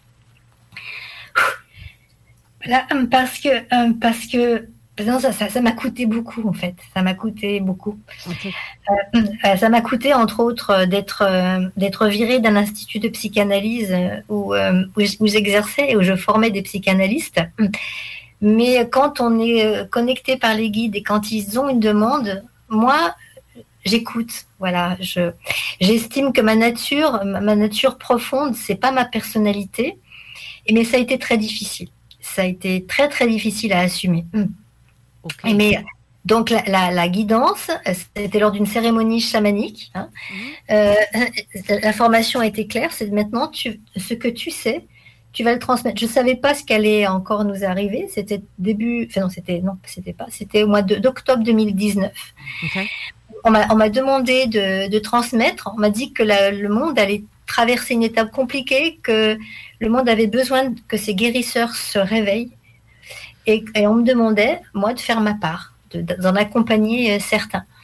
Là, parce que, parce que non, ça, ça, ça m'a coûté beaucoup, en fait. Ça m'a coûté beaucoup. Okay. Euh, euh, ça m'a coûté, entre autres, d'être, euh, d'être virée d'un institut de psychanalyse où, euh, où, où j'exerçais et où je formais des psychanalystes. Mais quand on est connecté par les guides et quand ils ont une demande, moi, j'écoute. Voilà, je, j'estime que ma nature, ma nature profonde, c'est pas ma personnalité. Mais ça a été très difficile. Ça a été très, très difficile à assumer. Okay. Mais, donc, la, la, la guidance, c'était lors d'une cérémonie chamanique. Hein. Mmh. Euh, la formation a été claire. C'est maintenant, tu, ce que tu sais, tu vas le transmettre. Je ne savais pas ce qu'allait encore nous arriver. C'était début... Enfin non, c'était, non, c'était pas. C'était au mois de, d'octobre deux mille dix-neuf. Okay. On m'a, on m'a demandé de, de transmettre. On m'a dit que la, le monde allait traverser une étape compliquée, que le monde avait besoin que ces guérisseurs se réveillent. Et, et on me demandait, moi, de faire ma part, de, d'en accompagner certains.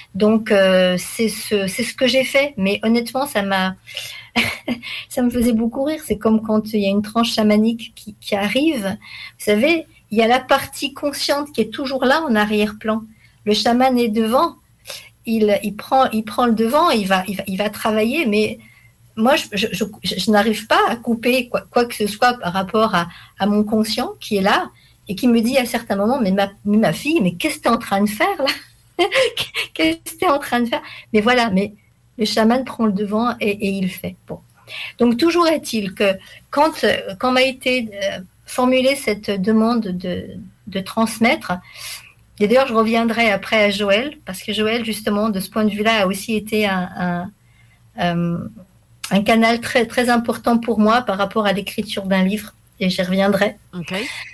Donc, euh, c'est ce, c'est ce que j'ai fait. Mais honnêtement, ça m'a, ça me faisait beaucoup rire. C'est comme quand il y a une tranche chamanique qui, qui arrive. Vous savez, il y a la partie consciente qui est toujours là en arrière-plan. Le chaman est devant. Il, il prend, il prend le devant. Il va, il va, il va travailler. Mais moi, je, je, je, je n'arrive pas à couper quoi, quoi que ce soit par rapport à, à mon conscient qui est là et qui me dit à certains moments, mais ma, ma fille, mais qu'est-ce que tu es en train de faire là? Qu'est-ce que tu es en train de faire? Mais voilà, mais le chaman prend le devant et, et il fait. Bon. Donc, toujours est-il que quand, quand m'a été euh, formulée cette demande de, de transmettre, et d'ailleurs, je reviendrai après à Joël, parce que Joël, justement, de ce point de vue-là, a aussi été un, un, un, un canal très, très important pour moi par rapport à l'écriture d'un livre, et j'y reviendrai. OK.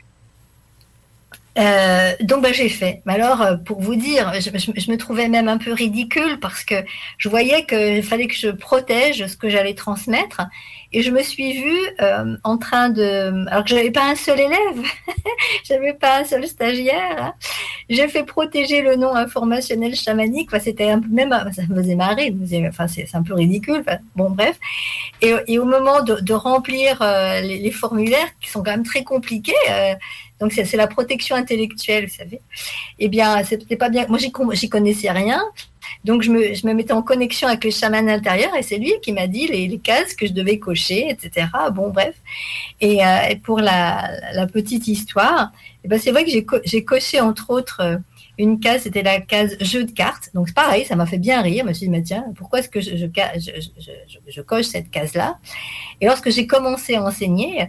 Euh, donc ben, j'ai fait. Mais alors, pour vous dire, je, je, je me trouvais même un peu ridicule parce que je voyais qu'il fallait que je protège ce que j'allais transmettre. Et je me suis vue euh, en train de... Alors que je n'avais pas un seul élève, j'avais pas un seul stagiaire. Hein. J'ai fait protéger le nom informationnel chamanique. Enfin, c'était un peu même... Ça me faisait marrer. Me disais, enfin, c'est, c'est un peu ridicule. Enfin, bon, bref. Et, et au moment de, de remplir euh, les, les formulaires, qui sont quand même très compliqués... Euh, donc, c'est, c'est la protection intellectuelle, vous savez. Eh bien, c'était pas bien. Moi, j'y, j'y connaissais rien. Donc, je me, je me mettais en connexion avec le chaman intérieur et c'est lui qui m'a dit les, les cases que je devais cocher, et cetera. Bon, bref. Et, euh, et pour la, la petite histoire, eh ben, c'est vrai que j'ai, co- j'ai coché, entre autres, euh, une case, c'était la case jeu de cartes. Donc, c'est pareil, ça m'a fait bien rire. Je me suis dit, mais tiens, pourquoi est-ce que je, je, je, je, je, je coche cette case-là? Et lorsque j'ai commencé à enseigner,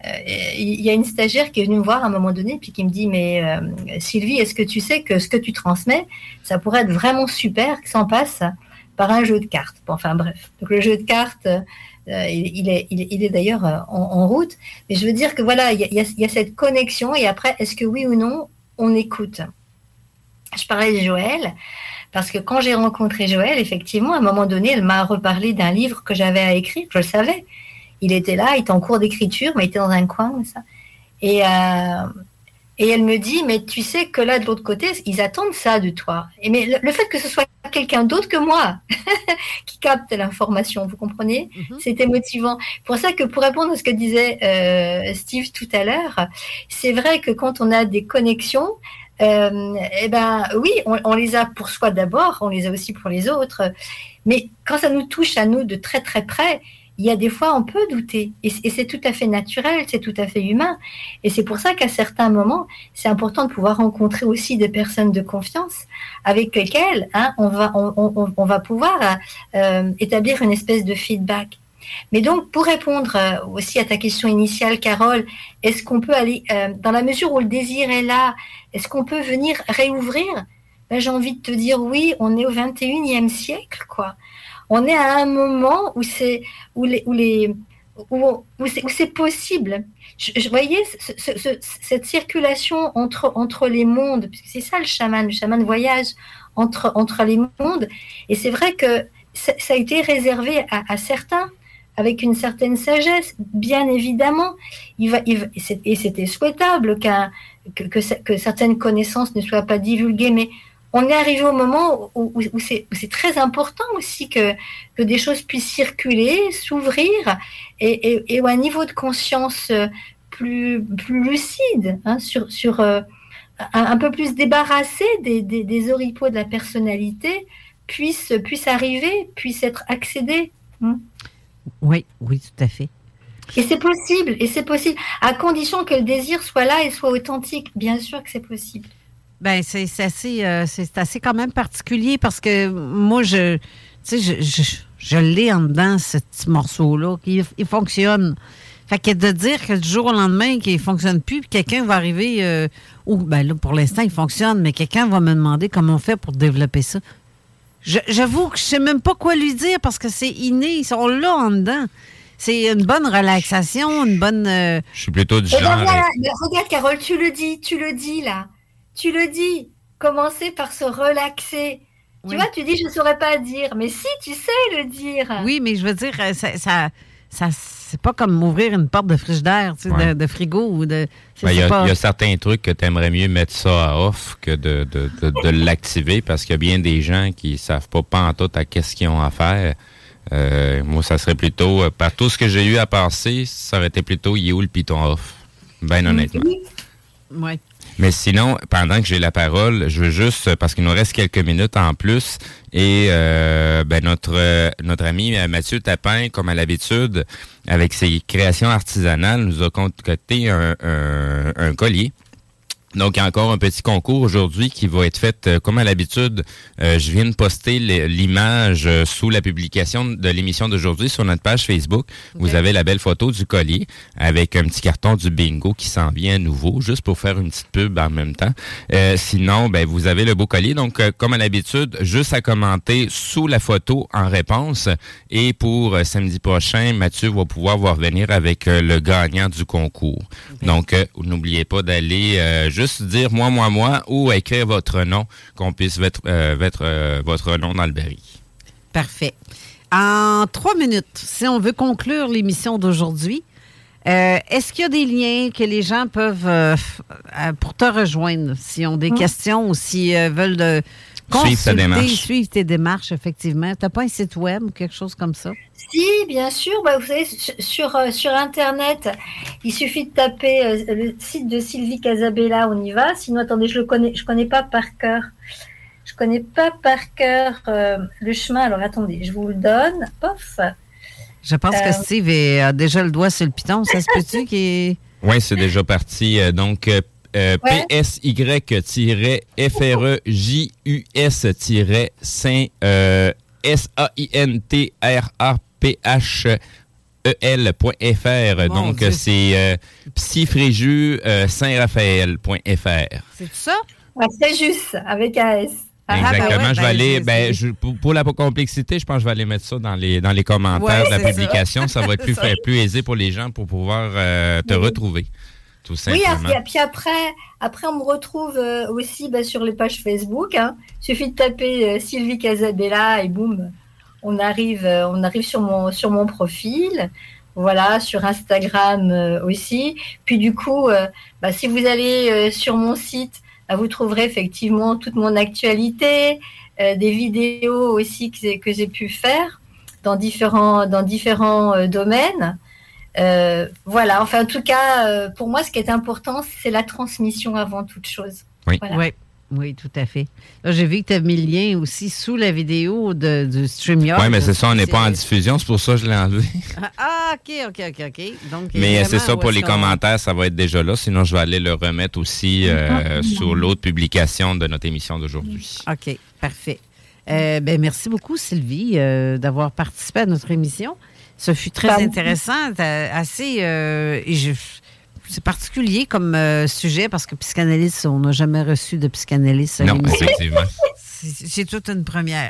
il y a une stagiaire qui est venue me voir à un moment donné puis qui me dit mais euh, Sylvie, est-ce que tu sais que ce que tu transmets, ça pourrait être vraiment super que ça en passe par un jeu de cartes. Bon, enfin bref, donc le jeu de cartes euh, il, il, est, il, est, il est d'ailleurs en, en route, mais je veux dire que voilà, il y a, il y a, il y a cette connexion et après, est-ce que oui ou non on écoute? Je parlais de Joël parce que quand j'ai rencontré Joël, effectivement, à un moment donné, elle m'a reparlé d'un livre que j'avais à écrire, je le savais. Il était là, il était en cours d'écriture, mais il était dans un coin comme ça. Et, euh, et elle me dit, mais tu sais que là, de l'autre côté, ils attendent ça de toi. Et mais le, le fait que ce soit quelqu'un d'autre que moi qui capte l'information, vous comprenez? Mm-hmm. C'était motivant. Pour ça que pour répondre à ce que disait euh, Steve tout à l'heure, c'est vrai que quand on a des connexions, euh, eh ben oui, on, on les a pour soi d'abord, on les a aussi pour les autres. Mais quand ça nous touche à nous de très très près, il y a des fois, on peut douter. Et, et c'est tout à fait naturel, c'est tout à fait humain. Et c'est pour ça qu'à certains moments, c'est important de pouvoir rencontrer aussi des personnes de confiance avec lesquelles hein, on, va, on, on, on va pouvoir euh, établir une espèce de feedback. Mais donc, pour répondre euh, aussi à ta question initiale, Carole, est-ce qu'on peut aller, euh, dans la mesure où le désir est là, est-ce qu'on peut venir réouvrir? Ben, j'ai envie de te dire oui, on est au vingt et unième siècle, quoi. On est à un moment où c'est où les où les où, où c'est où c'est possible. Je, je voyais ce, ce, ce, cette circulation entre entre les mondes, puisque c'est ça le chaman. Le chaman voyage entre entre les mondes, et c'est vrai que ça, ça a été réservé à, à certains avec une certaine sagesse, bien évidemment. Il va, il va, et c'était souhaitable qu'un que, que que certaines connaissances ne soient pas divulguées, mais on est arrivé au moment où, où, où, c'est, où c'est très important aussi que, que des choses puissent circuler, s'ouvrir, et, et, et à un niveau de conscience plus, plus lucide, hein, sur, sur euh, un, un peu plus débarrassé des, des, des oripeaux de la personnalité, puisse, puisse arriver, puisse être accédé. Hein. Oui, oui, tout à fait. Et c'est possible, et c'est possible, à condition que le désir soit là et soit authentique. Bien sûr que c'est possible. Ben c'est, c'est assez euh, c'est assez quand même particulier parce que moi je tu sais je, je, je l'ai en dedans ce petit morceau là qui il fonctionne. Fait que de dire que du jour au lendemain qu'il fonctionne plus puis quelqu'un va arriver euh, ou ben là pour l'instant il fonctionne mais quelqu'un va me demander comment on fait pour développer ça. Je, j'avoue que je sais même pas quoi lui dire parce que c'est inné, ils sont là en dedans. C'est une bonne relaxation, une bonne euh... Je suis plutôt du genre. genre Ben voilà, regarde Carole, tu le dis, tu le dis là. Tu le dis, commencer par se relaxer. Tu oui. vois, tu dis, je ne saurais pas dire. Mais si, tu sais le dire. Oui, mais je veux dire, ça, ça, ça, c'est pas comme ouvrir une porte de frigidaire, tu sais, Ouais. de, de frigo ou de. c'est- Ben, Il y, c'est a- pas- il y a certains trucs que tu aimerais mieux mettre ça à off que de, de, de, de l'activer parce qu'il y a bien des gens qui savent pas pantoute à qu'est-ce qu'ils ont à faire. Euh, moi, ça serait plutôt, euh, par tout ce que j'ai eu à passer, ça aurait été plutôt il est où le piton off? Ben honnêtement. Ouais. Mais sinon, pendant que j'ai la parole, je veux juste, parce qu'il nous reste quelques minutes en plus, et euh, ben notre euh, notre ami euh, Mathieu Tapin, comme à l'habitude, avec ses créations artisanales, nous a concocté un, un, un collier. Donc, il y a encore un petit concours aujourd'hui qui va être fait euh, comme à l'habitude. Euh, je viens de poster le- l'image euh, sous la publication de l'émission d'aujourd'hui sur notre page Facebook. Okay. Vous avez la belle photo du collier avec un petit carton du bingo qui s'en vient à nouveau, juste pour faire une petite pub en même temps. Euh, sinon, ben vous avez le beau collier. Donc, euh, comme à l'habitude, juste à commenter sous la photo en réponse. Et pour euh, samedi prochain, Mathieu va pouvoir voir venir avec euh, le gagnant du concours. Okay. Donc, euh, n'oubliez pas d'aller euh, juste Juste dire moi, moi, moi ou écrire votre nom, qu'on puisse mettre, euh, mettre euh, votre nom dans le baril. Parfait. En trois minutes, si on veut conclure l'émission d'aujourd'hui, euh, est-ce qu'il y a des liens que les gens peuvent, euh, pour te rejoindre, s'ils ont des mmh. questions ou s'ils euh, veulent de suivre ta démarche. Suivre tes démarches, effectivement. Tu n'as pas un site web ou quelque chose comme ça? Si, bien sûr. Ben, vous savez, sur, euh, sur Internet, il suffit de taper euh, le site de Sylvie Casabella, on y va. Sinon, attendez, je ne connais, je connais pas par cœur. Je ne connais pas par cœur euh, le chemin. Alors, attendez, je vous le donne. Pof. Je pense euh... que Steve est, a déjà le doigt sur le piton. Ça se peut-tu qu'il est... Oui, c'est déjà parti. Euh, donc... Euh, Euh, ouais. P S Y-F R E J U S-Saint euh, S A I N T R A P H E L point F R. Bon, donc, Dieu. c'est euh, psyfréjus euh, saint raphaël point F R. C'est ça? Ouais, c'est juste, avec un S. Exactement. Ah, ben ouais, je vais ben, aller, ben, je, pour, pour la complexité, je pense que je vais aller mettre ça dans les, dans les commentaires ouais, de la publication. Ça. ça va être plus, plus aisé pour les gens pour pouvoir euh, te oui. retrouver. Tout simplement. Oui, et puis après, après, on me retrouve euh, aussi bah, sur les pages Facebook. Hein. Il suffit de taper euh, Sylvie Casabella et boum, on arrive, euh, on arrive sur mon, sur mon profil. Voilà, sur Instagram euh, aussi. Puis du coup, euh, bah, si vous allez euh, sur mon site, bah, vous trouverez effectivement toute mon actualité, euh, des vidéos aussi que j'ai, que j'ai pu faire dans différents, dans différents euh, domaines. Euh, voilà, enfin en tout cas, euh, pour moi, ce qui est important, c'est la transmission avant toute chose. Oui, voilà. oui, oui, tout à fait. Là, j'ai vu que tu as mis le lien aussi sous la vidéo de, de StreamYard. Oui, mais c'est ça, on n'est pas en diffusion, c'est pour ça que je l'ai enlevé. Ah, OK, OK, OK, OK. Donc, mais c'est ça, pour les commentaires, ça va être déjà là. Sinon, je vais aller le remettre aussi euh, mm-hmm. sur l'autre publication de notre émission d'aujourd'hui. OK, parfait. Euh, ben, merci beaucoup, Sylvie, euh, d'avoir participé à notre émission. Ce fut très Pardon. intéressant, assez... Euh, et je, c'est particulier comme euh, sujet parce que psychanalyste, on n'a jamais reçu de psychanalyste. Non, effectivement. C'est, c'est toute une première.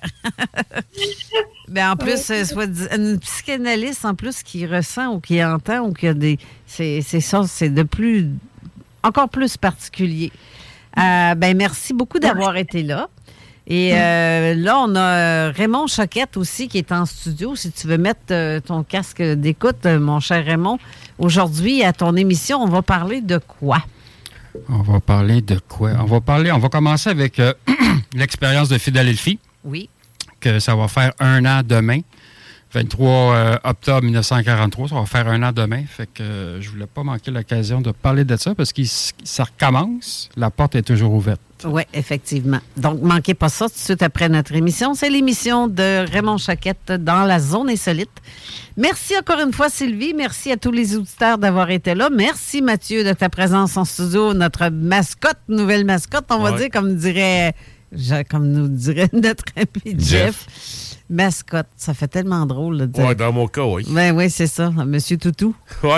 Mais en plus, oui. soit une psychanalyste en plus qui ressent ou qui entend ou qui a des... C'est, c'est ça, c'est de plus... Encore plus particulier. Euh, ben merci beaucoup d'avoir été là. Et euh, là, on a Raymond Choquette aussi qui est en studio. Si tu veux mettre euh, ton casque d'écoute, euh, mon cher Raymond, aujourd'hui, à ton émission, on va parler de quoi? On va parler de quoi? On va parler, on va commencer avec euh, l'expérience de Philadelphie. Oui. Que ça va faire un an demain. vingt-trois euh, octobre dix-neuf cent quarante-trois, ça va faire un an demain. Fait que euh, je voulais pas manquer l'occasion de parler de ça parce que ça recommence. La porte est toujours ouverte. Oui, effectivement. Donc, manquez pas ça tout de suite après notre émission. C'est l'émission de Raymond Choquette dans la zone insolite. Merci encore une fois, Sylvie. Merci à tous les auditeurs d'avoir été là. Merci, Mathieu, de ta présence en studio. Notre mascotte, nouvelle mascotte, on va ouais. dire, comme dirait, comme nous dirait notre ami Jeff. Jeff. Mascotte, ça fait tellement drôle de dire. Oui, dans mon cas, oui. Ben oui, c'est ça, Monsieur Toutou. Oui.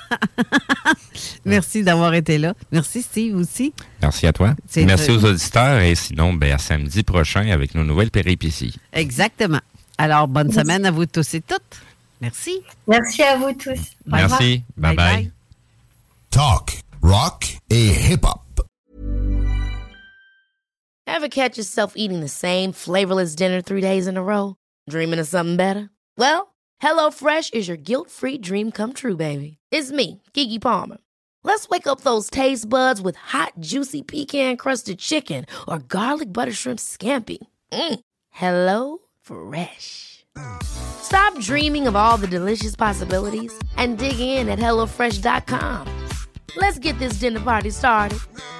Merci d'avoir été là. Merci, Steve, aussi. Merci à toi. C'est Merci très... aux auditeurs et sinon, ben, à samedi prochain avec nos nouvelles péripéties. Exactement. Alors, bonne Merci. semaine à vous tous et toutes. Merci. Merci à vous tous. Merci. Bye-bye. Bye bye. Talk, rock et hip-hop. Ever catch yourself eating the same flavorless dinner three days in a row? Dreaming of something better? Well, HelloFresh is your guilt-free dream come true, baby. It's me, Keke Palmer. Let's wake up those taste buds with hot, juicy pecan-crusted chicken or garlic butter shrimp scampi. Mm. Hello Fresh. Stop dreaming of all the delicious possibilities and dig in at hello fresh dot com. Let's get this dinner party started.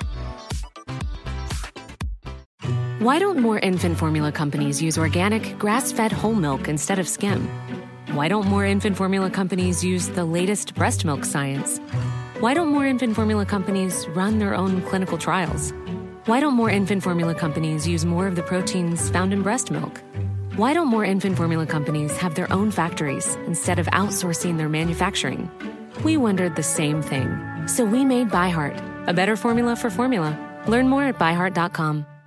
Why don't more infant formula companies use organic, grass-fed whole milk instead of skim? Why don't more infant formula companies use the latest breast milk science? Why don't more infant formula companies run their own clinical trials? Why don't more infant formula companies use more of the proteins found in breast milk? Why don't more infant formula companies have their own factories instead of outsourcing their manufacturing? We wondered the same thing. So we made ByHeart, a better formula for formula. Learn more at by heart dot com.